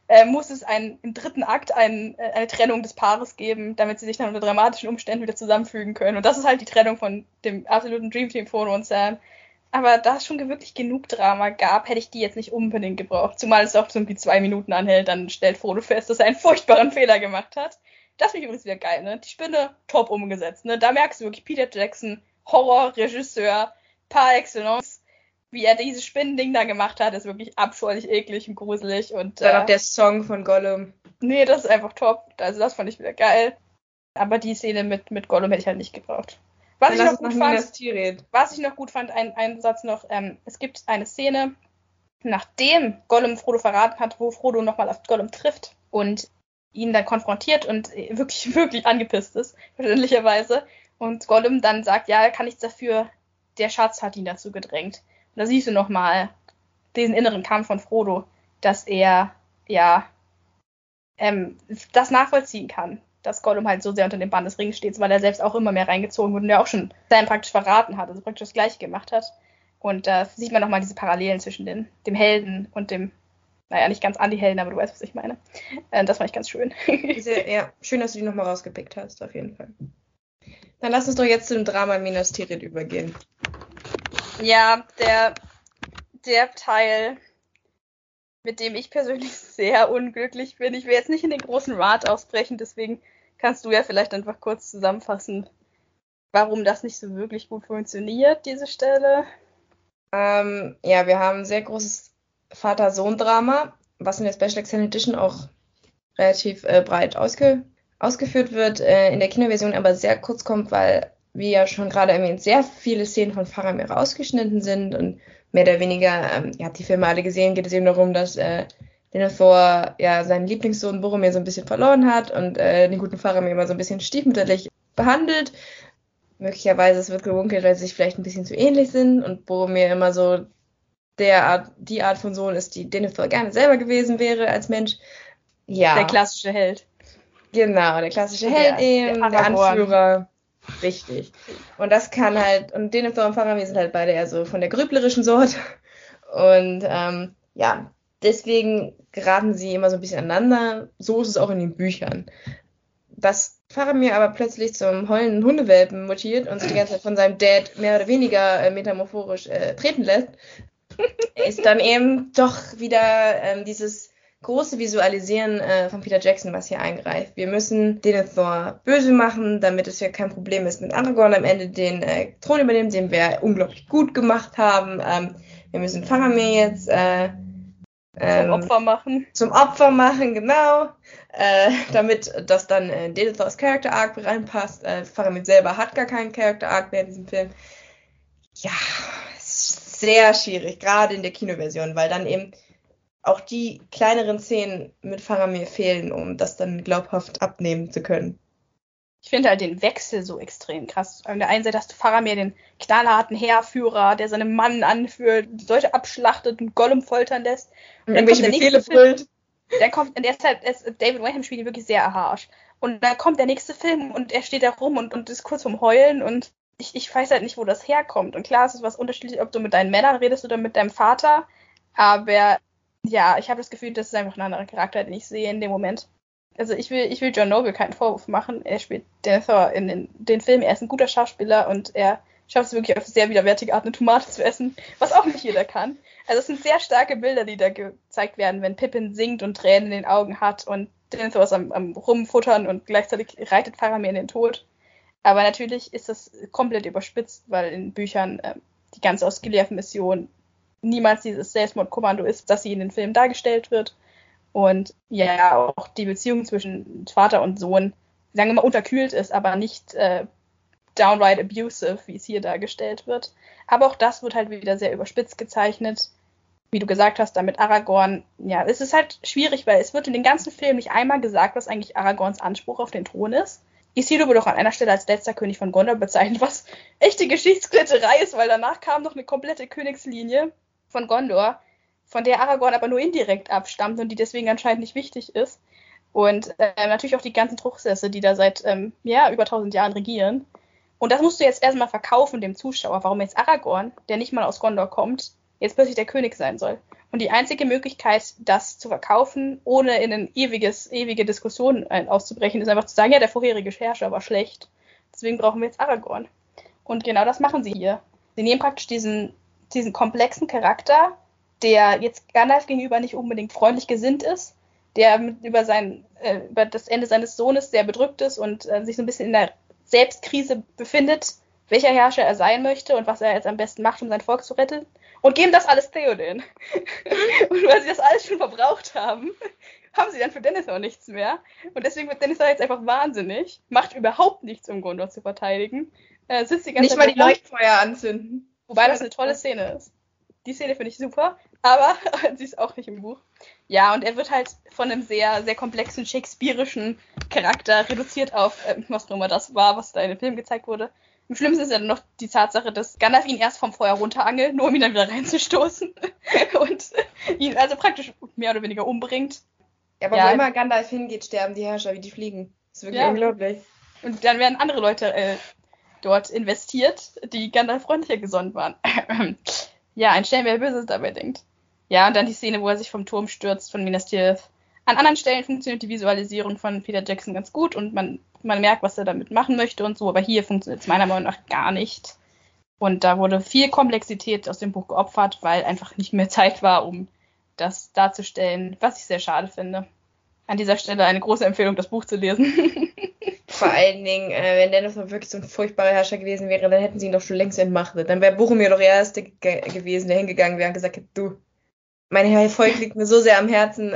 muss es im dritten Akt eine Trennung des Paares geben, damit sie sich dann unter dramatischen Umständen wieder zusammenfügen können. Und das ist halt die Trennung von dem absoluten Dreamteam Frodo und Sam. Aber da es schon wirklich genug Drama gab, hätte ich die jetzt nicht unbedingt gebraucht. Zumal es auch so irgendwie 2 Minuten anhält, dann stellt Frodo fest, dass er einen furchtbaren Fehler gemacht hat. Das finde ich übrigens wieder geil, ne? Die Spinne top umgesetzt, ne? Da merkst du wirklich Peter Jackson, Horrorregisseur par excellence. Wie er dieses Spinnending da gemacht hat, ist wirklich abscheulich, eklig und gruselig. Und dann auch der Song von Gollum. Nee, das ist einfach top. Also das fand ich wieder geil. Aber die Szene mit Gollum hätte ich halt nicht gebraucht. Was ich noch gut fand, ein Satz noch, es gibt eine Szene, nachdem Gollum Frodo verraten hat, wo Frodo nochmal auf Gollum trifft und ihn dann konfrontiert und wirklich, wirklich angepisst ist, verständlicherweise. Und Gollum dann sagt, ja, er kann nichts dafür, der Schatz hat ihn dazu gedrängt. Und da siehst du nochmal diesen inneren Kampf von Frodo, dass er, das nachvollziehen kann, dass Gollum halt so sehr unter dem Bann des Rings steht, weil er selbst auch immer mehr reingezogen wurde und ja auch schon Sam praktisch verraten hat, also praktisch das Gleiche gemacht hat. Und da sieht man nochmal diese Parallelen zwischen dem Helden und dem, naja, nicht ganz Anti-Helden, aber du weißt, was ich meine. Das fand ich ganz schön. Schön, dass du die nochmal rausgepickt hast, auf jeden Fall. Dann lass uns doch jetzt zum Drama Minas Tirith übergehen. Ja, der Teil, mit dem ich persönlich sehr unglücklich bin. Ich will jetzt nicht in den großen Rat ausbrechen, deswegen kannst du ja vielleicht einfach kurz zusammenfassen, warum das nicht so wirklich gut funktioniert, diese Stelle. Wir haben ein sehr großes Vater-Sohn-Drama, was in der Special Extended Edition auch relativ breit ausgeführt wird, in der Kinoversion aber sehr kurz kommt, weil, wie ja schon gerade erwähnt, sehr viele Szenen von Faramir rausgeschnitten sind und mehr oder weniger, ihr habt die Filme alle gesehen, geht es eben darum, dass Denethor seinen Lieblingssohn Boromir so ein bisschen verloren hat und den guten Faramir immer so ein bisschen stiefmütterlich behandelt. Möglicherweise es wird gewunkelt, weil sie sich vielleicht ein bisschen zu ähnlich sind und Boromir immer so die Art von Sohn ist, die Denethor gerne selber gewesen wäre als Mensch. Ja. Der klassische Held. Genau, der klassische Held eben, der Anführer. Richtig. Und das kann halt, und Denethor und Faramir sind halt beide eher so von der grüblerischen Sorte. Und deswegen geraten sie immer so ein bisschen aneinander. So ist es auch in den Büchern. Dass Faramir aber plötzlich zum heulenden Hundewelpen mutiert und sich die ganze Zeit von seinem Dad mehr oder weniger metamorphorisch treten lässt, ist dann eben doch wieder dieses große Visualisieren von Peter Jackson, was hier eingreift. Wir müssen Denethor böse machen, damit es ja kein Problem ist mit Aragorn am Ende den Thron übernehmen, den wir unglaublich gut gemacht haben. Wir müssen Faramir jetzt Zum Opfer machen, genau. Damit das dann in Denethors Character Arc reinpasst. Faramir selber hat gar keinen Character Arc mehr in diesem Film. Ja, sehr schwierig, gerade in der Kinoversion, weil dann eben auch die kleineren Szenen mit Faramir fehlen, um das dann glaubhaft abnehmen zu können. Ich finde halt den Wechsel so extrem krass. Auf der einen Seite hast du Faramir, den knallharten Heerführer, der seine Mann anführt, Leute abschlachtet und Gollum foltern lässt. Und irgendwelche Befehle brüllt. In der Zeit ist David Wenham spielt wirklich sehr archaisch. Und dann kommt der nächste Film und er steht da rum und ist kurz vorm Heulen und ich weiß halt nicht, wo das herkommt. Und klar, es ist was unterschiedlich, ob du mit deinen Männern redest oder mit deinem Vater. Aber ja, ich habe das Gefühl, das ist einfach ein anderer Charakter, den ich sehe in dem Moment. Also ich will John Noble keinen Vorwurf machen. Er spielt Denethor in den Filmen. Er ist ein guter Schauspieler und er schafft es wirklich auf sehr widerwärtige Art, eine Tomate zu essen, was auch nicht jeder kann. Also es sind sehr starke Bilder, die da gezeigt werden, wenn Pippin singt und Tränen in den Augen hat und Denethor ist am Rumfuttern und gleichzeitig reitet Faramir in den Tod. Aber natürlich ist das komplett überspitzt, weil in Büchern die ganze Osgiliath-Mission niemals dieses Selbstmordkommando ist, das sie in den Filmen dargestellt wird. Und ja, auch die Beziehung zwischen Vater und Sohn, sagen wir mal, unterkühlt ist, aber nicht downright abusive, wie es hier dargestellt wird. Aber auch das wird halt wieder sehr überspitzt gezeichnet. Wie du gesagt hast, da mit Aragorn, ja, es ist halt schwierig, weil es wird in den ganzen Filmen nicht einmal gesagt, was eigentlich Aragorns Anspruch auf den Thron ist. Isildur wird auch an einer Stelle als letzter König von Gondor bezeichnet, was echte Geschichtsklitterei ist, weil danach kam noch eine komplette Königslinie von Gondor, von der Aragorn aber nur indirekt abstammt und die deswegen anscheinend nicht wichtig ist. Und natürlich auch die ganzen Truchsesse, die da seit über 1000 Jahren regieren. Und das musst du jetzt erstmal verkaufen dem Zuschauer, warum jetzt Aragorn, der nicht mal aus Gondor kommt, jetzt plötzlich der König sein soll. Und die einzige Möglichkeit, das zu verkaufen, ohne in eine ewige Diskussion auszubrechen, ist einfach zu sagen, ja, der vorherige Herrscher war schlecht. Deswegen brauchen wir jetzt Aragorn. Und genau das machen sie hier. Sie nehmen praktisch diesen komplexen Charakter, der jetzt Gandalf gegenüber nicht unbedingt freundlich gesinnt ist, der über das Ende seines Sohnes sehr bedrückt ist und sich so ein bisschen in der Selbstkrise befindet, welcher Herrscher er sein möchte und was er jetzt am besten macht, um sein Volk zu retten. Und geben das alles Theoden. Und weil sie das alles schon verbraucht haben sie dann für Denethor nichts mehr. Und deswegen wird Denethor jetzt einfach wahnsinnig, macht überhaupt nichts, um Gondor zu verteidigen. Sitzt die ganze Nicht Zeit mal die Leuchtfeuer anzünden. Wobei das eine tolle Szene ist. Die Szene finde ich super, aber sie ist auch nicht im Buch. Ja, und er wird halt von einem sehr, sehr komplexen shakespearischen Charakter reduziert auf, was auch immer das war, was da in dem Film gezeigt wurde. Im Schlimmsten ist ja dann noch die Tatsache, dass Gandalf ihn erst vom Feuer runterangelt, nur um ihn dann wieder reinzustoßen. Und ihn also praktisch mehr oder weniger umbringt. Ja, aber wo immer Gandalf hingeht, sterben die Herrscher wie die Fliegen. Das ist wirklich unglaublich. Und dann werden andere Leute dort investiert, die Gandalf freundlicher gesonnen waren. Ja, ein Stellen, wer Böses dabei denkt. Ja, und dann die Szene, wo er sich vom Turm stürzt, von Minas Tirith. An anderen Stellen funktioniert die Visualisierung von Peter Jackson ganz gut und man merkt, was er damit machen möchte und so, aber hier funktioniert es meiner Meinung nach gar nicht. Und da wurde viel Komplexität aus dem Buch geopfert, weil einfach nicht mehr Zeit war, um das darzustellen, was ich sehr schade finde. An dieser Stelle eine große Empfehlung, das Buch zu lesen. Vor allen Dingen, wenn Denethor wirklich so ein furchtbarer Herrscher gewesen wäre, dann hätten sie ihn doch schon längst entmachtet. Dann wäre Boromir doch der Erste gewesen, der hingegangen wäre und gesagt hätte, du, mein Volk liegt mir so sehr am Herzen,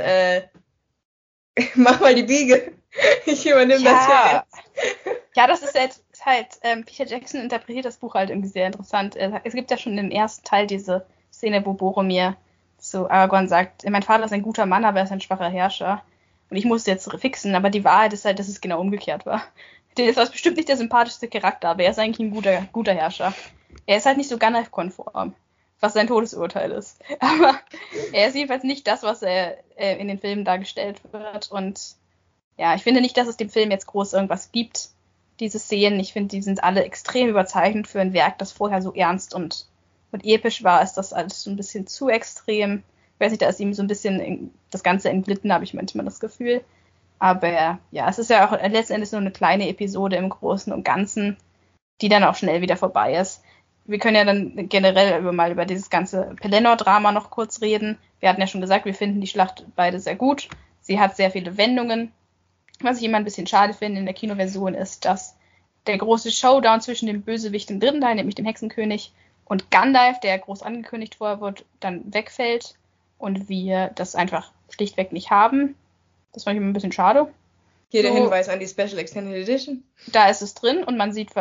mach mal die Biege. Ich übernehme das hier jetzt. Ja, das ist jetzt halt, Peter Jackson interpretiert das Buch halt irgendwie sehr interessant. Es gibt ja schon im ersten Teil diese Szene, wo Boromir zu Aragorn sagt, mein Vater ist ein guter Mann, aber er ist ein schwacher Herrscher. Und ich muss jetzt fixen, aber die Wahrheit ist halt, dass es genau umgekehrt war. Der ist bestimmt nicht der sympathischste Charakter, aber er ist eigentlich ein guter Herrscher. Er ist halt nicht so Gandalf-konform, was sein Todesurteil ist. Aber er ist jedenfalls nicht das, was er in den Filmen dargestellt wird. Und ja, ich finde nicht, dass es dem Film jetzt groß irgendwas gibt, diese Szenen. Ich finde, die sind alle extrem überzeichnend für ein Werk, das vorher so ernst und episch war. Ist das alles so ein bisschen zu extrem. Ich weiß nicht, da ist ihm so ein bisschen das Ganze entglitten, habe ich manchmal das Gefühl. Aber ja, es ist ja auch letzten Endes nur eine kleine Episode im Großen und Ganzen, die dann auch schnell wieder vorbei ist. Wir können ja dann generell mal über dieses ganze Pelennor-Drama noch kurz reden. Wir hatten ja schon gesagt, wir finden die Schlacht beide sehr gut. Sie hat sehr viele Wendungen. Was ich immer ein bisschen schade finde in der Kinoversion ist, dass der große Showdown zwischen dem Bösewicht im dritten Teil, nämlich dem Hexenkönig, und Gandalf, der groß angekündigt vorher wird, dann wegfällt und wir das einfach schlichtweg nicht haben. Das fand ich immer ein bisschen schade. Hier der Hinweis an die Special Extended Edition. Da ist es drin und man sieht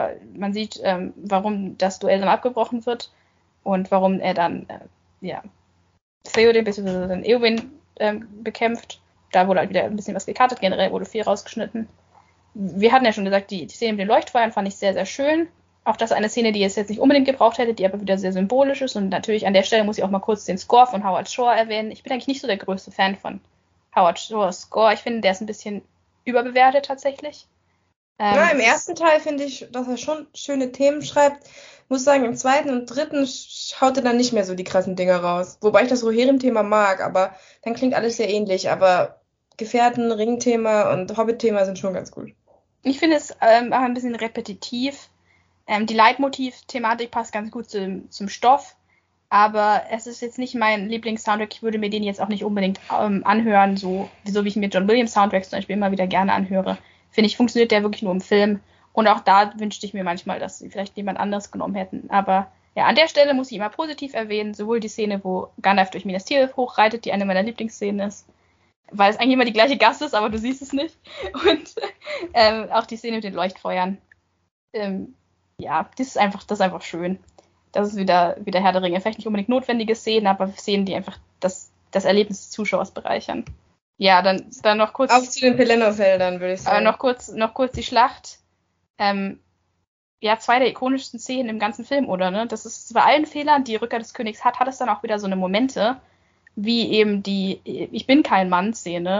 warum das Duell dann abgebrochen wird und warum er dann Theoden bzw. dann Eowyn bekämpft. Da wurde halt wieder ein bisschen was gekartet, generell wurde viel rausgeschnitten. Wir hatten ja schon gesagt, die Szene mit den Leuchtfeuern fand ich sehr, sehr schön. Auch das ist eine Szene, die es jetzt nicht unbedingt gebraucht hätte, die aber wieder sehr symbolisch ist. Und natürlich an der Stelle muss ich auch mal kurz den Score von Howard Shore erwähnen. Ich bin eigentlich nicht so der größte Fan von Howard Shores Score. Ich finde, der ist ein bisschen überbewertet tatsächlich. Ja, im ersten Teil finde ich, dass er schon schöne Themen schreibt. Muss sagen, im zweiten und dritten haut er dann nicht mehr so die krassen Dinger raus. Wobei ich das Rohirrim-Thema mag, aber dann klingt alles sehr ähnlich. Aber Gefährten, Ring-Thema und Hobbit-Thema sind schon ganz gut. Ich finde es auch ein bisschen repetitiv. Die Leitmotiv-Thematik passt ganz gut zum Stoff, aber es ist jetzt nicht mein Lieblings-Soundtrack. Ich würde mir den jetzt auch nicht unbedingt anhören, so wie ich mir John Williams Soundtracks zum Beispiel immer wieder gerne anhöre. Finde ich, funktioniert der wirklich nur im Film. Und auch da wünschte ich mir manchmal, dass sie vielleicht jemand anderes genommen hätten. Aber ja, an der Stelle muss ich immer positiv erwähnen, sowohl die Szene, wo Gandalf durch Minas Tirith hochreitet, die eine meiner Lieblingsszenen ist, weil es eigentlich immer die gleiche Gast ist, aber du siehst es nicht. Und auch die Szene mit den Leuchtfeuern. Ja, das ist einfach schön. Das ist wieder Herr der Ringe. Vielleicht nicht unbedingt notwendige Szenen, aber Szenen, die einfach das Erlebnis des Zuschauers bereichern. Ja, dann noch kurz. Auf zu den Pelennor-Feldern, würde ich sagen. Aber noch kurz die Schlacht. Ja, zwei der ikonischsten Szenen im ganzen Film, oder? Ne? Das ist bei allen Fehlern, die Rückkehr des Königs hat es dann auch wieder so eine Momente, wie eben die Ich bin kein Mann-Szene,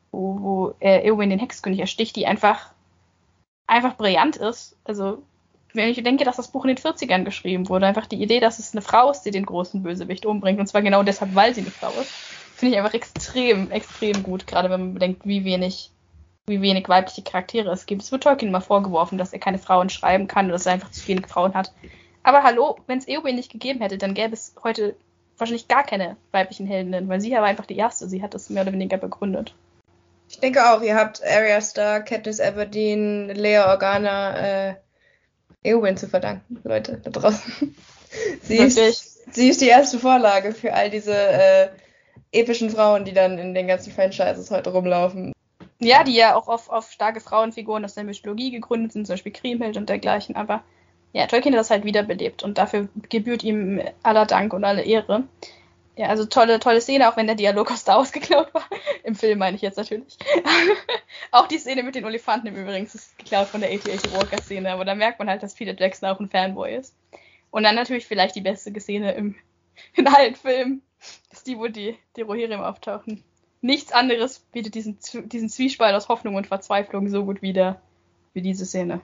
wo Eowyn den Hexenkönig ersticht, die einfach brillant ist. Also wenn ich denke, dass das Buch in den 40ern geschrieben wurde, einfach die Idee, dass es eine Frau ist, die den großen Bösewicht umbringt, und zwar genau deshalb, weil sie eine Frau ist, finde ich einfach extrem, extrem gut, gerade wenn man bedenkt, wie wenig weibliche Charaktere es gibt. Es wird Tolkien immer vorgeworfen, dass er keine Frauen schreiben kann oder dass er einfach zu wenig Frauen hat. Aber hallo, wenn es Eowyn nicht gegeben hätte, dann gäbe es heute wahrscheinlich gar keine weiblichen Heldinnen, weil sie war einfach die erste, sie hat das mehr oder weniger begründet. Ich denke auch, ihr habt Arya Stark, Katniss Everdeen, Leia Organa, Eowyn zu verdanken, Leute da draußen. Sie ist die erste Vorlage für all diese epischen Frauen, die dann in den ganzen Franchises heute rumlaufen. Ja, die ja auch auf starke Frauenfiguren aus der Mythologie gegründet sind, zum Beispiel Kriemhild und dergleichen, aber ja, Tolkien hat das halt wiederbelebt und dafür gebührt ihm aller Dank und alle Ehre. Ja, also tolle Szene, auch wenn der Dialog aus Star Wars geklaut war. Im Film meine ich jetzt natürlich. Auch die Szene mit den Olifanten im Übrigen ist geklaut von der A.T.A. Walker-Szene, aber da merkt man halt, dass Peter Jackson auch ein Fanboy ist. Und dann natürlich vielleicht die beste Szene in allen Filmen, ist die, wo die Rohirrim auftauchen. Nichts anderes bietet diesen Zwiespalt aus Hoffnung und Verzweiflung so gut wider wie diese Szene.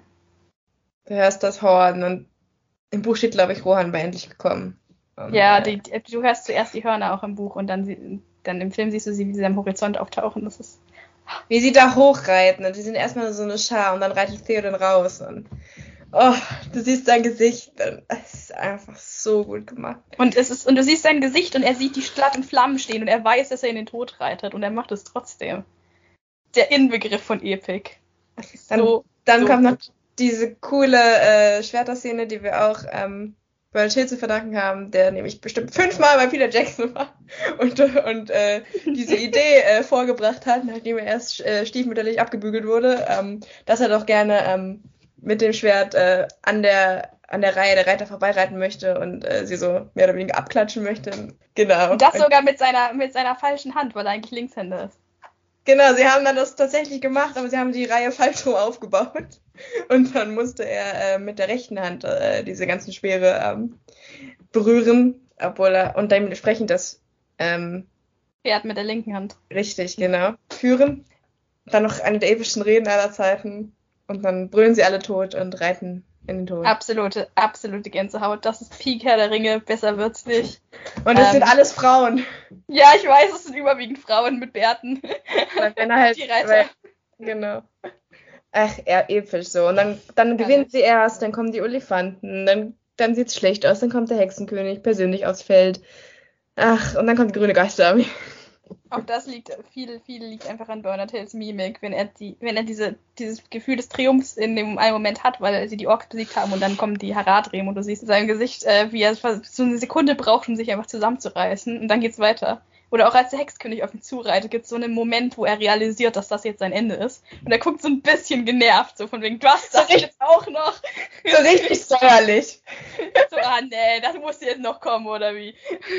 Du hörst das Horn und im Buch steht, glaube ich, Rohan war endlich gekommen. Ja, du hörst zuerst die Hörner auch im Buch und dann im Film siehst du sie, wie sie am Horizont auftauchen. Das ist... Wie sie da hochreiten und die sind erstmal so eine Schar und dann reitet Theoden raus und du siehst sein Gesicht. Es ist einfach so gut gemacht. Und du siehst sein Gesicht und er sieht die Stadt in Flammen stehen und er weiß, dass er in den Tod reitet und er macht es trotzdem. Der Inbegriff von Epic. Dann kommt noch diese coole Schwerter-Szene, die wir auch Bernard Hill zu verdanken haben, der nämlich bestimmt 5-mal bei Peter Jackson war und diese Idee vorgebracht hat, nachdem er erst stiefmütterlich abgebügelt wurde, dass er doch gerne mit dem Schwert an der Reihe der Reiter vorbeireiten möchte und sie so mehr oder weniger abklatschen möchte. Genau. Und das sogar mit seiner falschen Hand, weil er eigentlich Linkshänder ist. Genau, sie haben dann das tatsächlich gemacht, aber sie haben die Reihe falsch rum aufgebaut. Und dann musste er mit der rechten Hand diese ganzen Speere berühren, und dementsprechend das Pferd mit der linken Hand. Richtig, genau. Führen. Dann noch eine der epischsten Reden aller Zeiten. Und dann brüllen sie alle tot und reiten in den Tod. Absolute Gänsehaut. Das ist Peak Herr der Ringe, besser wird's nicht. Und es sind alles Frauen. Ja, ich weiß, es sind überwiegend Frauen mit Bärten. Wenn er halt, die Reiter. Genau. Ach, episch so. Und dann gewinnt sie erst, dann kommen die Olifanten, dann sieht's schlecht aus, dann kommt der Hexenkönig persönlich aufs Feld. Ach, und dann kommt die grüne Geisterarmee. Auch das viel liegt einfach an Bernard Hills Mimik, wenn er dieses Gefühl des Triumphs in dem einen Moment hat, weil sie die Orks besiegt haben und dann kommen die Haradrim und du siehst in seinem Gesicht, wie er so eine Sekunde braucht, um sich einfach zusammenzureißen und dann geht's weiter. Oder auch als der Hexenkönig auf ihn zureitet, gibt es so einen Moment, wo er realisiert, dass das jetzt sein Ende ist. Und er guckt so ein bisschen genervt, so von wegen, du hast das jetzt auch noch. So richtig säuerlich. So, nee, das muss jetzt noch kommen, oder wie?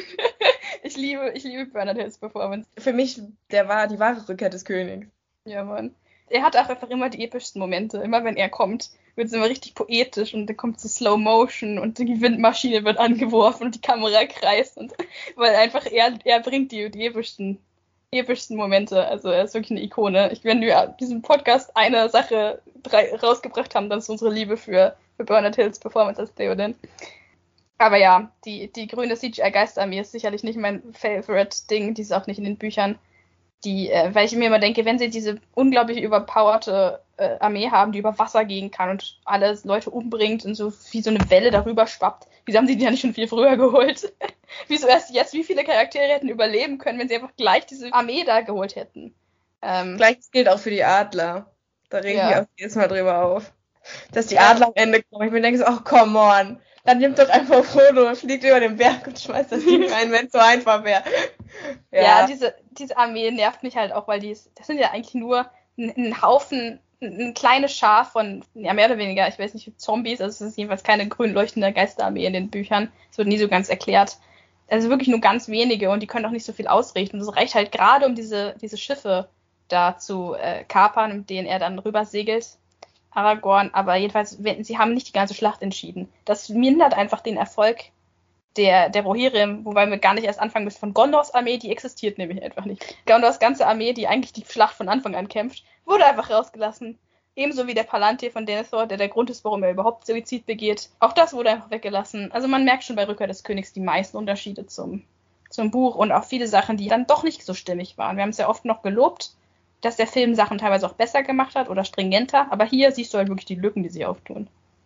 Ich liebe Bernard Hills Performance. Für mich, der war die wahre Rückkehr des Königs. Ja, Mann. Er hat auch einfach immer die epischsten Momente. Immer wenn er kommt, wird es immer richtig poetisch und dann kommt so Slow Motion und die Windmaschine wird angeworfen und die Kamera kreist und weil einfach er bringt die epischsten Momente. Also er ist wirklich eine Ikone. Wenn wir diesem Podcast eine Sache rausgebracht haben, dann ist unsere Liebe für Bernard Hills Performance als Theoden. Aber ja, die grüne CGI-Geisterarmee ist sicherlich nicht mein Favorite-Ding. Die ist auch nicht in den Büchern. Weil ich mir immer denke, wenn sie diese unglaublich überpowerte Armee haben, die über Wasser gehen kann und alle Leute umbringt und so wie so eine Welle darüber schwappt, wieso haben sie die ja nicht schon viel früher geholt? Wieso erst jetzt? Wie viele Charaktere hätten überleben können, wenn sie einfach gleich diese Armee da geholt hätten? Gleiches gilt auch für die Adler. Da regen wir auch jedes Mal drüber auf. Dass die Adler am Ende kommen. Ich mir denke so, come on. Dann nimmt doch einfach Frodo, fliegt über den Berg und schmeißt das Ding rein, wenn es so einfach wäre. Ja, diese Armee nervt mich halt auch, weil das sind ja eigentlich nur ein Haufen, eine kleine Schar von, ja, mehr oder weniger, ich weiß nicht, Zombies, also es ist jedenfalls keine grün leuchtende Geisterarmee in den Büchern. Es wird nie so ganz erklärt. Also wirklich nur ganz wenige und die können auch nicht so viel ausrichten. Das reicht halt gerade, um diese Schiffe da zu kapern, mit denen er dann rüber segelt. Aragorn, aber jedenfalls, sie haben nicht die ganze Schlacht entschieden. Das mindert einfach den Erfolg der Rohirrim, wobei wir gar nicht erst anfangen müssen von Gondors Armee, die existiert nämlich einfach nicht. Gondors ganze Armee, die eigentlich die Schlacht von Anfang an kämpft, wurde einfach rausgelassen. Ebenso wie der Palantir von Denethor, der Grund ist, warum er überhaupt Suizid begeht. Auch das wurde einfach weggelassen. Also man merkt schon bei Rückkehr des Königs die meisten Unterschiede zum Buch und auch viele Sachen, die dann doch nicht so stimmig waren. Wir haben es ja oft noch gelobt, dass der Film Sachen teilweise auch besser gemacht hat oder stringenter, aber hier siehst du halt wirklich die Lücken, die sie auftun.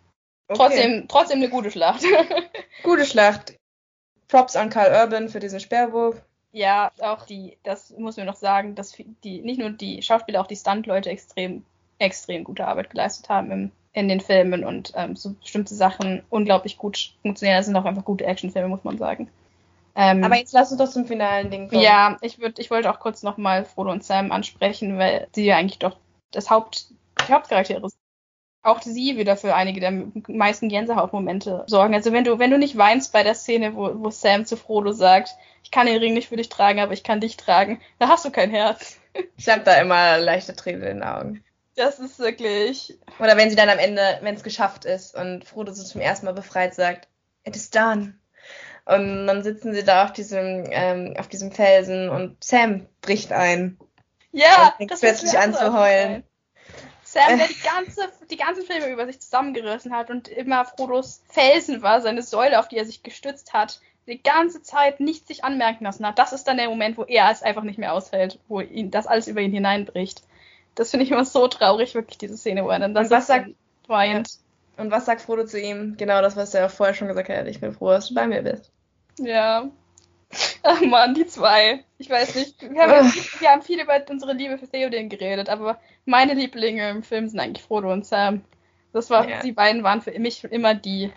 Okay. Trotzdem eine gute Schlacht. Gute Schlacht. Props an Karl Urban für diesen Speerwurf. Ja, auch das muss man noch sagen, dass nicht nur die Schauspieler, auch die Stuntleute extrem gute Arbeit geleistet haben in den Filmen und so bestimmte Sachen unglaublich gut funktionieren. Das sind auch einfach gute Actionfilme, muss man sagen. Aber jetzt lass uns doch zum finalen Ding kommen. Ja, ich wollte auch kurz nochmal Frodo und Sam ansprechen, weil sie ja eigentlich doch die Hauptcharaktere sind. Auch sie wieder für einige der meisten Gänsehautmomente sorgen. Also wenn du nicht weinst bei der Szene, wo Sam zu Frodo sagt, ich kann den Ring nicht für dich tragen, aber ich kann dich tragen, da hast du kein Herz. Ich habe da immer leichte Tränen in den Augen. Das ist wirklich... Oder wenn sie dann am Ende, wenn es geschafft ist und Frodo so zum ersten Mal befreit sagt, it is done. Und dann sitzen sie da auf diesem Felsen und Sam bricht ein. Ja, und fängt plötzlich an zu heulen. Sam, der die ganzen Filme über sich zusammengerissen hat und immer Frodos Felsen war, seine Säule, auf die er sich gestützt hat, die ganze Zeit nichts sich anmerken lassen hat. Das ist dann der Moment, wo er es einfach nicht mehr aushält, wo das alles über ihn hineinbricht. Das finde ich immer so traurig, wirklich, diese Szene, wo er dann weint. Und was sagt Frodo zu ihm? Genau das, was er vorher schon gesagt hat. Ich bin froh, dass du bei mir bist. Ja. Ach man, die zwei. Ich weiß nicht. Wir haben viel über unsere Liebe für Theoden geredet, aber meine Lieblinge im Film sind eigentlich Frodo und Sam. Die beiden waren für mich immer die,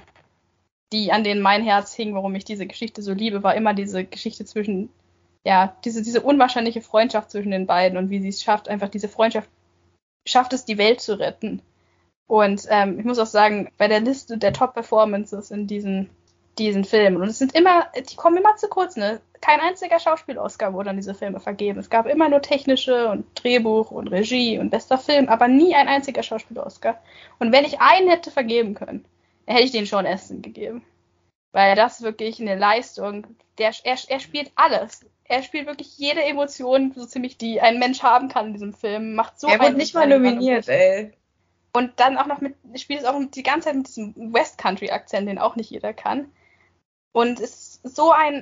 an denen mein Herz hing, warum ich diese Geschichte so liebe, war immer diese Geschichte zwischen, diese unwahrscheinliche Freundschaft zwischen den beiden und wie sie es schafft, einfach diese Freundschaft schafft es, die Welt zu retten. Und ich muss auch sagen, bei der Liste der Top-Performances in diesen Filmen, und die kommen immer zu kurz, ne? Kein einziger Schauspiel-Oscar wurde an diese Filme vergeben. Es gab immer nur technische und Drehbuch und Regie und bester Film, aber nie ein einziger Schauspiel-Oscar. Und wenn ich einen hätte vergeben können, dann hätte ich den Sean Astin gegeben. Weil das wirklich eine Leistung, er spielt alles. Er spielt wirklich jede Emotion, so ziemlich, die ein Mensch haben kann in diesem Film. Er wird nicht mal nominiert, ey. Und dann auch noch spielt es auch die ganze Zeit mit diesem West Country Akzent, den auch nicht jeder kann. Und es ist so ein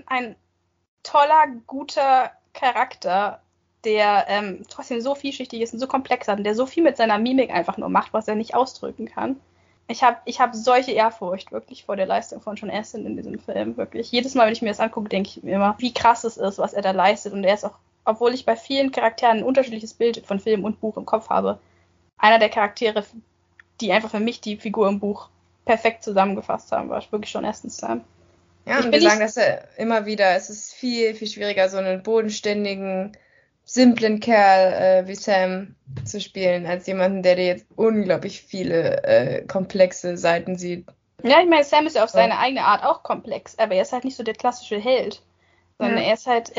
toller, guter Charakter, der trotzdem so vielschichtig ist und so komplex hat und der so viel mit seiner Mimik einfach nur macht, was er nicht ausdrücken kann. Ich hab solche Ehrfurcht wirklich vor der Leistung von Sean Astin in diesem Film, wirklich. Jedes Mal, wenn ich mir das angucke, denke ich mir immer, wie krass es ist, was er da leistet. Und er ist auch, obwohl ich bei vielen Charakteren ein unterschiedliches Bild von Film und Buch im Kopf habe, einer der Charaktere, die einfach für mich die Figur im Buch perfekt zusammengefasst haben, war wirklich Sean Astin Sam. Ja, und wir sagen das ja immer wieder, es ist viel, viel schwieriger, so einen bodenständigen, simplen Kerl wie Sam zu spielen, als jemanden, der dir jetzt unglaublich viele komplexe Seiten sieht. Ja, ich meine, Sam ist ja auf seine eigene Art auch komplex, aber er ist halt nicht so der klassische Held, sondern er ist halt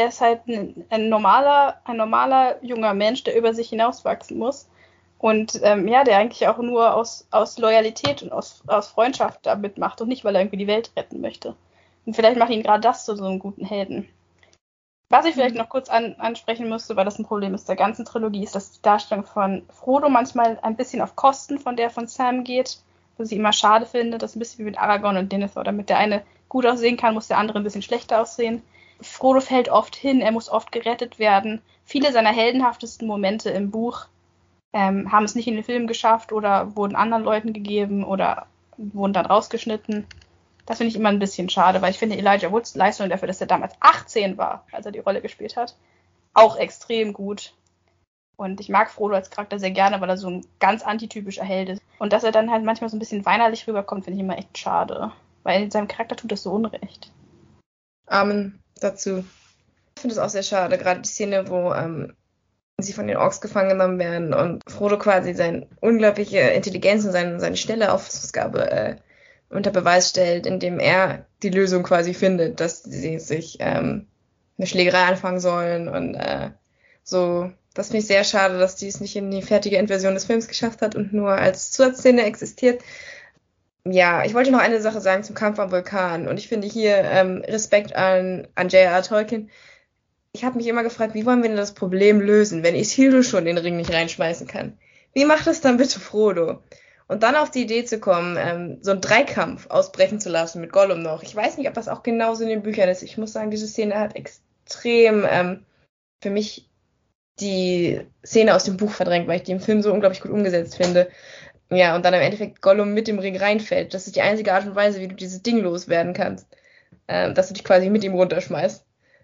ein normaler junger Mensch, der über sich hinauswachsen muss. Und der eigentlich auch nur aus Loyalität und aus Freundschaft da mitmacht und nicht, weil er irgendwie die Welt retten möchte. Und vielleicht macht ihn gerade das zu so einem guten Helden. Was ich vielleicht noch kurz ansprechen müsste, weil das ein Problem ist der ganzen Trilogie, ist, dass die Darstellung von Frodo manchmal ein bisschen auf Kosten von der von Sam geht, was ich immer schade finde. Das ist ein bisschen wie mit Aragorn und Denethor. Damit der eine gut aussehen kann, muss der andere ein bisschen schlechter aussehen. Frodo fällt oft hin, er muss oft gerettet werden. Viele seiner heldenhaftesten Momente im Buch haben es nicht in den Film geschafft oder wurden anderen Leuten gegeben oder wurden dann rausgeschnitten. Das finde ich immer ein bisschen schade, weil ich finde Elijah Woods Leistung dafür, dass er damals 18 war, als er die Rolle gespielt hat, auch extrem gut. Und ich mag Frodo als Charakter sehr gerne, weil er so ein ganz antitypischer Held ist. Und dass er dann halt manchmal so ein bisschen weinerlich rüberkommt, finde ich immer echt schade. Weil seinem Charakter tut das so Unrecht. Amen dazu. Ich finde es auch sehr schade, gerade die Szene, wo sie von den Orks gefangen genommen werden und Frodo quasi seine unglaubliche Intelligenz und seine schnelle Auffassungsgabe unter Beweis stellt, indem er die Lösung quasi findet, dass sie sich eine Schlägerei anfangen sollen und so. Das finde ich sehr schade, dass die es nicht in die fertige Endversion des Films geschafft hat und nur als Zusatzszene existiert. Ja, ich wollte noch eine Sache sagen zum Kampf am Vulkan und ich finde hier Respekt an J.R.R. Tolkien. Ich habe mich immer gefragt, wie wollen wir denn das Problem lösen, wenn Isildur schon den Ring nicht reinschmeißen kann? wie macht es dann bitte Frodo? Und dann auf die Idee zu kommen, so einen Dreikampf ausbrechen zu lassen mit Gollum noch. Ich weiß nicht, ob das auch genauso in den Büchern ist. Ich muss sagen, diese Szene hat extrem für mich die Szene aus dem Buch verdrängt, weil ich die im Film so unglaublich gut umgesetzt finde. Ja, und dann im Endeffekt Gollum mit dem Ring reinfällt. Das ist die einzige Art und Weise, wie du dieses Ding loswerden kannst. Dass du dich quasi mit ihm runterschmeißt.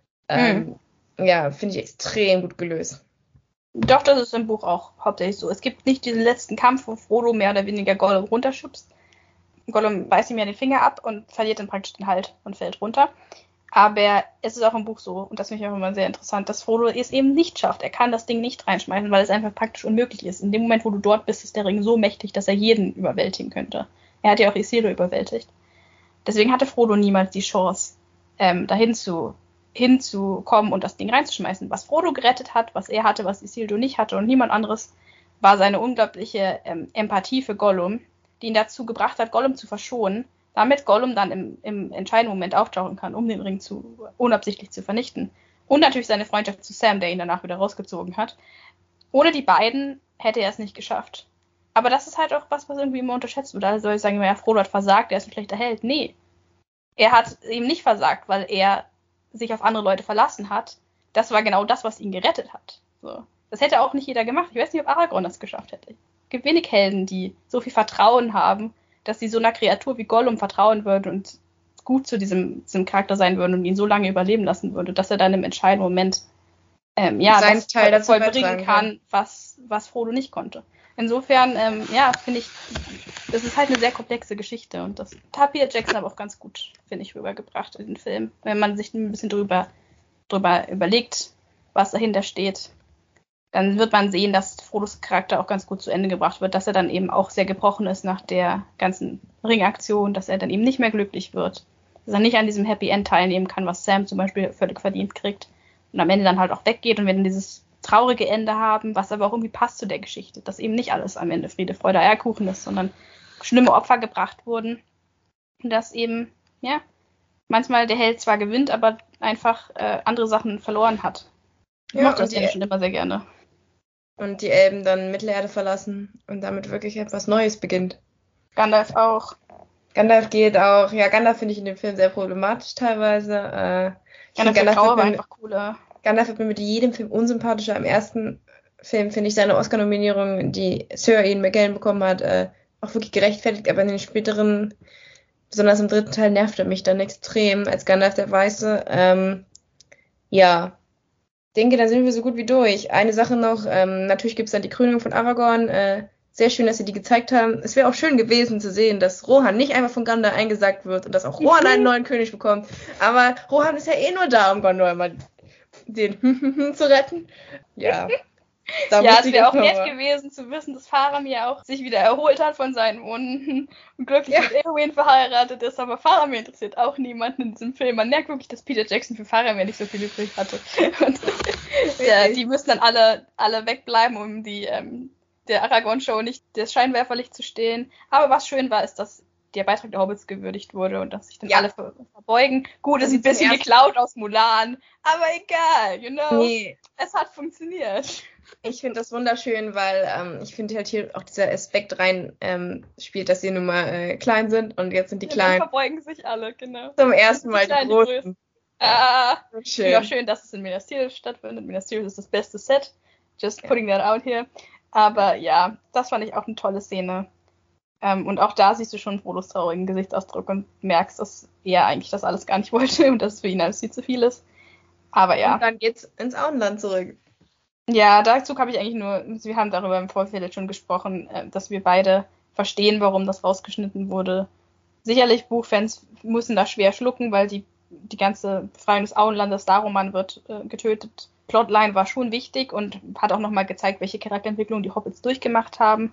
Ja, finde ich extrem gut gelöst. Doch, das ist im Buch auch hauptsächlich so. Es gibt nicht diesen letzten Kampf, wo Frodo mehr oder weniger Gollum runterschubst. Gollum beißt ihm ja den Finger ab und verliert dann praktisch den Halt und fällt runter. Aber es ist auch im Buch so, und das finde ich auch immer sehr interessant, dass Frodo es eben nicht schafft. Er kann das Ding nicht reinschmeißen, weil es einfach praktisch unmöglich ist. In dem Moment, wo du dort bist, ist der Ring so mächtig, dass er jeden überwältigen könnte. Er hat ja auch Isildur überwältigt. Deswegen hatte Frodo niemals die Chance, dahin hinzukommen und das Ding reinzuschmeißen. Was Frodo gerettet hat, was er hatte, was Isildur nicht hatte und niemand anderes, war seine unglaubliche Empathie für Gollum, die ihn dazu gebracht hat, Gollum zu verschonen, damit Gollum dann im entscheidenden Moment auftauchen kann, um den Ring unabsichtlich zu vernichten. Und natürlich seine Freundschaft zu Sam, der ihn danach wieder rausgezogen hat. Ohne die beiden hätte er es nicht geschafft. Aber das ist halt auch was irgendwie immer unterschätzt wird. Also soll ich sagen, ja, Frodo hat versagt, er ist ein schlechter Held. Nee. Er hat eben nicht versagt, weil er sich auf andere Leute verlassen hat. Das war genau das, was ihn gerettet hat. So. Das hätte auch nicht jeder gemacht. Ich weiß nicht, ob Aragorn das geschafft hätte. Es gibt wenig Helden, die so viel Vertrauen haben, dass sie so einer Kreatur wie Gollum vertrauen würden und gut zu diesem Charakter sein würden und ihn so lange überleben lassen würde, dass er dann im entscheidenden Moment das Teil dazu vollbringen kann, was Frodo nicht konnte. Insofern, finde ich, das ist halt eine sehr komplexe Geschichte und das hat Peter Jackson aber auch ganz gut, finde ich, rübergebracht in den Film. Wenn man sich ein bisschen drüber überlegt, was dahinter steht, dann wird man sehen, dass Frodos Charakter auch ganz gut zu Ende gebracht wird, dass er dann eben auch sehr gebrochen ist nach der ganzen Ringaktion, dass er dann eben nicht mehr glücklich wird, dass er nicht an diesem Happy End teilnehmen kann, was Sam zum Beispiel völlig verdient kriegt und am Ende dann halt auch weggeht und wir dann dieses traurige Ende haben, was aber auch irgendwie passt zu der Geschichte, dass eben nicht alles am Ende Friede, Freude, Eierkuchen ist, sondern schlimme Opfer gebracht wurden und dass eben, manchmal der Held zwar gewinnt, aber einfach andere Sachen verloren hat. Ich mochte das ja schon immer sehr gerne. Und die Elben dann Mittelerde verlassen und damit wirklich etwas Neues beginnt. Gandalf auch. Gandalf geht auch. Ja, Gandalf finde ich in dem Film sehr problematisch teilweise. Gandalf war einfach cooler. Gandalf wird mir mit jedem Film unsympathischer. Im ersten Film finde ich seine Oscar-Nominierung, die Sir Ian McKellen bekommen hat, auch wirklich gerechtfertigt. Aber in den späteren, besonders im dritten Teil, nervt er mich dann extrem als Gandalf der Weiße. Denke, dann sind wir so gut wie durch. Eine Sache noch, natürlich gibt es dann die Krönung von Aragorn. Sehr schön, dass sie die gezeigt haben. Es wäre auch schön gewesen zu sehen, dass Rohan nicht einfach von Gandalf eingesagt wird und dass auch Rohan einen neuen König bekommt. Aber Rohan ist ja eh nur da, um Gondor mal den zu retten. Ja. Es wäre auch nett gewesen zu wissen, dass Faramir auch sich wieder erholt hat von seinen Wunden und glücklich mit Eowyn verheiratet ist, aber Faramir interessiert auch niemanden in diesem Film. Man merkt wirklich, dass Peter Jackson für Faramir nicht so viel übrig hatte. Und die müssen dann alle wegbleiben, um der Aragorn-Show nicht das Scheinwerferlicht zu stehen. Aber was schön war, ist, dass der Beitrag der Hobbits gewürdigt wurde und dass sich dann alle verbeugen. Gut, es sieht ein bisschen geklaut aus Mulan, aber egal, Nee. Es hat funktioniert. Ich finde das wunderschön, weil ich finde halt hier auch dieser Aspekt rein spielt, dass sie nun mal klein sind und jetzt sind die Kleinen. Dann verbeugen sich alle, genau. Zum ersten Mal die Großen. Schön. Ja, schön, dass es in Minas Tirith stattfindet. Minas Tirith ist das beste Set. Just putting that out here. Aber ja, das fand ich auch eine tolle Szene. Und auch da siehst du schon Frodos traurigen Gesichtsausdruck und merkst, dass er eigentlich das alles gar nicht wollte und dass es für ihn alles viel zu viel ist. Aber ja. Und dann geht's ins Auenland zurück. Ja, dazu habe ich eigentlich wir haben darüber im Vorfeld schon gesprochen, dass wir beide verstehen, warum das rausgeschnitten wurde. Sicherlich, Buchfans müssen da schwer schlucken, weil die ganze Befreiung des Auenlandes, Saruman wird getötet. Plotline war schon wichtig und hat auch nochmal gezeigt, welche Charakterentwicklung die Hobbits durchgemacht haben.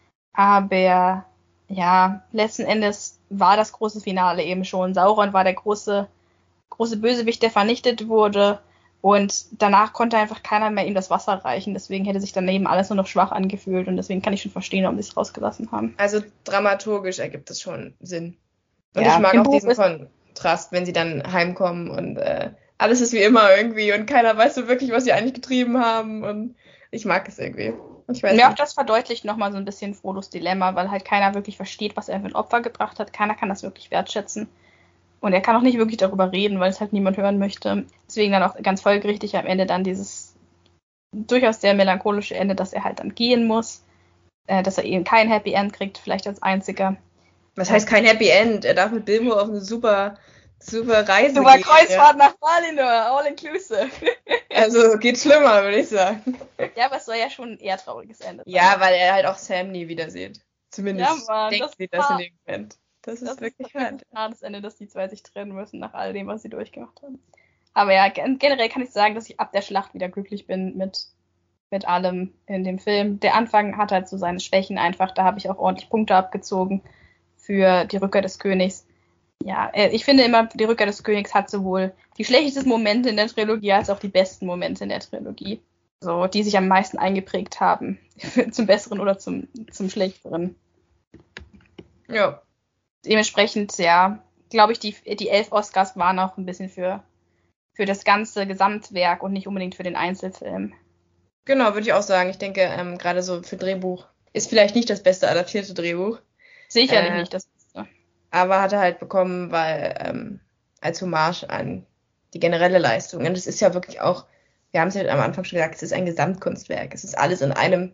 Aber ja, letzten Endes war das große Finale eben schon. Sauron war der große Bösewicht, der vernichtet wurde. Und danach konnte einfach keiner mehr ihm das Wasser reichen. Deswegen hätte sich daneben alles nur noch schwach angefühlt. Und deswegen kann ich schon verstehen, warum sie es rausgelassen haben. Also dramaturgisch ergibt es schon Sinn. Und ich mag auch diesen Kontrast, wenn sie dann heimkommen und alles ist wie immer irgendwie und keiner weiß so wirklich, was sie eigentlich getrieben haben. Und ich mag es irgendwie. Ich weiß Ja, nicht. das verdeutlicht nochmal so ein bisschen Frodos Dilemma, weil halt keiner wirklich versteht, was er für ein Opfer gebracht hat. Keiner kann das wirklich wertschätzen. Und er kann auch nicht wirklich darüber reden, weil es halt niemand hören möchte. Deswegen dann auch ganz folgerichtig am Ende dann dieses durchaus sehr melancholische Ende, dass er halt dann gehen muss. Dass er eben kein Happy End kriegt, vielleicht als einziger. Was heißt kein Happy End? Er darf mit Bilbo auf eine super Reise Super gehen. Kreuzfahrt nach Valinor, all inclusive. Also geht schlimmer, würde ich sagen. Ja, aber es soll ja schon ein eher trauriges Ende sein. Ja, weil er halt auch Sam nie wieder sieht. Zumindest Ja, Mann, denkt das sie ist das in hart. dem Moment. Das ist wirklich ein hart. hartes Ende, dass die zwei sich trennen müssen nach all dem, was sie durchgemacht haben. Aber ja, generell kann ich sagen, dass ich ab der Schlacht wieder glücklich bin mit allem in dem Film. Der Anfang hat halt so seine Schwächen einfach. Da habe ich auch ordentlich Punkte abgezogen für die Rückkehr des Königs. Ja, ich finde immer, die Rückkehr des Königs hat sowohl die schlechtesten Momente in der Trilogie als auch die besten Momente in der Trilogie. So, die sich am meisten eingeprägt haben. Zum Besseren oder zum Schlechteren. Ja. Dementsprechend, ja, glaube ich, die 11 Oscars waren auch ein bisschen für das ganze Gesamtwerk und nicht unbedingt für den Einzelfilm. Genau, würde ich auch sagen. Ich denke, gerade so für Drehbuch ist vielleicht nicht das beste adaptierte Drehbuch. Sicherlich nicht das Beste. Aber hat er halt bekommen, weil als Hommage an die generelle Leistung. Und es ist ja wirklich auch, wir haben es ja am Anfang schon gesagt, es ist ein Gesamtkunstwerk. Es ist alles in einem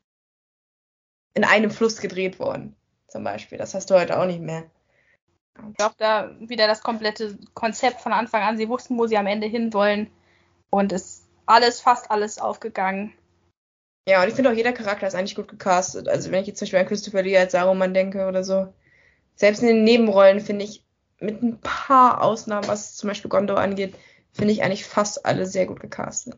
Fluss gedreht worden, zum Beispiel. Das hast du heute auch nicht mehr. Ich glaube, da wieder das komplette Konzept von Anfang an. Sie wussten, wo sie am Ende hinwollen. Und es ist fast alles aufgegangen. Ja, und ich finde auch, jeder Charakter ist eigentlich gut gecastet. Also wenn ich jetzt zum Beispiel an Christopher Lee als Saruman denke oder so. Selbst in den Nebenrollen finde ich, mit ein paar Ausnahmen, was zum Beispiel Gondor angeht, finde ich eigentlich fast alle sehr gut gecastet.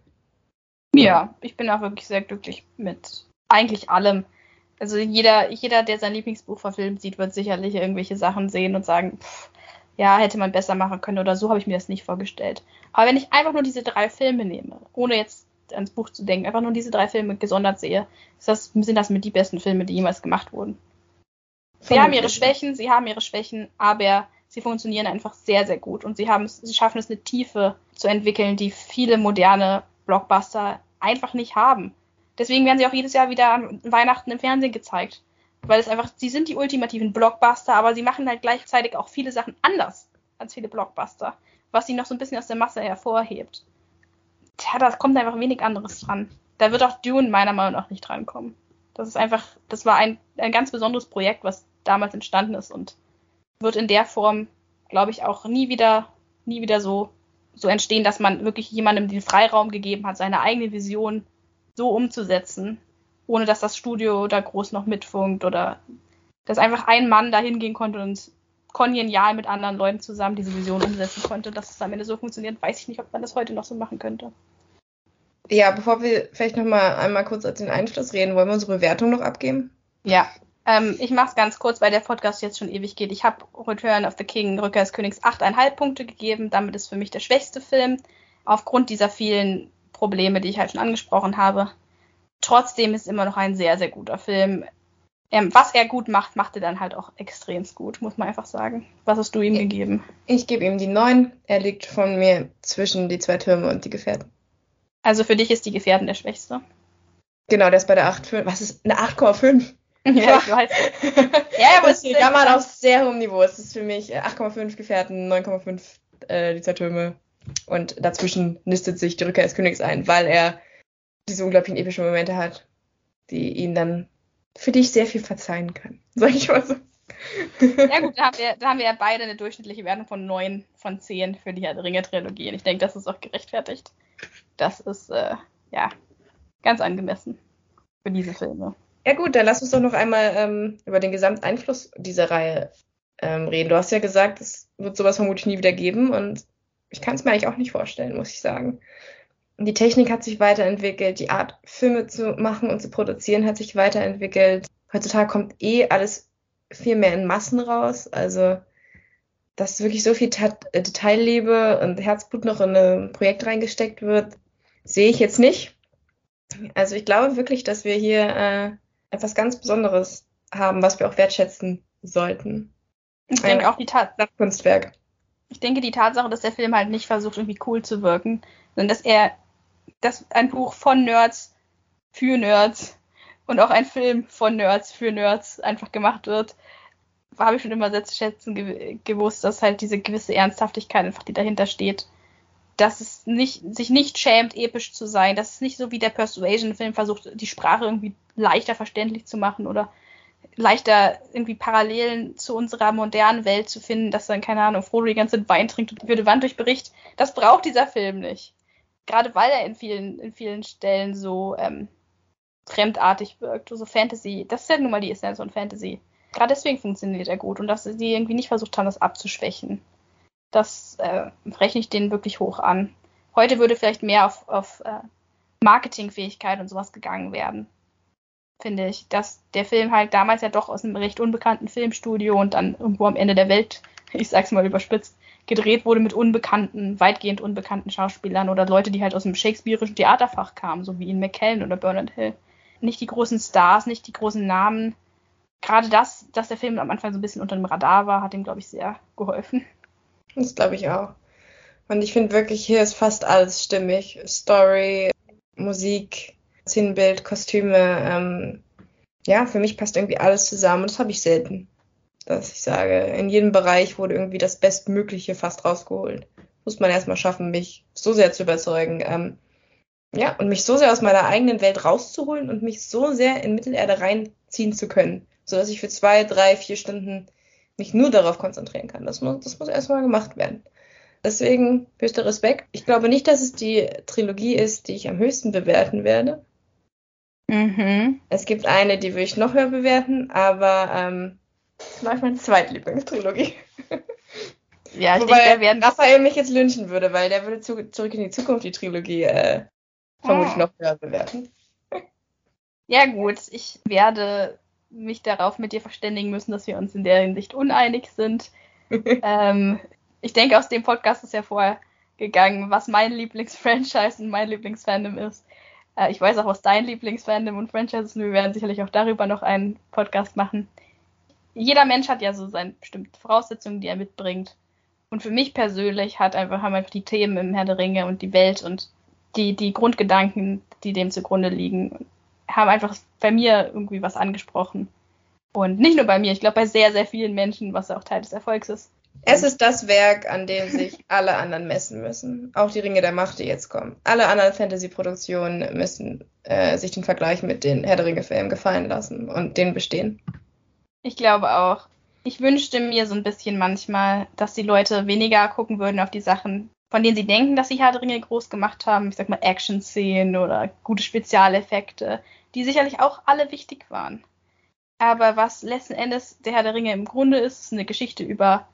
Ja, ich bin auch wirklich sehr glücklich mit eigentlich allem. Also jeder, der sein Lieblingsbuch verfilmt sieht, wird sicherlich irgendwelche Sachen sehen und sagen, ja, hätte man besser machen können oder so habe ich mir das nicht vorgestellt. Aber wenn ich einfach nur diese 3 Filme nehme, ohne jetzt ans Buch zu denken, einfach nur diese 3 Filme gesondert sehe, sind das mit die besten Filme, die jemals gemacht wurden. Sie haben ihre Schwächen, aber sie funktionieren einfach sehr, sehr gut und sie schaffen es, eine Tiefe zu entwickeln, die viele moderne Blockbuster einfach nicht haben. Deswegen werden sie auch jedes Jahr wieder an Weihnachten im Fernsehen gezeigt. Weil sie sind die ultimativen Blockbuster, aber sie machen halt gleichzeitig auch viele Sachen anders als viele Blockbuster, was sie noch so ein bisschen aus der Masse hervorhebt. Tja, da kommt einfach wenig anderes dran. Da wird auch Dune meiner Meinung nach nicht drankommen. Das war ein ganz besonderes Projekt, was damals entstanden ist und wird in der Form, glaube ich, auch nie wieder so entstehen, dass man wirklich jemandem den Freiraum gegeben hat, seine eigene Vision so umzusetzen, ohne dass das Studio da groß noch mitfunkt oder dass einfach ein Mann da hingehen konnte und kongenial mit anderen Leuten zusammen diese Vision umsetzen konnte. Dass es am Ende so funktioniert, weiß ich nicht, ob man das heute noch so machen könnte. Ja, bevor wir vielleicht noch mal einmal kurz als den Einschluss reden, wollen wir unsere Bewertung noch abgeben? Ja, ich mache es ganz kurz, weil der Podcast jetzt schon ewig geht. Ich habe Return of the King, Rückkehr des Königs, 8,5 Punkte gegeben. Damit ist für mich der schwächste Film, aufgrund dieser vielen Probleme, die ich halt schon angesprochen habe. Trotzdem ist immer noch ein sehr, sehr guter Film. Was er gut macht, macht er dann halt auch extremst gut, muss man einfach sagen. Was hast du ihm gegeben? Ich gebe ihm die 9. Er liegt von mir zwischen die 2 Türme und die Gefährten. Also für dich ist die Gefährten der schwächste? Genau, der ist bei der 8,5. Was ist eine 8,5? Ja, ich weiß. Ja, aber es ist jammern auf sehr hohem Niveau. Es ist für mich 8,5 Gefährten, 9,5 die 2 Türme. Und dazwischen nistet sich die Rückkehr des Königs ein, weil er diese unglaublichen epischen Momente hat, die ihn dann, für die ich sehr viel verzeihen kann. Sag ich mal so. Ja gut, da haben wir ja beide eine durchschnittliche Wertung von 9 von 10 für die Herr der Ringe-Trilogie. Und ich denke, das ist auch gerechtfertigt. Das ist, ganz angemessen für diese Filme. Ja gut, dann lass uns doch noch einmal über den Gesamteinfluss dieser Reihe reden. Du hast ja gesagt, es wird sowas vermutlich nie wieder geben und ich kann es mir eigentlich auch nicht vorstellen, muss ich sagen. Die Technik hat sich weiterentwickelt, die Art, Filme zu machen und zu produzieren, hat sich weiterentwickelt. Heutzutage kommt alles viel mehr in Massen raus. Also, dass wirklich so viel Detailliebe und Herzblut noch in ein Projekt reingesteckt wird, sehe ich jetzt nicht. Also, ich glaube wirklich, dass wir hier etwas ganz Besonderes haben, was wir auch wertschätzen sollten. Ich denke auch das Kunstwerk. Ich denke, die Tatsache, dass der Film halt nicht versucht, irgendwie cool zu wirken, sondern dass ein Buch von Nerds für Nerds und auch ein Film von Nerds für Nerds einfach gemacht wird, habe ich schon immer sehr zu schätzen gewusst, dass halt diese gewisse Ernsthaftigkeit einfach, die dahinter steht, dass es sich nicht schämt, episch zu sein, dass es nicht so wie der Persuasion-Film versucht, die Sprache irgendwie leichter verständlich zu machen oder leichter irgendwie Parallelen zu unserer modernen Welt zu finden, dass dann, keine Ahnung, Frodo die ganze Zeit Wein trinkt und über die Wand durchbricht. Das braucht dieser Film nicht. Gerade weil er in vielen Stellen so fremdartig wirkt, so Fantasy. Das ist ja nun mal die Essenz von Fantasy. Gerade deswegen funktioniert er gut und dass sie irgendwie nicht versucht haben, das abzuschwächen. Das rechne ich denen wirklich hoch an. Heute würde vielleicht mehr auf Marketingfähigkeit und sowas gegangen werden, finde ich. Dass der Film halt damals ja doch aus einem recht unbekannten Filmstudio und dann irgendwo am Ende der Welt, ich sag's mal überspitzt, gedreht wurde mit weitgehend unbekannten Schauspielern oder Leute, die halt aus dem shakespearischen Theaterfach kamen, so wie Ian McKellen oder Bernard Hill. Nicht die großen Stars, nicht die großen Namen. Gerade dass der Film am Anfang so ein bisschen unter dem Radar war, hat ihm, glaube ich, sehr geholfen. Das glaube ich auch. Und ich finde wirklich, hier ist fast alles stimmig. Story, Musik, Szenenbild, Kostüme. Ja, für mich passt irgendwie alles zusammen. Und das habe ich selten. Dass ich sage, in jedem Bereich wurde irgendwie das Bestmögliche fast rausgeholt. Muss man erstmal schaffen, mich so sehr zu überzeugen. Ja, und mich so sehr aus meiner eigenen Welt rauszuholen und mich so sehr in Mittelerde reinziehen zu können. Sodass ich für 2, 3, 4 Stunden mich nur darauf konzentrieren kann. Das muss erstmal gemacht werden. Deswegen höchster Respekt. Ich glaube nicht, dass es die Trilogie ist, die ich am höchsten bewerten werde. Mhm. Es gibt eine, die würde ich noch höher bewerten, aber das war meine Zweitlieblingstrilogie. Ja, ich Wobei denke, Raphael mich jetzt lynchen würde, weil der würde Zurück in die Zukunft die Trilogie vermutlich noch höher bewerten. Ja gut, ich werde mich darauf mit dir verständigen müssen, dass wir uns in der Hinsicht uneinig sind. Ich denke, aus dem Podcast ist ja vorher gegangen, was mein Lieblingsfranchise und mein Lieblingsfandom ist. Ich weiß auch, was dein Lieblingsfandom und Franchise ist, und wir werden sicherlich auch darüber noch einen Podcast machen. Jeder Mensch hat ja so seine bestimmten Voraussetzungen, die er mitbringt. Und für mich persönlich haben einfach die Themen im Herr der Ringe und die Welt und die Grundgedanken, die dem zugrunde liegen, haben einfach bei mir irgendwie was angesprochen. Und nicht nur bei mir, ich glaube bei sehr, sehr vielen Menschen, was auch Teil des Erfolgs ist. Es ist das Werk, an dem sich alle anderen messen müssen. Auch die Ringe der Macht, die jetzt kommen. Alle anderen Fantasy-Produktionen müssen sich den Vergleich mit den Herr der Ringe-Filmen gefallen lassen und den bestehen. Ich glaube auch. Ich wünschte mir so ein bisschen manchmal, dass die Leute weniger gucken würden auf die Sachen, von denen sie denken, dass sie Herr der Ringe groß gemacht haben. Ich sag mal Action-Szenen oder gute Spezialeffekte, die sicherlich auch alle wichtig waren. Aber was letzten Endes der Herr der Ringe im Grunde ist eine Geschichte über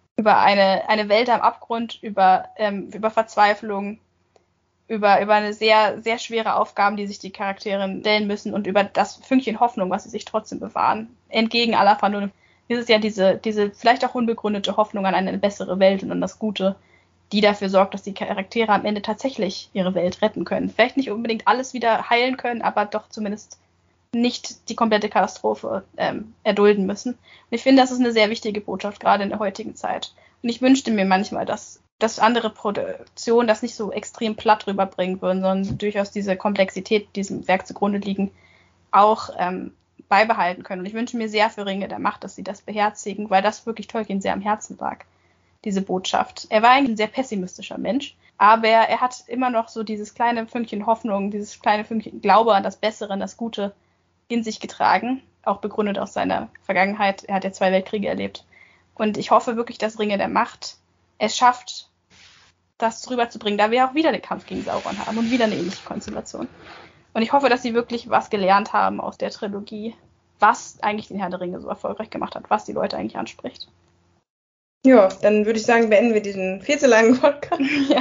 eine Welt am Abgrund, über Verzweiflung, über eine sehr, sehr schwere Aufgaben, die sich die Charaktere stellen müssen und über das Fünkchen Hoffnung, was sie sich trotzdem bewahren. Entgegen aller Vernunft. Es ist ja diese vielleicht auch unbegründete Hoffnung an eine bessere Welt und an das Gute, die dafür sorgt, dass die Charaktere am Ende tatsächlich ihre Welt retten können. Vielleicht nicht unbedingt alles wieder heilen können, aber doch zumindest nicht die komplette Katastrophe erdulden müssen. Und ich finde, das ist eine sehr wichtige Botschaft, gerade in der heutigen Zeit. Und ich wünschte mir manchmal, dass andere Produktionen das nicht so extrem platt rüberbringen würden, sondern durchaus diese Komplexität, diesem Werk zugrunde liegen, auch beibehalten können. Und ich wünsche mir sehr für Ringe der Macht, dass sie das beherzigen, weil das wirklich Tolkien sehr am Herzen lag, diese Botschaft. Er war eigentlich ein sehr pessimistischer Mensch, aber er hat immer noch so dieses kleine Fünkchen Hoffnung, dieses kleine Fünkchen Glaube an das Bessere, an das Gute in sich getragen, auch begründet aus seiner Vergangenheit. Er hat ja 2 Weltkriege erlebt. Und ich hoffe wirklich, dass Ringe der Macht es schafft, das rüberzubringen, da wir auch wieder den Kampf gegen Sauron haben und wieder eine ähnliche Konstellation. Und ich hoffe, dass sie wirklich was gelernt haben aus der Trilogie, was eigentlich den Herr der Ringe so erfolgreich gemacht hat, was die Leute eigentlich anspricht. Ja, dann würde ich sagen, beenden wir diesen viel zu langen Podcast. Ja.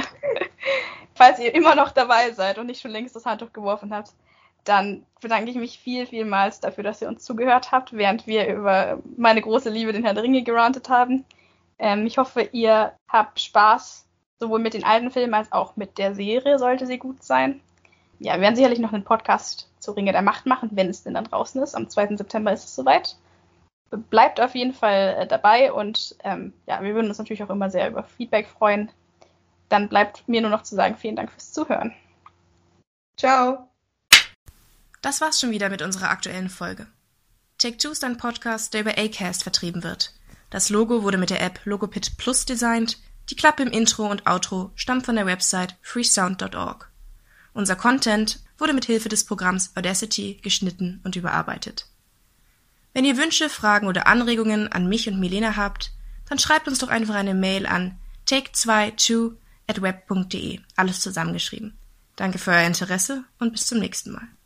Falls ihr immer noch dabei seid und nicht schon längst das Handtuch geworfen habt, dann bedanke ich mich vielmals dafür, dass ihr uns zugehört habt, während wir über meine große Liebe, den Herr der Ringe, gerantet haben. Ich hoffe, ihr habt Spaß, sowohl mit den alten Filmen als auch mit der Serie, sollte sie gut sein. Ja, wir werden sicherlich noch einen Podcast zu Ringe der Macht machen, wenn es denn dann draußen ist. Am 2. September ist es soweit. Bleibt auf jeden Fall dabei und wir würden uns natürlich auch immer sehr über Feedback freuen. Dann bleibt mir nur noch zu sagen, vielen Dank fürs Zuhören. Ciao. Das war's schon wieder mit unserer aktuellen Folge. Take-Two ist ein Podcast, der über Acast vertrieben wird. Das Logo wurde mit der App Logoped Plus designt. Die Klappe im Intro und Outro stammt von der Website freesound.org. Unser Content wurde mit Hilfe des Programms Audacity geschnitten und überarbeitet. Wenn ihr Wünsche, Fragen oder Anregungen an mich und Milena habt, dann schreibt uns doch einfach eine Mail an take22@web.de, alles zusammengeschrieben. Danke für euer Interesse und bis zum nächsten Mal.